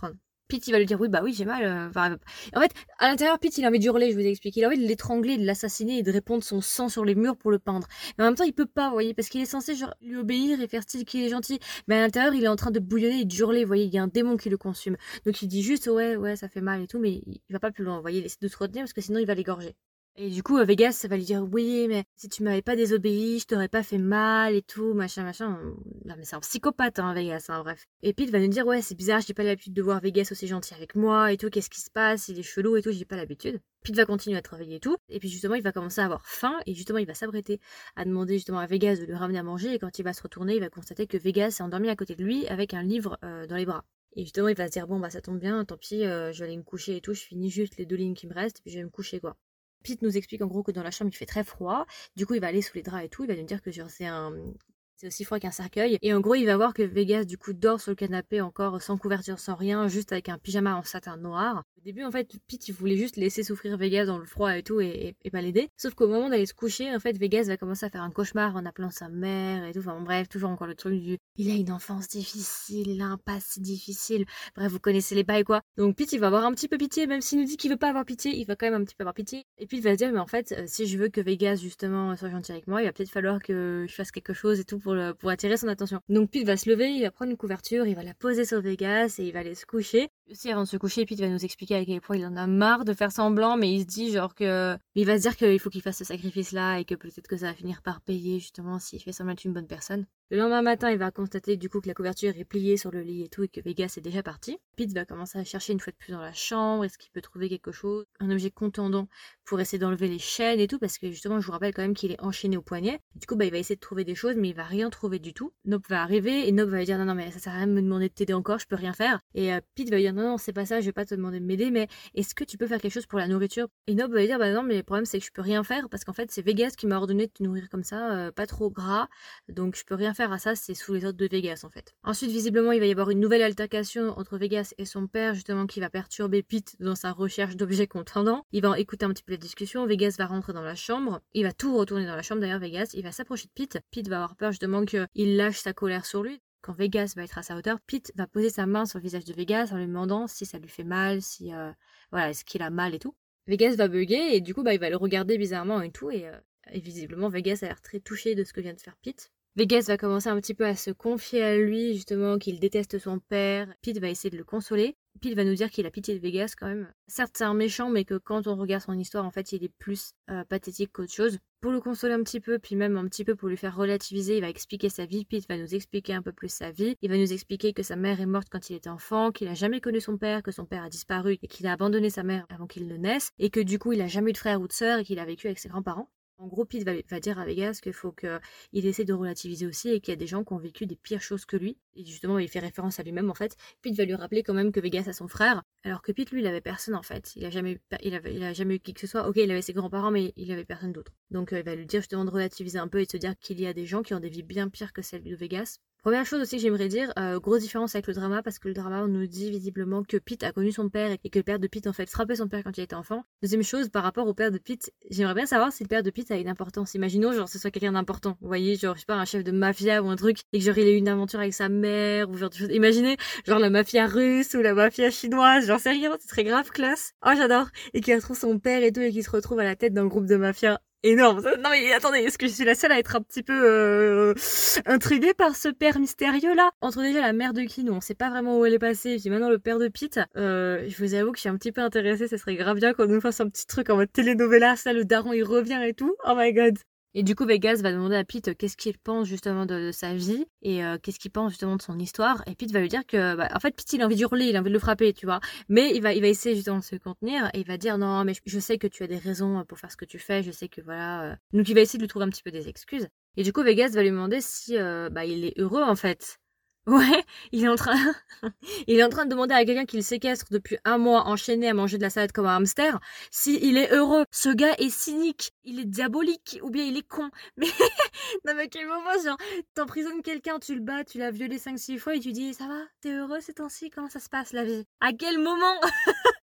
Pete, il va lui dire, oui, bah oui, j'ai mal. euh, enfin, en fait, à l'intérieur, Pete, il a envie de hurler, je vous ai expliqué. Il a envie de l'étrangler, de l'assassiner et de répandre son sang sur les murs pour le peindre. Mais en même temps, il peut pas, vous voyez, parce qu'il est censé genre, lui obéir et faire style qu'il est gentil. Mais à l'intérieur, il est en train de bouillonner et de hurler, vous voyez, il y a un démon qui le consume. Donc il dit juste, ouais, ouais, ça fait mal et tout, mais il va pas plus loin, vous voyez, il essaie de se retenir parce que sinon il va l'égorger. Et du coup, euh, Vegas, ça va lui dire, oui, mais si tu m'avais pas désobéi, je t'aurais pas fait mal et tout, machin, machin. Non, mais c'est un psychopathe, hein, Vegas, hein, bref. Et Pete va nous dire, ouais, c'est bizarre, j'ai pas l'habitude de voir Vegas aussi gentil avec moi et tout, qu'est-ce qui se passe, il est chelou et tout, j'ai pas l'habitude. Pete va continuer à travailler et tout, et puis justement, il va commencer à avoir faim, et justement, il va s'apprêter à demander justement à Vegas de lui ramener à manger, et quand il va se retourner, il va constater que Vegas est endormi à côté de lui avec un livre euh, dans les bras. Et justement, il va se dire, bon, bah ça tombe bien, tant pis, euh, je vais aller me coucher et tout, je finis juste les deux lignes qui me restent, et puis je vais me coucher, quoi. Pete nous explique en gros que dans la chambre il fait très froid, du coup il va aller sous les draps et tout, il va nous dire que genre c'est un c'est aussi froid qu'un cercueil, et en gros il va voir que Vegas du coup dort sur le canapé encore sans couverture, sans rien, juste avec un pyjama en satin noir. Au début en fait Pete il voulait juste laisser souffrir Vegas dans le froid et tout et, et, et pas l'aider, sauf qu'au moment d'aller se coucher en fait Vegas va commencer à faire un cauchemar en appelant sa mère et tout, enfin bon, bref, toujours encore le truc du il a une enfance difficile, il a un passé difficile, bref vous connaissez les bails quoi. Donc Pete il va avoir un petit peu pitié, même s'il nous dit qu'il veut pas avoir pitié, il va quand même un petit peu avoir pitié, et puis il va se dire mais en fait euh, si je veux que Vegas justement soit gentil avec moi, il va peut-être falloir que je fasse quelque chose et tout pour, le, pour attirer son attention. Donc Pete va se lever, il va prendre une couverture, il va la poser sur Vegas et il va aller se coucher. Aussi avant de se coucher, Pete va nous expliquer à quel point il en a marre de faire semblant, mais il se dit genre que... Il va se dire qu'il faut qu'il fasse ce sacrifice-là et que peut-être que ça va finir par payer justement s'il fait semblant d'être une bonne personne. Le lendemain matin, il va constater du coup que la couverture est pliée sur le lit et tout et que Vegas est déjà parti. Pete va commencer à chercher une fois de plus dans la chambre, est-ce qu'il peut trouver quelque chose, un objet contendant pour essayer d'enlever les chaînes et tout, parce que justement je vous rappelle quand même qu'il est enchaîné au poignet. Du coup bah il va essayer de trouver des choses mais il va rien trouver du tout. Nope va arriver et Nope va lui dire non non mais ça sert à rien de me demander de t'aider encore, je peux rien faire. Et euh, Pete va lui dire non non c'est pas ça, je vais pas te demander de m'aider, mais est-ce que tu peux faire quelque chose pour la nourriture? Et Nope va lui dire bah non mais le problème c'est que je peux rien faire parce qu'en fait c'est Vegas qui m'a ordonné de te nourrir comme ça, euh, pas trop gras, donc je peux rien faire à ça, c'est sous les ordres de Vegas en fait. Ensuite visiblement il va y avoir une nouvelle altercation entre Vegas et son père justement qui va perturber Pete dans sa recherche d'objets contendants. Il va écouter un petit peu la discussion, Vegas va rentrer dans la chambre, il va tout retourner dans la chambre d'ailleurs Vegas, il va s'approcher de Pete, Pete va avoir peur justement qu'il lâche sa colère sur lui. Quand Vegas va être à sa hauteur, Pete va poser sa main sur le visage de Vegas en lui demandant si ça lui fait mal, si euh, voilà, est-ce qu'il a mal et tout. Vegas va bugger et du coup bah il va le regarder bizarrement et tout et, euh, et visiblement Vegas a l'air très touché de ce que vient de faire Pete. Vegas va commencer un petit peu à se confier à lui, justement, qu'il déteste son père. Pete va essayer de le consoler. Pete va nous dire qu'il a pitié de Vegas quand même. Certes, c'est un méchant, mais que quand on regarde son histoire, en fait, il est plus euh, pathétique qu'autre chose. Pour le consoler un petit peu, puis même un petit peu pour lui faire relativiser, il va expliquer sa vie. Pete va nous expliquer un peu plus sa vie. Il va nous expliquer que sa mère est morte quand il était enfant, qu'il a jamais connu son père, que son père a disparu et qu'il a abandonné sa mère avant qu'il ne naisse, et que du coup, il a jamais eu de frère ou de sœur et qu'il a vécu avec ses grands-parents. En gros, Pete va, va dire à Vegas qu'il faut qu'il essaie de relativiser aussi et qu'il y a des gens qui ont vécu des pires choses que lui. Et justement, il fait référence à lui-même en fait. Pete va lui rappeler quand même que Vegas a son frère, alors que Pete, lui, il avait personne en fait. Il a jamais eu, il avait, il a jamais eu qui que ce soit. Ok, il avait ses grands-parents, mais il avait personne d'autre. Donc, euh, il va lui dire justement de relativiser un peu et de se dire qu'il y a des gens qui ont des vies bien pires que celles de Vegas. Première chose aussi que j'aimerais dire, euh, grosse différence avec le drama, parce que le drama on nous dit visiblement que Pete a connu son père et que le père de Pete en fait frappait son père quand il était enfant. Deuxième chose, par rapport au père de Pete, j'aimerais bien savoir si le père de Pete a une importance. Imaginons genre ce soit quelqu'un d'important, vous voyez, genre je sais pas un chef de mafia ou un truc, et que genre il ait eu une aventure avec sa mère ou genre des choses. Imaginez genre la mafia russe ou la mafia chinoise, j'en sais rien, c'est très grave classe. Oh j'adore, et qu'il retrouve son père et tout et qu'il se retrouve à la tête d'un groupe de mafia. Énorme. Non mais attendez, est-ce que je suis la seule à être un petit peu euh, intriguée par ce père mystérieux là? Entre déjà la mère de Kim, on sait pas vraiment où elle est passée, et puis maintenant le père de Pete, euh, je vous avoue que je suis un petit peu intéressée, ça serait grave bien qu'on nous fasse un petit truc en mode telenovela, ça le daron il revient et tout. Oh my god. Et du coup, Vegas va demander à Pete qu'est-ce qu'il pense justement de, de sa vie et euh, qu'est-ce qu'il pense justement de son histoire. Et Pete va lui dire que, bah, en fait, Pete il a envie d'hurler, il a envie de le frapper, tu vois. Mais il va, il va essayer justement de se contenir et il va dire non, mais je, je sais que tu as des raisons pour faire ce que tu fais, je sais que voilà. euh. Donc il va essayer de lui trouver un petit peu des excuses. Et du coup, Vegas va lui demander si, euh, bah, il est heureux en fait. Ouais, il est en train, il est en train de demander à quelqu'un qui le séquestre depuis un mois, enchaîné à manger de la salade comme un hamster, s'il est heureux. Ce gars est cynique, il est diabolique, ou bien il est con. Mais, non mais à quel moment, genre, t'emprisonnes quelqu'un, tu le bats, tu l'as violé cinq six fois et tu dis, ça va, t'es heureux ces temps-ci, comment ça se passe la vie? À quel moment?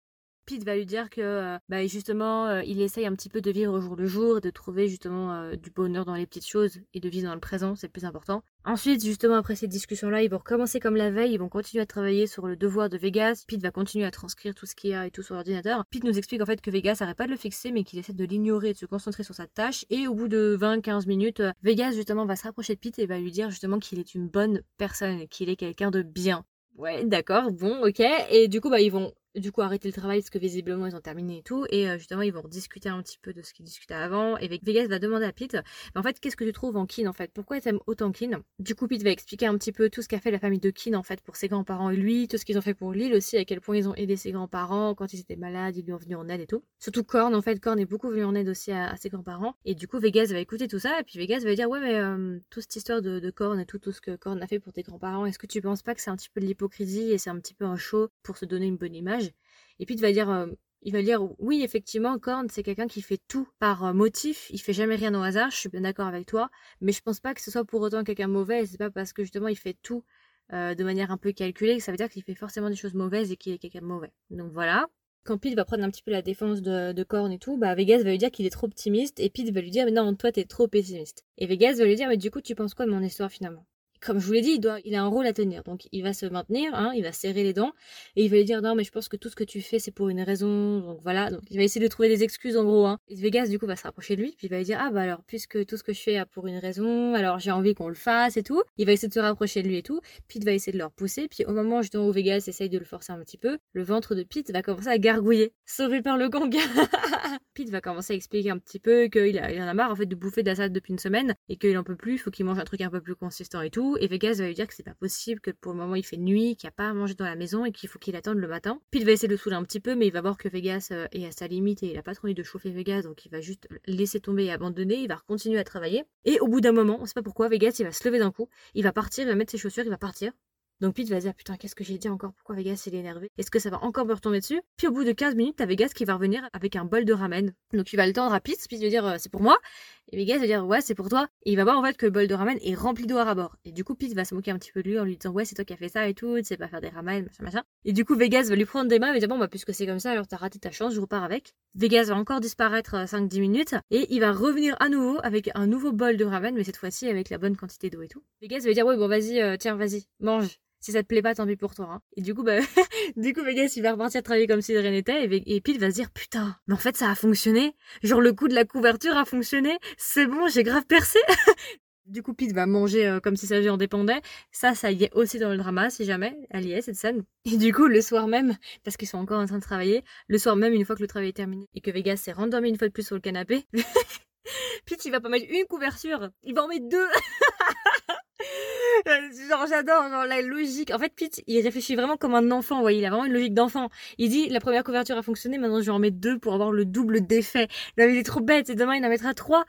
Pete va lui dire que euh, bah, justement euh, il essaye un petit peu de vivre au jour le jour, de trouver justement euh, du bonheur dans les petites choses et de vivre dans le présent, c'est le plus important. Ensuite, justement après cette discussion-là, ils vont recommencer comme la veille, ils vont continuer à travailler sur le devoir de Vegas. Pete va continuer à transcrire tout ce qu'il y a et tout sur l'ordinateur. Pete nous explique en fait que Vegas arrête pas de le fixer mais qu'il essaie de l'ignorer, de se concentrer sur sa tâche. Et au bout de vingt à quinze minutes, euh, Vegas justement va se rapprocher de Pete et va lui dire justement qu'il est une bonne personne, qu'il est quelqu'un de bien. Ouais, d'accord, bon, ok. Et du coup, bah, ils vont du coup arrêter le travail parce que visiblement ils ont terminé et tout. Et euh, justement, ils vont discuter un petit peu de ce qu'ils discutaient avant. Et Vegas va demander à Pete, en fait, qu'est-ce que tu trouves en Keane en fait? Pourquoi t'aimes autant Keane? Du coup, Pete va expliquer un petit peu tout ce qu'a fait la famille de Keane en fait pour ses grands-parents et lui, tout ce qu'ils ont fait pour Lil aussi, à quel point ils ont aidé ses grands-parents quand ils étaient malades, ils lui ont venu en aide et tout. Surtout Korn, en fait, Korn est beaucoup venu en aide aussi à, à ses grands-parents. Et du coup, Vegas va écouter tout ça. Et puis Vegas va dire, ouais, mais euh, toute cette histoire de, de Korn et tout, tout ce que Korn a fait pour tes grands-parents, est-ce que tu penses pas que c'est un petit peu de l'hypocrisie et c'est un petit peu un show pour se donner une bonne image? Et puis il va dire, euh, il va dire, oui, effectivement, Korn, c'est quelqu'un qui fait tout par euh, motif, il fait jamais rien au hasard, je suis bien d'accord avec toi, mais je pense pas que ce soit pour autant quelqu'un mauvais, et c'est pas parce que justement il fait tout euh, de manière un peu calculée que ça veut dire qu'il fait forcément des choses mauvaises et qu'il est quelqu'un de mauvais. Donc voilà. Quand Pete va prendre un petit peu la défense de, de Korn et tout, bah Vegas va lui dire qu'il est trop optimiste, et Pete va lui dire, mais non, toi t'es trop pessimiste. Et Vegas va lui dire, mais du coup, tu penses quoi de mon histoire finalement? Comme je vous l'ai dit, il, doit, il a un rôle à tenir. Donc, il va se maintenir, hein, il va serrer les dents. Et il va lui dire, non, mais je pense que tout ce que tu fais, c'est pour une raison. Donc, voilà. Donc, il va essayer de trouver des excuses, en gros. Hein. Et Vegas, du coup, va se rapprocher de lui. Puis, il va lui dire, ah, bah alors, puisque tout ce que je fais a pour une raison, alors j'ai envie qu'on le fasse et tout. Il va essayer de se rapprocher de lui et tout. Pete va essayer de le repousser. Puis, au moment, justement, où Vegas essaye de le forcer un petit peu, le ventre de Pete va commencer à gargouiller. Sauvé par le gang. Pete va commencer à expliquer un petit peu qu'il a, il en a marre, en fait, de bouffer de la salade depuis une semaine. Et qu'il en peut plus. Il faut qu'il mange un truc un peu plus consistant et tout. Et Vegas va lui dire que c'est pas possible, que pour le moment il fait nuit, qu'il n'y a pas à manger dans la maison et qu'il faut qu'il attende le matin. Pete va essayer de le saouler un petit peu, mais il va voir que Vegas euh, est à sa limite et il a pas trop envie de chauffer Vegas, donc il va juste laisser tomber et abandonner, il va continuer à travailler. Et au bout d'un moment, on sait pas pourquoi, Vegas il va se lever d'un coup, il va partir, il va mettre ses chaussures, il va partir. Donc Pete va se dire, putain, qu'est-ce que j'ai dit encore? Pourquoi Vegas il est énervé? Est-ce que ça va encore me retomber dessus? Puis au bout de quinze minutes, t'as Vegas qui va revenir avec un bol de ramen. Donc il va le tendre à Pete, Pete va dire, euh, c'est pour moi. Et Vegas va dire, ouais, c'est pour toi. Et il va voir en fait que le bol de ramen est rempli d'eau à rabord. Et du coup, Pete va se moquer un petit peu de lui en lui disant, ouais, c'est toi qui as fait ça et tout, tu sais pas faire des ramen, machin, machin. Et du coup, Vegas va lui prendre des mains et va dire, bon, bah, puisque c'est comme ça, alors t'as raté ta chance, je repars avec. Vegas va encore disparaître cinq dix minutes et il va revenir à nouveau avec un nouveau bol de ramen, mais cette fois-ci avec la bonne quantité d'eau et tout. Vegas va lui dire, ouais, bon, vas-y, euh, tiens, vas-y, mange. Si ça te plaît pas, tant pis pour toi. Hein. Et du coup, bah, du coup, Vegas, il va repartir travailler comme si de rien n'était. Et, et Pete va se dire, putain, mais en fait, ça a fonctionné. Genre, le coup de la couverture a fonctionné. C'est bon, j'ai grave percé. Du coup, Pete va manger euh, comme si sa vie en dépendait. Ça, ça y est aussi dans le drama, si jamais. Elle y est, cette scène. Et du coup, le soir même, parce qu'ils sont encore en train de travailler, le soir même, une fois que le travail est terminé, et que Vegas s'est rendormi une fois de plus sur le canapé, Pete, il va pas mettre une couverture. Il va en mettre deux. Genre j'adore genre la logique. En fait Pete il réfléchit vraiment comme un enfant, ouais, il a vraiment une logique d'enfant. Il dit la première couverture a fonctionné, maintenant je vais en mettre deux pour avoir le double d'effet. Non mais il est trop bête et demain il en mettra trois.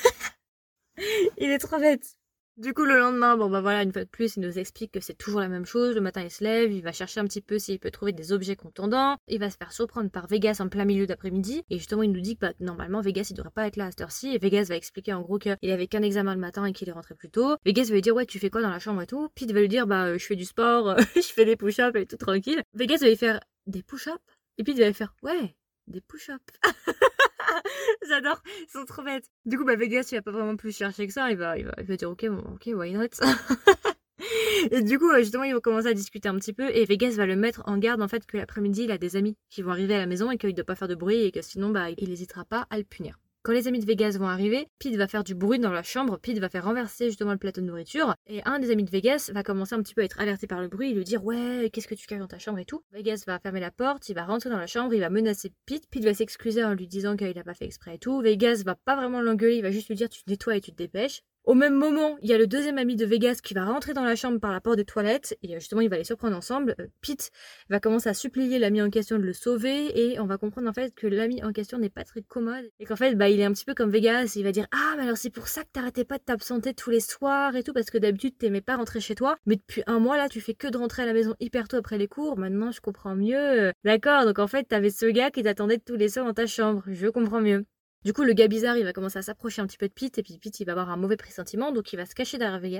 Il est trop bête. Du coup, le lendemain, bon bah voilà, une fois de plus, il nous explique que c'est toujours la même chose. Le matin, il se lève, il va chercher un petit peu s'il peut trouver des objets contondants. Il va se faire surprendre par Vegas en plein milieu d'après-midi. Et justement, il nous dit que bah, normalement, Vegas, il devrait pas être là à cette heure-ci. Et Vegas va expliquer en gros qu'il avait qu'un examen le matin et qu'il est rentré plus tôt. Vegas va lui dire, ouais, tu fais quoi dans la chambre et tout. Pete va lui dire, bah, je fais du sport, je fais des push-ups et tout tranquille. Vegas va lui faire des push-ups. Et Pete va lui faire, ouais, des push-ups. J'adore, ils sont trop bêtes. Du coup, bah, Vegas, il va pas vraiment plus chercher que ça. Il va, il va, il va dire, ok, bon, ok, why not? Et du coup, justement, ils vont commencer à discuter un petit peu. Et Vegas va le mettre en garde, en fait, que l'après-midi, il a des amis qui vont arriver à la maison et qu'il doit pas faire de bruit et que sinon, bah, il hésitera pas à le punir. Quand les amis de Vegas vont arriver, Pete va faire du bruit dans la chambre, Pete va faire renverser justement le plateau de nourriture, et un des amis de Vegas va commencer un petit peu à être alerté par le bruit et lui dire ouais, qu'est-ce que tu caches dans ta chambre et tout. Vegas va fermer la porte, il va rentrer dans la chambre, il va menacer Pete, Pete va s'excuser en lui disant qu'il a pas fait exprès et tout, Vegas va pas vraiment l'engueuler, il va juste lui dire tu te nettoies et tu te dépêches. Au même moment, il y a le deuxième ami de Vegas qui va rentrer dans la chambre par la porte des toilettes et justement il va les surprendre ensemble. Pete va commencer à supplier l'ami en question de le sauver et on va comprendre en fait que l'ami en question n'est pas très commode et qu'en fait bah il est un petit peu comme Vegas, il va dire ah mais alors c'est pour ça que t'arrêtais pas de t'absenter tous les soirs et tout parce que d'habitude t'aimais pas rentrer chez toi mais depuis un mois là tu fais que de rentrer à la maison hyper tôt après les cours, maintenant je comprends mieux. D'accord, donc en fait t'avais ce gars qui t'attendait tous les soirs dans ta chambre, je comprends mieux. Du coup, le gars bizarre, il va commencer à s'approcher un petit peu de Pete, et puis Pete, il va avoir un mauvais pressentiment, donc il va se cacher derrière Vegas.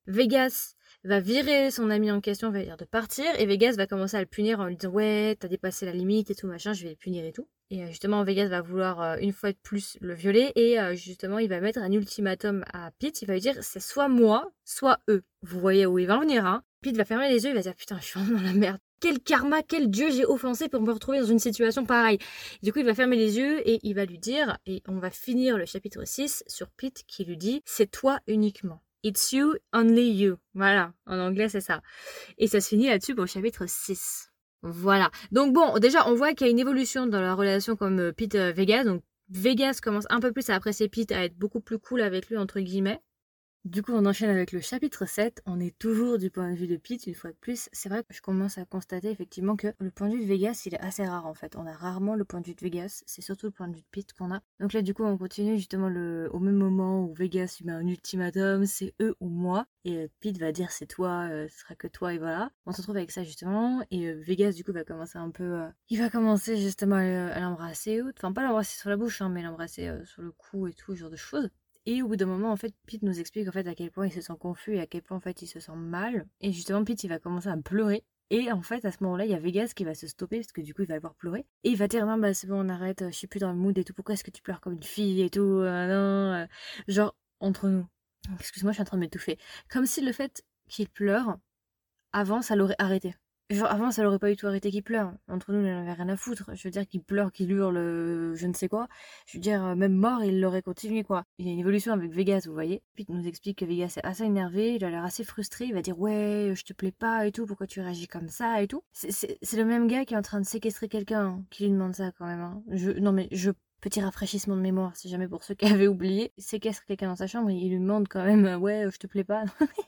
Vegas va virer son ami en question, va lui dire de partir, et Vegas va commencer à le punir en lui disant ouais, t'as dépassé la limite et tout machin, je vais le punir et tout. Et euh, justement, Vegas va vouloir euh, une fois de plus le violer, et euh, justement, il va mettre un ultimatum à Pete, il va lui dire c'est soit moi, soit eux. Vous voyez où il va en venir, hein. Pete va fermer les yeux, il va dire putain, je suis vraiment dans la merde. Quel karma, quel dieu j'ai offensé pour me retrouver dans une situation pareille. Du coup, il va fermer les yeux et il va lui dire, et on va finir le chapitre six sur Pete qui lui dit c'est toi uniquement. It's you, only you. Voilà, en anglais c'est ça. Et ça se finit là-dessus pour le chapitre six. Voilà. Donc bon, déjà on voit qu'il y a une évolution dans la relation comme Pete-Vegas. Donc Vegas commence un peu plus à apprécier Pete, à être beaucoup plus cool avec lui entre guillemets. Du coup, on enchaîne avec le chapitre sept. On est toujours du point de vue de Pete, une fois de plus. C'est vrai que je commence à constater effectivement que le point de vue de Vegas, il est assez rare en fait. On a rarement le point de vue de Vegas. C'est surtout le point de vue de Pete qu'on a. Donc là, du coup, on continue justement le... au même moment où Vegas lui met un ultimatum, c'est eux ou moi. Et euh, Pete va dire c'est toi, euh, ce sera que toi et voilà. On se retrouve avec ça justement. Et euh, Vegas, du coup, va commencer un peu... Euh... Il va commencer justement à, à l'embrasser. Enfin, pas l'embrasser sur la bouche, hein, mais l'embrasser euh, sur le cou et tout, ce genre de choses. Et au bout d'un moment, en fait, Pete nous explique en fait à quel point il se sent confus et à quel point en fait il se sent mal. Et justement, Pete il va commencer à pleurer. Et en fait, à ce moment-là, il y a Vegas qui va se stopper parce que du coup, il va le voir pleurer. Et il va dire non, bah c'est bon, on arrête, je suis plus dans le mood et tout. Pourquoi est-ce que tu pleures comme une fille et tout euh, non, euh. Genre, entre nous. Excuse-moi, je suis en train de m'étouffer. Comme si le fait qu'il pleure, avant, ça l'aurait arrêté. Genre, avant, ça l'aurait pas du tout arrêté qu'il pleure. Entre nous, il n'en avait rien à foutre. Je veux dire qu'il pleure, qu'il hurle, euh, je ne sais quoi. Je veux dire, euh, même mort, il l'aurait continué, quoi. Il y a une évolution avec Vegas, vous voyez. Puis il nous explique que Vegas est assez énervé, il a l'air assez frustré. Il va dire, ouais, je te plais pas et tout, pourquoi tu réagis comme ça et tout. C'est le même gars qui est en train de séquestrer quelqu'un, hein, qui lui demande ça quand même. Hein. Je, non, mais je. Petit rafraîchissement de mémoire, si jamais pour ceux qui avaient oublié. Il séquestre quelqu'un dans sa chambre et il lui demande quand même, euh, ouais, je te plais pas.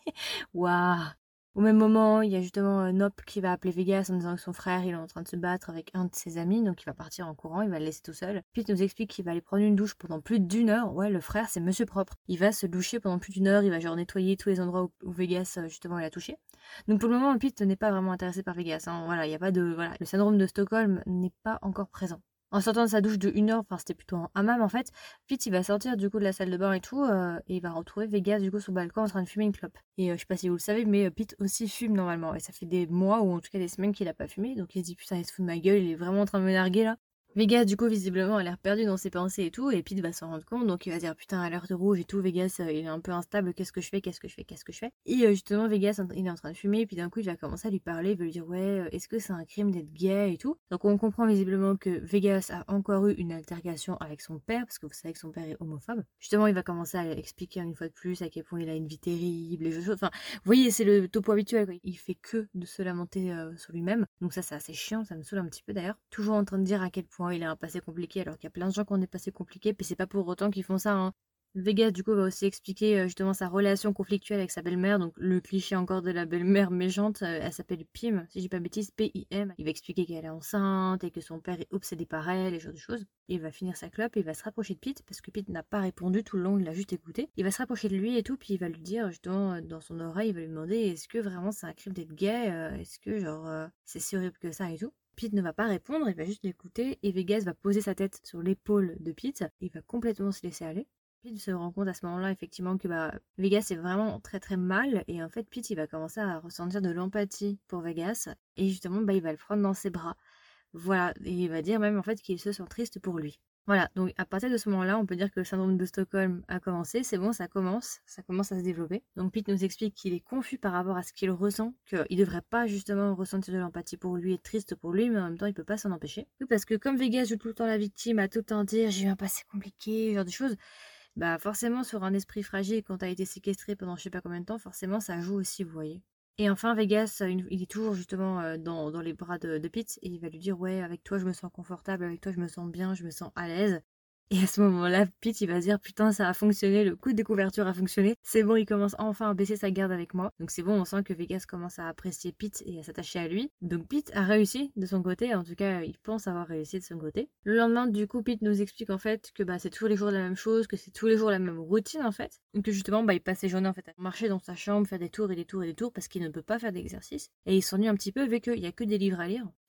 Waouh. Au même moment, il y a justement euh, Nop qui va appeler Vegas en disant que son frère il est en train de se battre avec un de ses amis, donc il va partir en courant, il va le laisser tout seul. Pete nous explique qu'il va aller prendre une douche pendant plus d'une heure. Ouais, le frère c'est Monsieur Propre. Il va se doucher pendant plus d'une heure, il va genre nettoyer tous les endroits où, où Vegas euh, justement il a touché. Donc pour le moment, Pete n'est pas vraiment intéressé par Vegas. Hein. Voilà, il y a pas de voilà, le syndrome de Stockholm n'est pas encore présent. En sortant de sa douche de une heure, enfin c'était plutôt en hammam en fait, Pete il va sortir du coup de la salle de bain et tout, euh, et il va retrouver Vegas du coup sur le balcon en train de fumer une clope. Et euh, je sais pas si vous le savez, mais euh, Pete aussi fume normalement, et ça fait des mois ou en tout cas des semaines qu'il a pas fumé, donc il se dit putain il se fout de ma gueule, il est vraiment en train de me narguer là. Vegas, du coup, visiblement, a l'air perdu dans ses pensées et tout, et Pete va s'en rendre compte, donc il va dire putain, à l'heure de rouge et tout, Vegas, euh, il est un peu instable, qu'est-ce que je fais, qu'est-ce que je fais, qu'est-ce que je fais. Et euh, justement, Vegas, il est en train de fumer, et puis d'un coup, il va commencer à lui parler, il va lui dire ouais, euh, est-ce que c'est un crime d'être gay et tout. Donc on comprend visiblement que Vegas a encore eu une altercation avec son père, parce que vous savez que son père est homophobe. Justement, il va commencer à expliquer une fois de plus à quel point il a une vie terrible, et choses. Enfin, vous voyez, c'est le topo habituel, quoi. Il fait que de se lamenter euh, sur lui-même, donc ça, c'est assez chiant, ça me saoule un petit peu d'ailleurs. Toujours en train de dire à quel point il a un passé compliqué, alors qu'il y a plein de gens qui ont des passés compliqués, puis c'est pas pour autant qu'ils font ça. Hein. Vegas, du coup, va aussi expliquer euh, justement sa relation conflictuelle avec sa belle-mère, donc le cliché encore de la belle-mère méchante, euh, elle s'appelle Pim, si j'ai pas bêtise, P I M. Il va expliquer qu'elle est enceinte et que son père est obsédé par elle, et ce genre de choses. Il va finir sa clope et il va se rapprocher de Pete, parce que Pete n'a pas répondu tout le long, il l'a juste écouté. Il va se rapprocher de lui et tout, puis il va lui dire, justement, dans son oreille, il va lui demander est-ce que vraiment c'est un crime d'être gay, euh, est-ce que genre euh, c'est si horrible que ça et tout. Pete ne va pas répondre, il va juste l'écouter et Vegas va poser sa tête sur l'épaule de Pete. Il va complètement se laisser aller. Pete se rend compte à ce moment-là effectivement que bah, Vegas est vraiment très très mal et en fait Pete il va commencer à ressentir de l'empathie pour Vegas et justement bah, il va le prendre dans ses bras. Voilà, et il va dire même en fait qu'il se sent triste pour lui. Voilà, donc à partir de ce moment-là, on peut dire que le syndrome de Stockholm a commencé, c'est bon, ça commence, ça commence à se développer. Donc Pete nous explique qu'il est confus par rapport à ce qu'il ressent, qu'il devrait pas justement ressentir de l'empathie pour lui, être triste pour lui, mais en même temps il peut pas s'en empêcher. Oui, parce que comme Vegas joue tout le temps la victime, à tout le temps dire j'ai eu un passé compliqué, ce genre de choses, bah forcément sur un esprit fragile quand t'as été séquestré pendant je sais pas combien de temps, forcément ça joue aussi, vous voyez. Et enfin, Vegas, il est toujours justement dans, dans les bras de, de Pete et il va lui dire ouais, avec toi je me sens confortable, avec toi je me sens bien, je me sens à l'aise. Et à ce moment-là, Pete, il va se dire putain, ça a fonctionné, le coup de couverture a fonctionné. C'est bon, il commence enfin à baisser sa garde avec moi. Donc c'est bon, on sent que Vegas commence à apprécier Pete et à s'attacher à lui. Donc Pete a réussi de son côté, en tout cas, il pense avoir réussi de son côté. Le lendemain, du coup, Pete nous explique en fait que bah c'est tous les jours la même chose, que c'est tous les jours la même routine en fait. Et que justement, bah il passe ses journées en fait à marcher dans sa chambre, faire des tours et des tours et des tours parce qu'il ne peut pas faire d'exercice. Et il s'ennuie un petit peu vu qu'il y a que des livres à lire.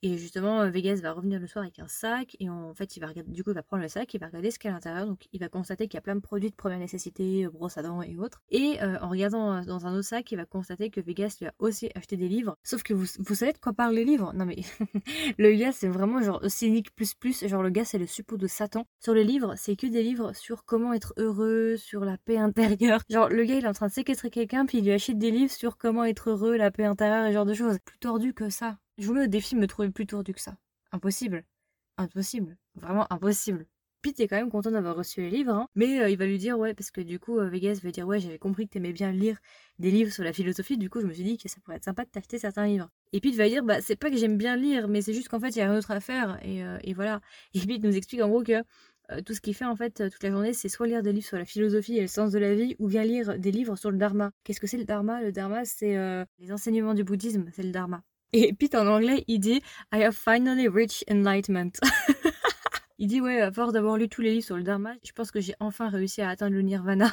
Et justement, euh, Vegas va revenir le soir avec un sac et en fait, il va regarder, du coup, il va prendre le sac, il va regarder ce qu'il y a à l'intérieur. Donc, il va constater qu'il y a plein de produits de première nécessité, euh, brosse à dents et autres. Et euh, en regardant euh, dans un autre sac, il va constater que Vegas lui a aussi acheté des livres. Sauf que vous, vous savez de quoi parlent les livres? Non mais le gars, c'est vraiment genre cynique plus plus. Genre le gars, c'est le suppôt de Satan. Sur le livre, c'est que des livres sur comment être heureux, sur la paix intérieure. Genre le gars, il est en train de séquestrer quelqu'un, puis il lui achète des livres sur comment être heureux, la paix intérieure et ce genre de choses. Plus tordu que ça. Je vous mets au défi de me trouver plus tordu que ça. Impossible. Impossible. Vraiment impossible. Pete est quand même content d'avoir reçu les livres, hein, mais euh, il va lui dire ouais, parce que du coup euh, Vegas va dire ouais, j'avais compris que t'aimais bien lire des livres sur la philosophie, du coup je me suis dit que ça pourrait être sympa de t'acheter certains livres. Et Pete va dire bah c'est pas que j'aime bien lire, mais c'est juste qu'en fait il y a rien d'autre à faire et, euh, et voilà. Et Pete nous explique en gros que euh, tout ce qu'il fait en fait euh, toute la journée, c'est soit lire des livres sur la philosophie et le sens de la vie, ou bien lire des livres sur le dharma. Qu'est-ce que c'est le dharma? Le dharma c'est euh, les enseignements du bouddhisme, c'est le dharma. Et Pete en anglais il dit I have finally reached enlightenment. Il dit ouais, à force d'avoir lu tous les livres sur le dharma, je pense que j'ai enfin réussi à atteindre le nirvana.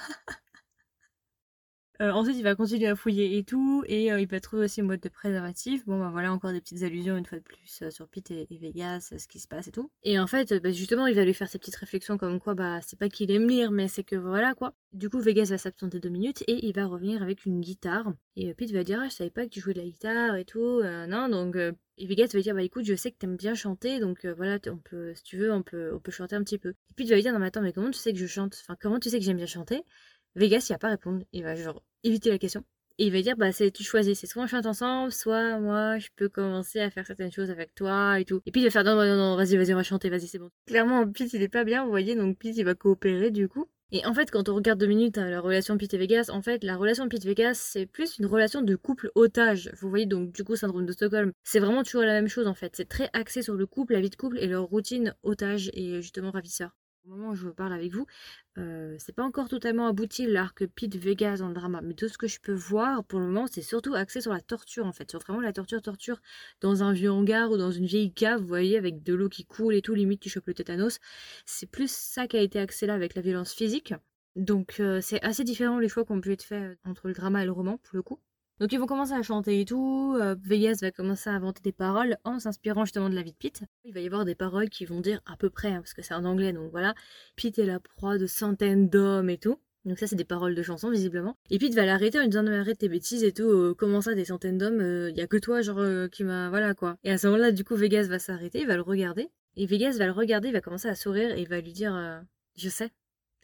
Euh, ensuite, il va continuer à fouiller et tout, et euh, il va trouver aussi une boîte de préservatifs. Bon, bah voilà, encore des petites allusions une fois de plus euh, sur Pete et, et Vegas, euh, ce qui se passe et tout. Et en fait, euh, bah, justement, il va lui faire ses petites réflexions comme quoi, bah, c'est pas qu'il aime lire, mais c'est que voilà quoi. Du coup, Vegas va s'absenter deux minutes et il va revenir avec une guitare. Et euh, Pete va dire, ah, je savais pas que tu jouais de la guitare et tout. Euh, non, donc, euh, et Vegas va dire, bah écoute, je sais que t'aimes bien chanter, donc euh, voilà, on peut, si tu veux, on peut, on peut chanter un petit peu. Et Pete va lui dire, non, mais attends, mais comment tu sais que je chante? Enfin, comment tu sais que j'aime bien chanter? Vegas, il va pas répondre. Il va genre éviter la question. Et il va dire, bah, c'est, tu choisis. C'est soit on chante ensemble, soit moi, je peux commencer à faire certaines choses avec toi et tout. Et puis il va faire, non, non, non, vas-y, vas-y, on va chanter, vas-y, c'est bon. Clairement, Pete, il est pas bien, vous voyez, donc Pete, il va coopérer du coup. Et en fait, quand on regarde deux minutes hein, la relation Pete et Vegas, en fait, la relation Pete-Vegas, c'est plus une relation de couple otage. Vous voyez, donc, du coup, syndrome de Stockholm. C'est vraiment toujours la même chose, en fait. C'est très axé sur le couple, la vie de couple et leur routine otage et justement ravisseur. Au moment où je vous parle avec vous, euh, c'est pas encore totalement abouti l'arc Pete Vegas dans le drama, mais tout ce que je peux voir pour le moment, c'est surtout axé sur la torture en fait, sur vraiment la torture, torture dans un vieux hangar ou dans une vieille cave, vous voyez, avec de l'eau qui coule et tout, limite tu chopes le tétanos. C'est plus ça qui a été axé là avec la violence physique. Donc euh, c'est assez différent les choix qui ont pu être faits entre le drama et le roman pour le coup. Donc ils vont commencer à chanter et tout, euh, Vegas va commencer à inventer des paroles en s'inspirant justement de la vie de Pete. Il va y avoir des paroles qui vont dire à peu près, hein, parce que c'est en anglais, donc voilà, Pete est la proie de centaines d'hommes et tout. Donc ça c'est des paroles de chansons visiblement. Et Pete va l'arrêter en lui disant non mais arrête tes bêtises et tout, euh, comment ça des centaines d'hommes, il euh, y a que toi genre euh, qui m'a... Voilà quoi. Et à ce moment-là du coup Vegas va s'arrêter, il va le regarder. Et Vegas va le regarder, il va commencer à sourire et il va lui dire euh, je sais.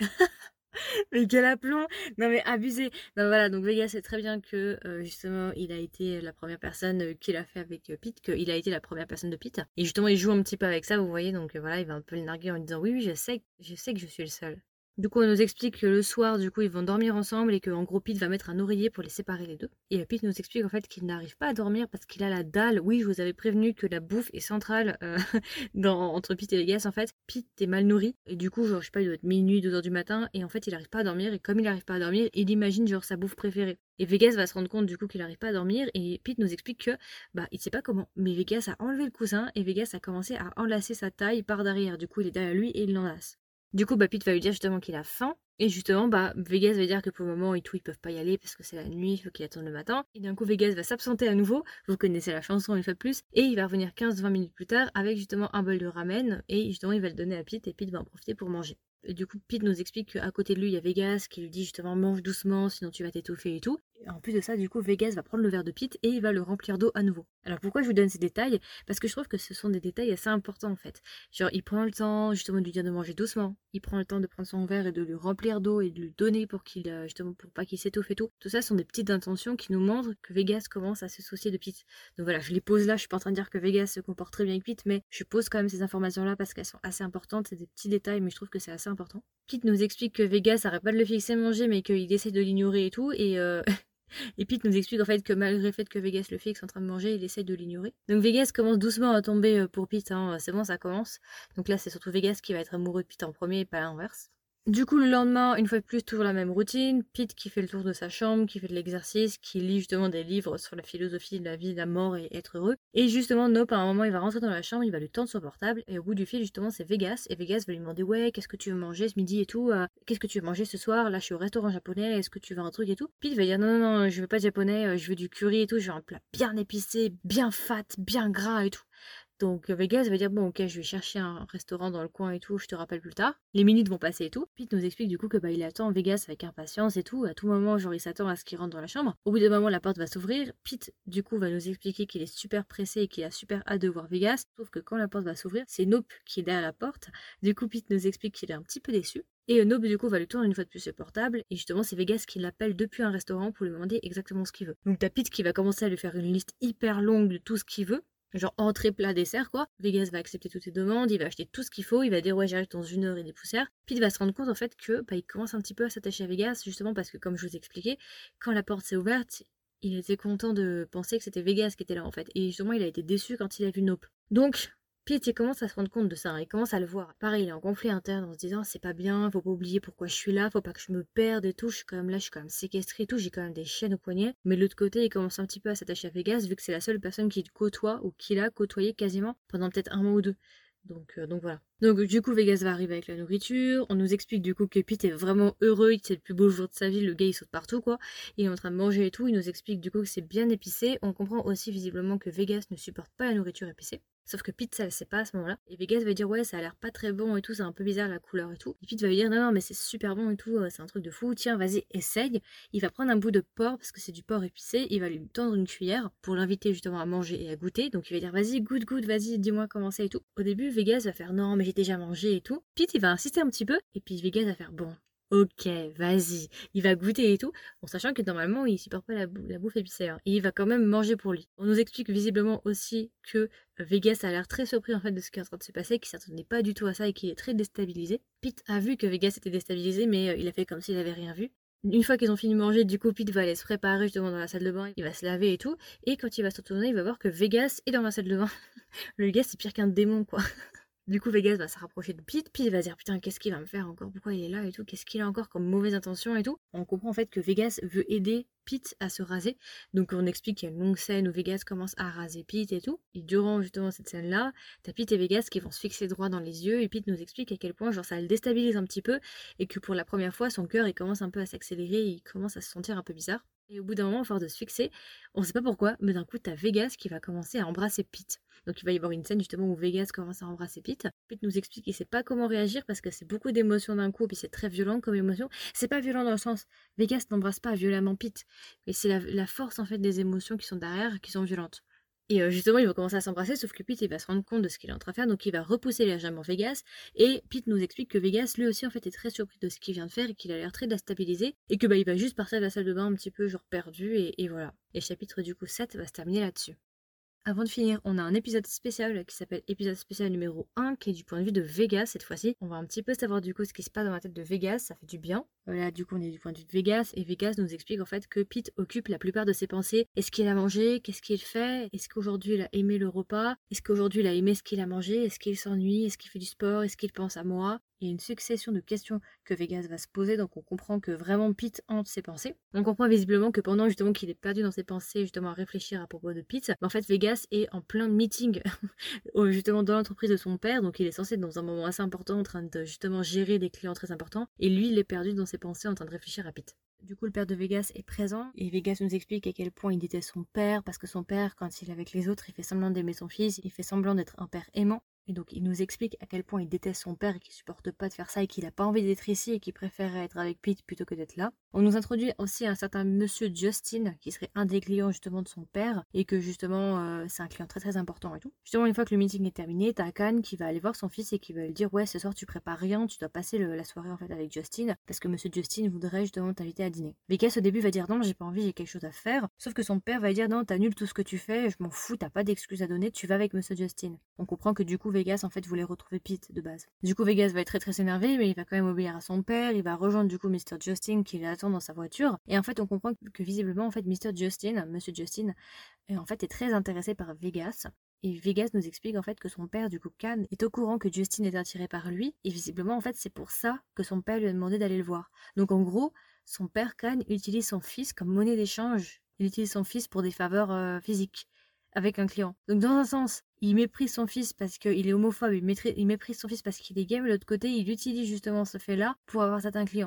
Mais quel aplomb! Non mais abusé! Non voilà, donc Vegas sait très bien que euh, justement il a été la première personne euh, qu'il a fait avec euh, Pete, qu'il a été la première personne de Pete. Et justement il joue un petit peu avec ça, vous voyez, donc euh, voilà, il va un peu le narguer en lui disant oui oui je sais, je sais que je suis le seul. Du coup, on nous explique que le soir, du coup, ils vont dormir ensemble et qu'en gros, Pete va mettre un oreiller pour les séparer les deux. Et Pete nous explique en fait qu'il n'arrive pas à dormir parce qu'il a la dalle. Oui, je vous avais prévenu que la bouffe est centrale euh, dans, entre Pete et Vegas en fait. Pete est mal nourri et du coup, genre, je sais pas, il doit être minuit, deux heures du matin et en fait, il n'arrive pas à dormir. Et comme il n'arrive pas à dormir, il imagine genre sa bouffe préférée. Et Vegas va se rendre compte du coup qu'il n'arrive pas à dormir et Pete nous explique que bah il sait pas comment, mais Vegas a enlevé le coussin et Vegas a commencé à enlacer sa taille par derrière. Du coup, il est derrière lui et il l'enlace. Du coup, bah, Pete va lui dire justement qu'il a faim. Et justement, bah, Vegas va dire que pour le moment, et tout, ils peuvent pas y aller parce que c'est la nuit, il faut qu'ils attendent le matin. Et d'un coup, Vegas va s'absenter à nouveau. Vous connaissez la chanson une fois de plus. Et il va revenir quinze vingt minutes plus tard avec justement un bol de ramen. Et justement, il va le donner à Pete et Pete va en profiter pour manger. Et du coup, Pete nous explique qu'à côté de lui, il y a Vegas qui lui dit justement mange doucement, sinon tu vas t'étouffer et tout. Et en plus de ça, du coup, Vegas va prendre le verre de Pete et il va le remplir d'eau à nouveau. Alors pourquoi je vous donne ces détails? Parce que je trouve que ce sont des détails assez importants en fait. Genre, il prend le temps justement de lui dire de manger doucement. Il prend le temps de prendre son verre et de lui remplir d'eau et de lui donner pour qu'il euh, justement pour pas qu'il s'étouffe et tout. Tout ça sont des petites intentions qui nous montrent que Vegas commence à se soucier de Pete. Donc voilà, je les pose là. Je suis pas en train de dire que Vegas se comporte très bien avec Pete, mais je pose quand même ces informations là parce qu'elles sont assez importantes. C'est des petits détails, mais je trouve que c'est assez important. Pete nous explique que Vegas arrête pas de le fixer manger, mais qu'il essaie de l'ignorer et tout. Et euh... Et Pete nous explique en fait que malgré le fait que Vegas le fixe en train de manger, il essaye de l'ignorer. Donc Vegas commence doucement à tomber pour Pete, hein. C'est bon, ça commence. Donc là, c'est surtout Vegas qui va être amoureux de Pete en premier et pas l'inverse. Du coup, le lendemain, une fois de plus, toujours la même routine. Pete qui fait le tour de sa chambre, qui fait de l'exercice, qui lit justement des livres sur la philosophie de la vie, de la mort et être heureux. Et justement, Nope, à un moment, il va rentrer dans la chambre, il va lui tendre son portable. Et au bout du fil, justement, c'est Vegas. Et Vegas va lui demander, ouais, qu'est-ce que tu veux manger ce midi et tout euh, Qu'est-ce que tu veux manger ce soir? Là, je suis au restaurant japonais, est-ce que tu veux un truc et tout? Pete va dire, non, non, non, je veux pas de japonais, je veux du curry et tout, je veux un plat bien épicé, bien fat, bien gras et tout. Donc Vegas va dire bon ok, je vais chercher un restaurant dans le coin et tout, je te rappelle plus tard. Les minutes vont passer et tout. Pete nous explique du coup que bah il attend Vegas avec impatience et tout. À tout moment, genre il s'attend à ce qu'il rentre dans la chambre. Au bout d'un moment, la porte va s'ouvrir. Pete du coup va nous expliquer qu'il est super pressé et qu'il a super hâte de voir Vegas. Sauf que quand la porte va s'ouvrir, c'est Nope qui est derrière la porte. Du coup Pete nous explique qu'il est un petit peu déçu. Et Nope du coup va lui tourner une fois de plus le portable. Et justement c'est Vegas qui l'appelle depuis un restaurant pour lui demander exactement ce qu'il veut. Donc t'as Pete qui va commencer à lui faire une liste hyper longue de tout ce qu'il veut. Genre entrée, plat, dessert quoi. Vegas va accepter toutes ses demandes, il va acheter tout ce qu'il faut, il va dire ouais j'arrive dans une heure et des poussières. Puis il va se rendre compte en fait que bah, il commence un petit peu à s'attacher à Vegas justement parce que comme je vous expliquais, quand la porte s'est ouverte, il était content de penser que c'était Vegas qui était là en fait. Et justement il a été déçu quand il a vu Nope. Donc Pete il commence à se rendre compte de ça, hein. Il commence à le voir. Pareil, il est en conflit interne en se disant c'est pas bien, faut pas oublier pourquoi je suis là, faut pas que je me perde et tout, je suis quand même là, je suis quand même séquestré et tout, j'ai quand même des chaînes au poignet. Mais de l'autre côté, il commence un petit peu à s'attacher à Vegas vu que c'est la seule personne qu'il côtoie ou qu'il a côtoyé quasiment pendant peut-être un mois ou deux. Donc, euh, donc voilà. Donc du coup Vegas va arriver avec la nourriture, on nous explique du coup que Pete est vraiment heureux, que c'est le plus beau jour de sa vie, le gars il saute partout quoi, il est en train de manger et tout, il nous explique du coup que c'est bien épicé, on comprend aussi visiblement que Vegas ne supporte pas la nourriture épicée. Sauf que Pete ça le sait pas à ce moment-là. Et Vegas va dire ouais ça a l'air pas très bon et tout, c'est un peu bizarre la couleur et tout. Et Pete va lui dire non non mais c'est super bon et tout, c'est un truc de fou, tiens vas-y essaye. Il va prendre un bout de porc parce que c'est du porc épicé, il va lui tendre une cuillère pour l'inviter justement à manger et à goûter. Donc il va dire vas-y goûte goûte, vas-y dis-moi comment c'est et tout. Au début Vegas va faire non mais j'ai déjà mangé et tout. Pete il va insister un petit peu et puis Vegas va faire bon. Ok, vas-y, il va goûter et tout, en sachant que normalement il supporte pas la, bou la bouffe épicée, hein. Et il va quand même manger pour lui. On nous explique visiblement aussi que Vegas a l'air très surpris en fait de ce qui est en train de se passer, qu'il s'attendait pas du tout à ça et qu'il est très déstabilisé. Pete a vu que Vegas était déstabilisé, mais euh, il a fait comme s'il avait rien vu. Une fois qu'ils ont fini de manger, du coup Pete va aller se préparer justement dans la salle de bain, il va se laver et tout, et quand il va se retourner, il va voir que Vegas est dans la salle de bain. Le gars c'est pire qu'un démon quoi. Du coup, Vegas va se rapprocher de Pete, Pete va dire putain qu'est-ce qu'il va me faire encore, pourquoi il est là et tout, qu'est-ce qu'il a encore comme mauvaise intention et tout. On comprend en fait que Vegas veut aider Pete à se raser, donc on explique qu'il y a une longue scène où Vegas commence à raser Pete et tout, et durant justement cette scène-là, t'as Pete et Vegas qui vont se fixer droit dans les yeux, et Pete nous explique à quel point genre ça le déstabilise un petit peu, et que pour la première fois son cœur il commence un peu à s'accélérer, il commence à se sentir un peu bizarre. Et au bout d'un moment, à force de se fixer, on sait pas pourquoi, mais d'un coup, t'as Vegas qui va commencer à embrasser Pete. Donc il va y avoir une scène justement où Vegas commence à embrasser Pete. Pete nous explique qu'il sait pas comment réagir parce que c'est beaucoup d'émotions d'un coup, puis c'est très violent comme émotion. C'est pas violent dans le sens, Vegas n'embrasse pas violemment Pete, mais c'est la, la force en fait des émotions qui sont derrière qui sont violentes. Et euh, justement, il va commencer à s'embrasser, sauf que Pete il va se rendre compte de ce qu'il est en train de faire, donc il va repousser légèrement Vegas. Et Pete nous explique que Vegas, lui aussi, en fait, est très surpris de ce qu'il vient de faire et qu'il a l'air très déstabilisé. Et que bah, il va juste partir de la salle de bain un petit peu, genre perdu, et, et voilà. Et le chapitre du coup sept va se terminer là-dessus. Avant de finir, on a un épisode spécial qui s'appelle épisode spécial numéro un, qui est du point de vue de Vegas cette fois-ci. On va un petit peu savoir du coup ce qui se passe dans la tête de Vegas, ça fait du bien. Là, du coup, on est du point de vue de Vegas, et Vegas nous explique en fait que Pete occupe la plupart de ses pensées. Est-ce qu'il a mangé? Qu'est-ce qu'il fait? Est-ce qu'aujourd'hui il a aimé le repas? Est-ce qu'aujourd'hui il a aimé ce qu'il a mangé? Est-ce qu'il s'ennuie? Est-ce qu'il fait du sport? Est-ce qu'il pense à moi? Il y a une succession de questions que Vegas va se poser, donc on comprend que vraiment Pete hante ses pensées. On comprend visiblement que pendant justement qu'il est perdu dans ses pensées, justement à réfléchir à propos de Pete, en fait Vegas est en plein meeting justement dans l'entreprise de son père, donc il est censé être dans un moment assez important en train de justement gérer des clients très importants, et lui il est perdu dans ses pensées en train de réfléchir à Pete. Du coup, le père de Vegas est présent et Vegas nous explique à quel point il déteste son père parce que son père, quand il est avec les autres, il fait semblant d'aimer son fils, il fait semblant d'être un père aimant. Et donc, il nous explique à quel point il déteste son père et qu'il supporte pas de faire ça et qu'il a pas envie d'être ici et qu'il préfère être avec Pete plutôt que d'être là. On nous introduit aussi un certain monsieur Justin qui serait un des clients justement de son père et que justement euh, c'est un client très très important et tout. Justement, une fois que le meeting est terminé, t'as Khan qui va aller voir son fils et qui va lui dire ouais ce soir tu prépares rien, tu dois passer le, la soirée en fait avec Justin parce que monsieur Justin voudrait justement t'inviter à dîner. Vegas au début va dire non j'ai pas envie, j'ai quelque chose à faire. Sauf que son père va dire non t'annules tout ce que tu fais, je m'en fous, t'as pas d'excuses à donner, tu vas avec monsieur Justin. On comprend que du coup Vegas en fait voulait retrouver Pete de base. Du coup Vegas va être très très énervé mais il va quand même obéir à son père, il va rejoindre du coup mister Justin qui l'attend dans sa voiture et en fait on comprend que visiblement en fait mister Justin, monsieur Justin en fait est très intéressé par Vegas. Et Vegas nous explique en fait que son père, du coup Khan, est au courant que Justin est attiré par lui, et visiblement en fait c'est pour ça que son père lui a demandé d'aller le voir. Donc en gros, son père Khan utilise son fils comme monnaie d'échange, il utilise son fils pour des faveurs euh, physiques avec un client. Donc dans un sens, il méprise son fils parce qu'il est homophobe, il, il méprise son fils parce qu'il est gay, mais de l'autre côté, il utilise justement ce fait-là pour avoir certains clients.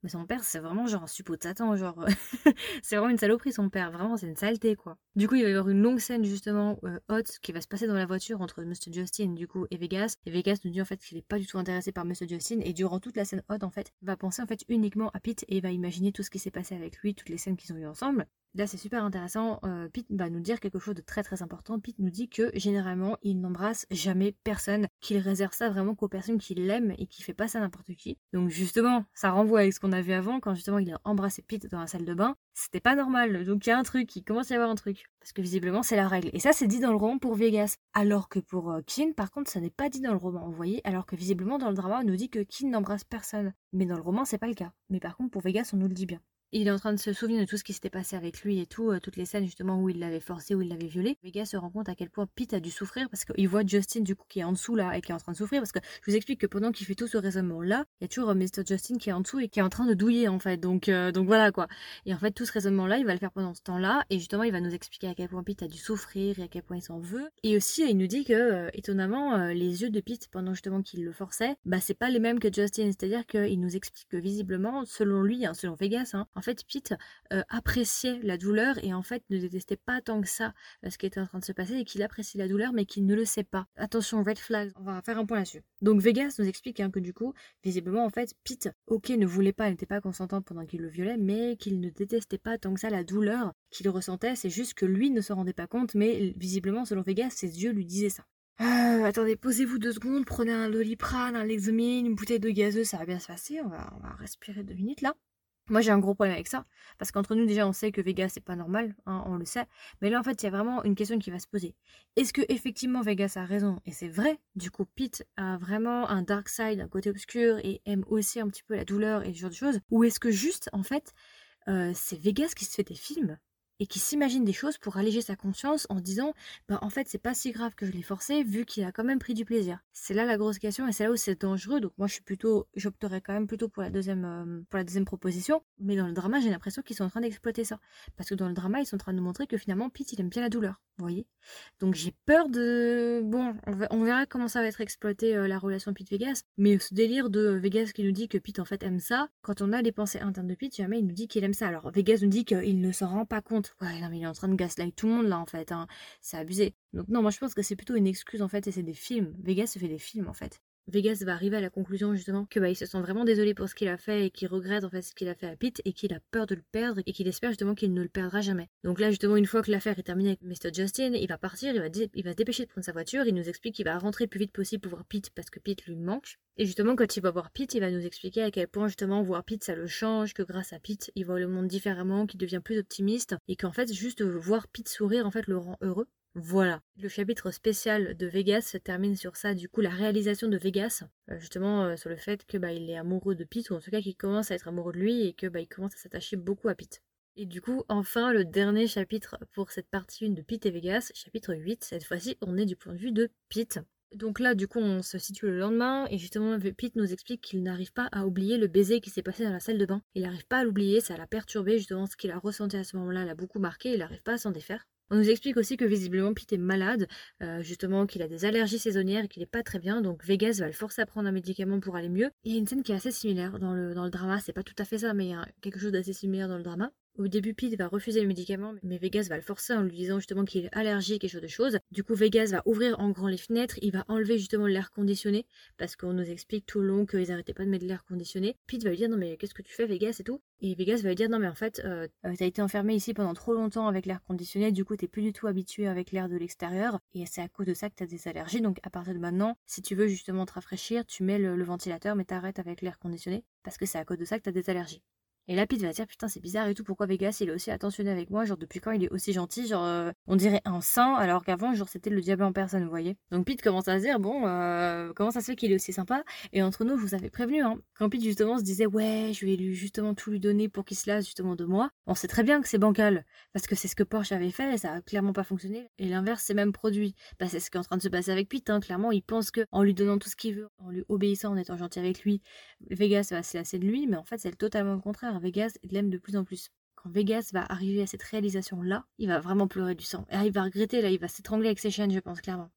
Mais son père, c'est vraiment genre un suppôt de Satan, genre. C'est vraiment une saloperie, son père. Vraiment, c'est une saleté, quoi. Du coup, il va y avoir une longue scène, justement, euh, hot, qui va se passer dans la voiture entre monsieur Justin, du coup, et Vegas. Et Vegas nous dit, en fait, qu'il est pas du tout intéressé par monsieur Justin. Et durant toute la scène hot, en fait, va penser, en fait, uniquement à Pete et va imaginer tout ce qui s'est passé avec lui, toutes les scènes qu'ils ont eues ensemble. Là, c'est super intéressant. Euh, Pete va nous dire quelque chose de très très important. Pete nous dit que généralement, il n'embrasse jamais personne, qu'il réserve ça vraiment qu'aux personnes qui l'aiment et qu'il fait pas ça à n'importe qui. Donc justement, ça renvoie avec ce qu'on a vu avant quand justement il a embrassé Pete dans la salle de bain. C'était pas normal. Donc il y a un truc, il commence à y avoir un truc. Parce que visiblement, c'est la règle. Et ça, c'est dit dans le roman pour Vegas. Alors que pour euh, Kin, par contre, ça n'est pas dit dans le roman. Vous voyez, alors que visiblement, dans le drama, on nous dit que Kin n'embrasse personne. Mais dans le roman, c'est pas le cas. Mais par contre, pour Vegas, on nous le dit bien. Il est en train de se souvenir de tout ce qui s'était passé avec lui et tout, euh, toutes les scènes justement où il l'avait forcé, où il l'avait violé. Vegas se rend compte à quel point Pete a dû souffrir parce qu'il voit Justin du coup qui est en dessous là et qui est en train de souffrir parce que je vous explique que pendant qu'il fait tout ce raisonnement là, il y a toujours euh, mister Justin qui est en dessous et qui est en train de douiller en fait. Donc euh, donc voilà quoi. Et en fait tout ce raisonnement là, il va le faire pendant ce temps-là et justement il va nous expliquer à quel point Pete a dû souffrir et à quel point il s'en veut. Et aussi il nous dit que euh, étonnamment euh, les yeux de Pete pendant justement qu'il le forçait, bah c'est pas les mêmes que Justin, c'est-à-dire qu'il nous explique que visiblement selon lui, hein, selon Vegas, hein, en fait Pete Euh, appréciait la douleur et en fait ne détestait pas tant que ça euh, ce qui était en train de se passer et qu'il apprécie la douleur mais qu'il ne le sait pas. Attention, red flag, on va faire un point là-dessus. Donc Vegas nous explique hein, que du coup, visiblement en fait, Pete, ok, ne voulait pas, n'était pas consentant pendant qu'il le violait, mais qu'il ne détestait pas tant que ça la douleur qu'il ressentait, c'est juste que lui ne se rendait pas compte, mais visiblement selon Vegas, ses yeux lui disaient ça. Euh, attendez, posez-vous deux secondes, prenez un Doliprane, un Lexomil, une bouteille de gazeuse, ça va bien se passer, on va, on va respirer deux minutes là. Moi j'ai un gros problème avec ça, parce qu'entre nous déjà on sait que Vegas c'est pas normal, hein, on le sait, mais là en fait il y a vraiment une question qui va se poser. Est-ce que effectivement Vegas a raison, et c'est vrai, du coup Pete a vraiment un dark side, un côté obscur, et aime aussi un petit peu la douleur et ce genre de choses, ou est-ce que juste en fait euh, c'est Vegas qui se fait des films et qui s'imagine des choses pour alléger sa conscience en se disant bah en fait c'est pas si grave que je l'ai forcé vu qu'il a quand même pris du plaisir. C'est là la grosse question et c'est là où c'est dangereux, donc moi je suis plutôt j'opterais quand même plutôt pour la deuxième euh, pour la deuxième proposition, mais dans le drama j'ai l'impression qu'ils sont en train d'exploiter ça parce que dans le drama ils sont en train de nous montrer que finalement Pete il aime bien la douleur, vous voyez. Donc j'ai peur de bon on verra comment ça va être exploité euh, la relation Pete Vegas, mais ce délire de Vegas qui nous dit que Pete en fait aime ça, quand on a les pensées internes de Pete, jamais il nous dit qu'il aime ça. Alors Vegas nous dit qu'il ne s'en rend pas compte. Ouais, non, mais il est en train de gaslight tout le monde là en fait, hein. C'est abusé. Donc non, moi je pense que c'est plutôt une excuse en fait et c'est des films. Vegas se fait des films en fait. Vegas va arriver à la conclusion justement que bah il se sent vraiment désolé pour ce qu'il a fait et qu'il regrette en fait ce qu'il a fait à Pete et qu'il a peur de le perdre et qu'il espère justement qu'il ne le perdra jamais. Donc là justement une fois que l'affaire est terminée avec mister Justin, il va partir, il va, il va se dépêcher de prendre sa voiture, il nous explique qu'il va rentrer le plus vite possible pour voir Pete parce que Pete lui manque. Et justement quand il va voir Pete, il va nous expliquer à quel point justement voir Pete ça le change, que grâce à Pete il voit le monde différemment, qu'il devient plus optimiste et qu'en fait juste voir Pete sourire en fait le rend heureux. Voilà, le chapitre spécial de Vegas se termine sur ça, du coup la réalisation de Vegas, euh, justement euh, sur le fait que bah il est amoureux de Pete, ou en tout cas qu'il commence à être amoureux de lui et que bah il commence à s'attacher beaucoup à Pete. Et du coup, enfin, le dernier chapitre pour cette partie un de Pete et Vegas, chapitre huit, cette fois-ci on est du point de vue de Pete. Donc là, du coup, on se situe le lendemain, et justement, Pete nous explique qu'il n'arrive pas à oublier le baiser qui s'est passé dans la salle de bain. Il n'arrive pas à l'oublier, ça l'a perturbé, justement, ce qu'il a ressenti à ce moment-là l'a beaucoup marqué, il n'arrive pas à s'en défaire. On nous explique aussi que visiblement Pete est malade, euh, justement qu'il a des allergies saisonnières et qu'il est pas très bien, donc Vegas va le forcer à prendre un médicament pour aller mieux. Il y a une scène qui est assez similaire dans le, dans le drama, c'est pas tout à fait ça, mais il y a quelque chose d'assez similaire dans le drama. Au début, Pete va refuser le médicament, mais Vegas va le forcer en lui disant justement qu'il est allergique et ce genre de choses. Du coup, Vegas va ouvrir en grand les fenêtres, il va enlever justement l'air conditionné, parce qu'on nous explique tout le long qu'ils arrêtaient pas de mettre l'air conditionné. Pete va lui dire non mais qu'est-ce que tu fais Vegas et tout. Et Vegas va lui dire non mais en fait, euh, t'as été enfermé ici pendant trop longtemps avec l'air conditionné, du coup t'es plus du tout habitué avec l'air de l'extérieur, et c'est à cause de ça que t'as des allergies, donc à partir de maintenant, si tu veux justement te rafraîchir, tu mets le, le ventilateur, mais t'arrêtes avec l'air conditionné, parce que c'est à cause de ça que t'as des allergies. Et là, Pete va dire putain c'est bizarre et tout, pourquoi Vegas il est aussi attentionné avec moi, genre depuis quand il est aussi gentil, genre euh, on dirait un saint alors qu'avant genre c'était le diable en personne, vous voyez. Donc Pete commence à se dire bon euh, comment ça se fait qu'il est aussi sympa, et entre nous je vous avais prévenu hein, quand Pete justement se disait ouais je vais lui justement tout lui donner pour qu'il se lasse justement de moi, on sait très bien que c'est bancal, parce que c'est ce que Porsche avait fait et ça a clairement pas fonctionné, et l'inverse c'est même produit, bah c'est ce qui est en train de se passer avec Pete, hein. Clairement il pense que en lui donnant tout ce qu'il veut, en lui obéissant, en étant gentil avec lui, Vegas va se lasser de lui, mais en fait c'est totalement le contraire. Vegas l'aime de plus en plus. Quand Vegas va arriver à cette réalisation là, il va vraiment pleurer du sang. Et là, il va regretter, là il va s'étrangler avec ses chaînes, je pense clairement.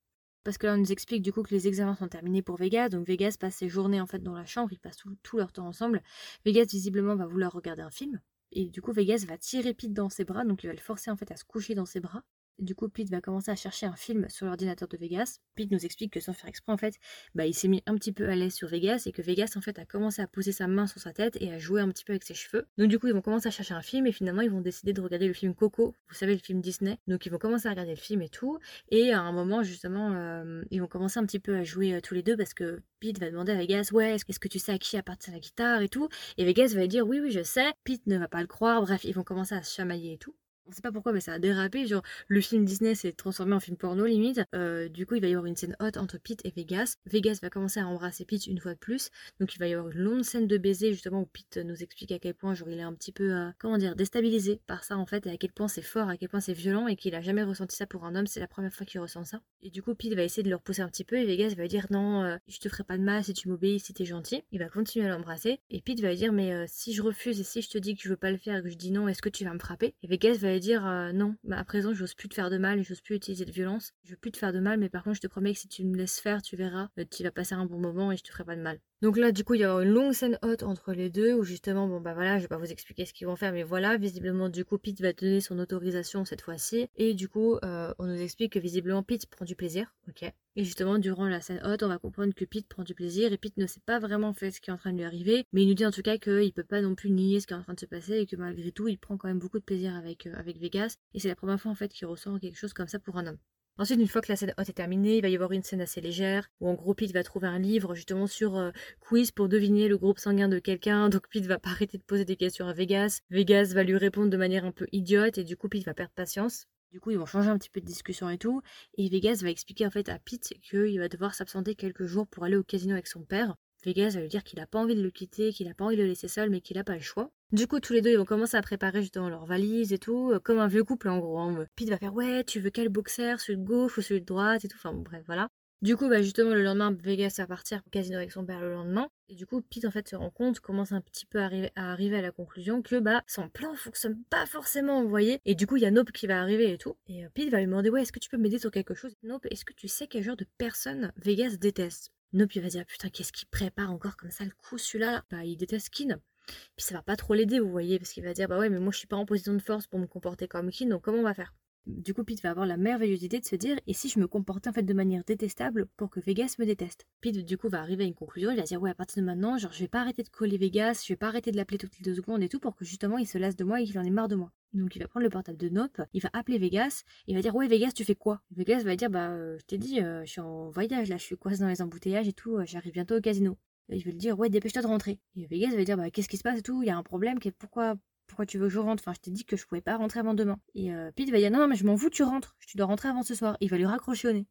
Parce que là, on nous explique du coup que les examens sont terminés pour Vegas. Donc Vegas passe ses journées en fait dans la chambre, ils passent tout, tout leur temps ensemble. Vegas visiblement va vouloir regarder un film. Et du coup, Vegas va tirer Pete dans ses bras, donc il va le forcer en fait à se coucher dans ses bras. Du coup, Pete va commencer à chercher un film sur l'ordinateur de Vegas. Pete nous explique que sans faire exprès, en fait, bah, il s'est mis un petit peu à l'aise sur Vegas et que Vegas, en fait, a commencé à poser sa main sur sa tête et à jouer un petit peu avec ses cheveux. Donc, du coup, ils vont commencer à chercher un film et finalement, ils vont décider de regarder le film Coco. Vous savez, le film Disney. Donc, ils vont commencer à regarder le film et tout. Et à un moment, justement, euh, ils vont commencer un petit peu à jouer euh, tous les deux parce que Pete va demander à Vegas, ouais, est-ce que tu sais à qui appartient la guitare et tout. Et Vegas va lui dire, oui, oui, je sais. Pete ne va pas le croire. Bref, ils vont commencer à se chamailler et tout. On sait pas pourquoi, mais ça a dérapé. Genre, le film Disney s'est transformé en film porno, limite. Euh, du coup, il va y avoir une scène hot entre Pete et Vegas. Vegas va commencer à embrasser Pete une fois de plus. Donc, il va y avoir une longue scène de baiser, justement, où Pete nous explique à quel point, genre, il est un petit peu, euh, comment dire, déstabilisé par ça, en fait, et à quel point c'est fort, à quel point c'est violent, et qu'il a jamais ressenti ça pour un homme. C'est la première fois qu'il ressent ça. Et du coup, Pete va essayer de le repousser un petit peu, et Vegas va lui dire, non, euh, je te ferai pas de mal si tu m'obéis, si t'es gentil. Il va continuer à l'embrasser. Et Pete va lui dire, mais euh, si je refuse et si je te dis que je veux pas le faire et que je dis non, est-ce que tu vas me frapper? Et Vegas va lui dire, euh, non. Bah, à présent, j'ose plus te faire de mal et j'ose plus utiliser de violence. Je veux plus te faire de mal, mais par contre, je te promets que si tu me laisses faire, tu verras, euh, tu vas passer un bon moment et je te ferai pas de mal. Donc là, du coup, il y aura une longue scène haute entre les deux où justement, bon bah voilà, je vais pas vous expliquer ce qu'ils vont faire, mais voilà, visiblement, du coup, Pete va donner son autorisation cette fois-ci. Et du coup, euh, on nous explique que visiblement, Pete prend du plaisir, ok. Et justement, durant la scène haute, on va comprendre que Pete prend du plaisir et Pete ne sait pas vraiment fait ce qui est en train de lui arriver, mais il nous dit en tout cas qu'il peut pas non plus nier ce qui est en train de se passer et que malgré tout, il prend quand même beaucoup de plaisir avec, euh, avec Vegas. Et c'est la première fois en fait qu'il ressent quelque chose comme ça pour un homme. Ensuite, une fois que la scène haute est terminée, il va y avoir une scène assez légère où en gros Pete va trouver un livre justement sur euh, quiz pour deviner le groupe sanguin de quelqu'un. Donc Pete va pas arrêter de poser des questions à Vegas. Vegas va lui répondre de manière un peu idiote et du coup Pete va perdre patience. Du coup, ils vont changer un petit peu de discussion et tout. Et Vegas va expliquer en fait à Pete qu'il va devoir s'absenter quelques jours pour aller au casino avec son père. Vegas va lui dire qu'il a pas envie de le quitter, qu'il a pas envie de le laisser seul, mais qu'il a pas le choix. Du coup, tous les deux, ils vont commencer à préparer justement leurs valises et tout, euh, comme un vieux couple en gros. Hein. Pete va faire, ouais, tu veux quel boxer, celui de gauche ou celui de droite et tout. Enfin bon, bref, voilà. Du coup, bah justement, le lendemain, Vegas va partir au casino avec son père le lendemain. Et du coup, Pete, en fait, se rend compte, commence un petit peu à arriver à, arriver à la conclusion que, bah, son plan fonctionne pas forcément, vous voyez. Et du coup, il y a Nope qui va arriver et tout. Et euh, Pete va lui demander, ouais, est-ce que tu peux m'aider sur quelque chose? Nope, est-ce que tu sais quel genre de personne Vegas déteste? Nope, il va dire, putain, qu'est-ce qu'il prépare encore comme ça le coup, celui-là? Bah, il déteste Kin. Puis ça va pas trop l'aider, vous voyez, parce qu'il va dire, bah ouais, mais moi je suis pas en position de force pour me comporter comme Kin, donc comment on va faire? Du coup, Pete va avoir la merveilleuse idée de se dire, et si je me comportais en fait de manière détestable pour que Vegas me déteste? Pete, du coup, va arriver à une conclusion, il va dire, ouais, à partir de maintenant, genre, je vais pas arrêter de coller Vegas, je vais pas arrêter de l'appeler toutes les deux secondes et tout, pour que justement il se lasse de moi et qu'il en ait marre de moi. Donc il va prendre le portable de Nope, il va appeler Vegas, il va dire, ouais, Vegas, tu fais quoi? Vegas va dire, bah, euh, je t'ai dit, euh, je suis en voyage là, je suis coincé dans les embouteillages et tout, euh, j'arrive bientôt au casino. Et je vais lui dire, ouais, dépêche-toi de rentrer. Et Vegas va lui dire, bah, qu'est-ce qui se passe et tout, il y a un problème, pourquoi, pourquoi tu veux que je rentre? Enfin, je t'ai dit que je pouvais pas rentrer avant demain. Et euh, Pete va dire, non, non, mais je m'en fous, tu rentres, tu dois rentrer avant ce soir. Il va lui raccrocher au nez.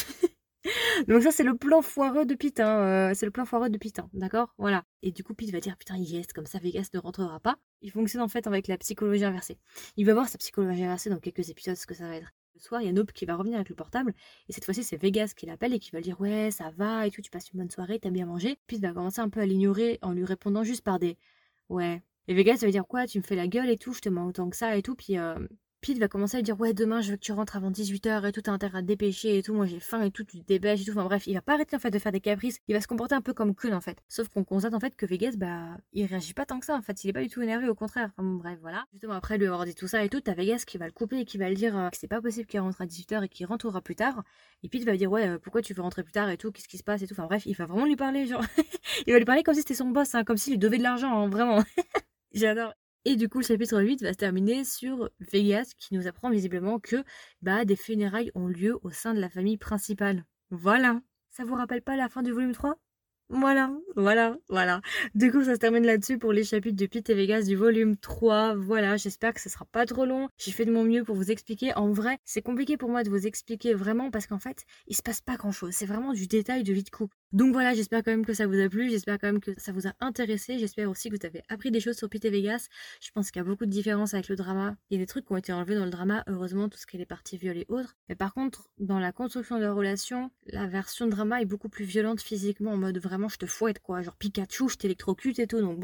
Donc ça, c'est le plan foireux de Pete, hein. euh, c'est le plan foireux de Pete, hein, d'accord? Voilà. Et du coup, Pete va dire, putain, yes, comme ça, Vegas ne rentrera pas. Il fonctionne en fait avec la psychologie inversée. Il va voir sa psychologie inversée dans quelques épisodes, ce que ça va être. Le soir, il y a Nope qui va revenir avec le portable, et cette fois-ci, c'est Vegas qui l'appelle et qui va lui dire, ouais, ça va et tout, tu passes une bonne soirée, t'as bien mangé. Pete va commencer un peu à l'ignorer en lui répondant juste par des ouais. Et Vegas va lui dire, quoi, tu me fais la gueule et tout, je te mens autant que ça et tout, puis euh, Pete va commencer à lui dire, ouais, demain, je veux que tu rentres avant dix-huit heures et tout, t'as intérêt à te dépêcher et tout, moi j'ai faim et tout, tu te dépêches et tout, enfin bref, il va pas arrêter en fait de faire des caprices, il va se comporter un peu comme Kun en fait. Sauf qu'on constate en fait que Vegas, bah, il réagit pas tant que ça en fait, il est pas du tout énervé, au contraire, enfin bon, bref, voilà. Justement, après lui avoir dit tout ça et tout, t'as Vegas qui va le couper et qui va le dire euh, que c'est pas possible qu'il rentre à dix-huit heures et qu'il rentrera plus tard. Et Pete va lui dire, ouais, euh, pourquoi tu veux rentrer plus tard et tout, qu'est-ce qui se passe et tout, enfin bref, il va vraiment lui parler, genre, il va lui parler comme si c'était son boss, hein, comme s'il lui devait de l'argent, hein, vraiment. J'adore. Et du coup, le chapitre huit va se terminer sur Vegas qui nous apprend visiblement que bah, des funérailles ont lieu au sein de la famille principale. Voilà. Ça vous rappelle pas la fin du volume trois? Voilà, voilà, voilà. Du coup, ça se termine là-dessus pour les chapitres de Pete et Vegas du volume trois. Voilà, j'espère que ce sera pas trop long. J'ai fait de mon mieux pour vous expliquer. En vrai, c'est compliqué pour moi de vous expliquer vraiment parce qu'en fait, il se passe pas grand-chose. C'est vraiment du détail de vite coup. Donc voilà, j'espère quand même que ça vous a plu. J'espère quand même que ça vous a intéressé. J'espère aussi que vous avez appris des choses sur Pete et Vegas. Je pense qu'il y a beaucoup de différences avec le drama. Il y a des trucs qui ont été enlevés dans le drama, heureusement, tout ce qui est les parties viol et autres. Mais par contre, dans la construction de leur relation, la version drama est beaucoup plus violente physiquement, en mode vraiment je te fouette quoi, genre Pikachu, je t'électrocute et tout, donc bon,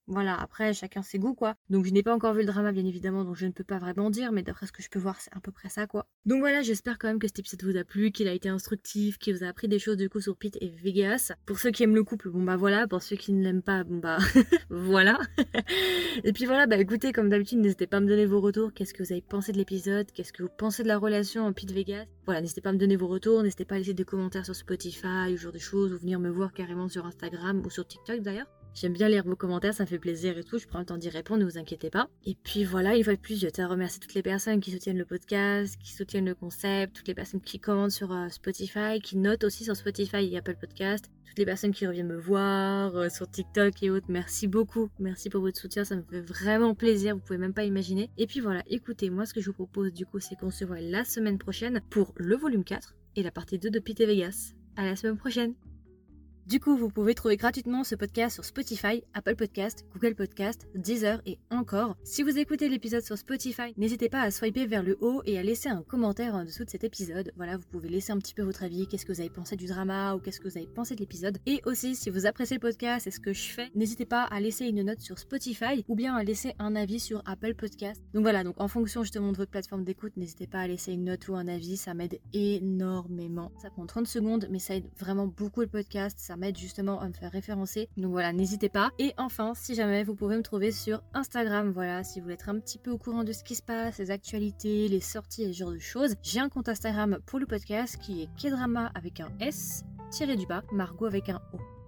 Voilà, après chacun ses goûts quoi. Donc je n'ai pas encore vu le drama bien évidemment, donc je ne peux pas vraiment dire, mais d'après ce que je peux voir c'est à peu près ça quoi. Donc voilà, j'espère quand même que cet épisode vous a plu, qu'il a été instructif, qu'il vous a appris des choses du coup sur Pete et Vegas. Pour ceux qui aiment le couple, bon bah voilà, pour ceux qui ne l'aiment pas, bon bah voilà. Et puis voilà, bah écoutez, comme d'habitude, n'hésitez pas à me donner vos retours, qu'est-ce que vous avez pensé de l'épisode, qu'est-ce que vous pensez de la relation en Pete Vegas. Voilà, n'hésitez pas à me donner vos retours, n'hésitez pas à laisser des commentaires sur Spotify, ou ce genre de choses, ou venir me voir carrément sur Instagram ou sur TikTok d'ailleurs. J'aime bien lire vos commentaires, ça me fait plaisir et tout, je prends le temps d'y répondre, ne vous inquiétez pas. Et puis voilà, une fois de plus, je tiens à remercier toutes les personnes qui soutiennent le podcast, qui soutiennent le concept, toutes les personnes qui commentent sur euh, Spotify, qui notent aussi sur Spotify et Apple Podcast, toutes les personnes qui reviennent me voir euh, sur TikTok et autres. Merci beaucoup, merci pour votre soutien, ça me fait vraiment plaisir, vous pouvez même pas imaginer. Et puis voilà, écoutez, moi ce que je vous propose du coup, c'est qu'on se voit la semaine prochaine pour le volume quatre et la partie deux de Pete et Vegas. À la semaine prochaine! Du coup, vous pouvez trouver gratuitement ce podcast sur Spotify, Apple Podcast, Google Podcast, Deezer et encore. Si vous écoutez l'épisode sur Spotify, n'hésitez pas à swiper vers le haut et à laisser un commentaire en dessous de cet épisode. Voilà, vous pouvez laisser un petit peu votre avis, qu'est-ce que vous avez pensé du drama ou qu'est-ce que vous avez pensé de l'épisode. Et aussi, si vous appréciez le podcast et ce que je fais, n'hésitez pas à laisser une note sur Spotify ou bien à laisser un avis sur Apple Podcast. Donc voilà, donc en fonction justement de votre plateforme d'écoute, n'hésitez pas à laisser une note ou un avis, ça m'aide énormément. Ça prend trente secondes, mais ça aide vraiment beaucoup le podcast, ça m'aide justement à me faire référencer, donc voilà, n'hésitez pas. Et enfin, si jamais, vous pouvez me trouver sur Instagram, voilà, si vous voulez être un petit peu au courant de ce qui se passe, les actualités, les sorties et ce genre de choses. J'ai un compte Instagram pour le podcast qui est Kdrama avec un S, tiré du bas, Margot avec un O.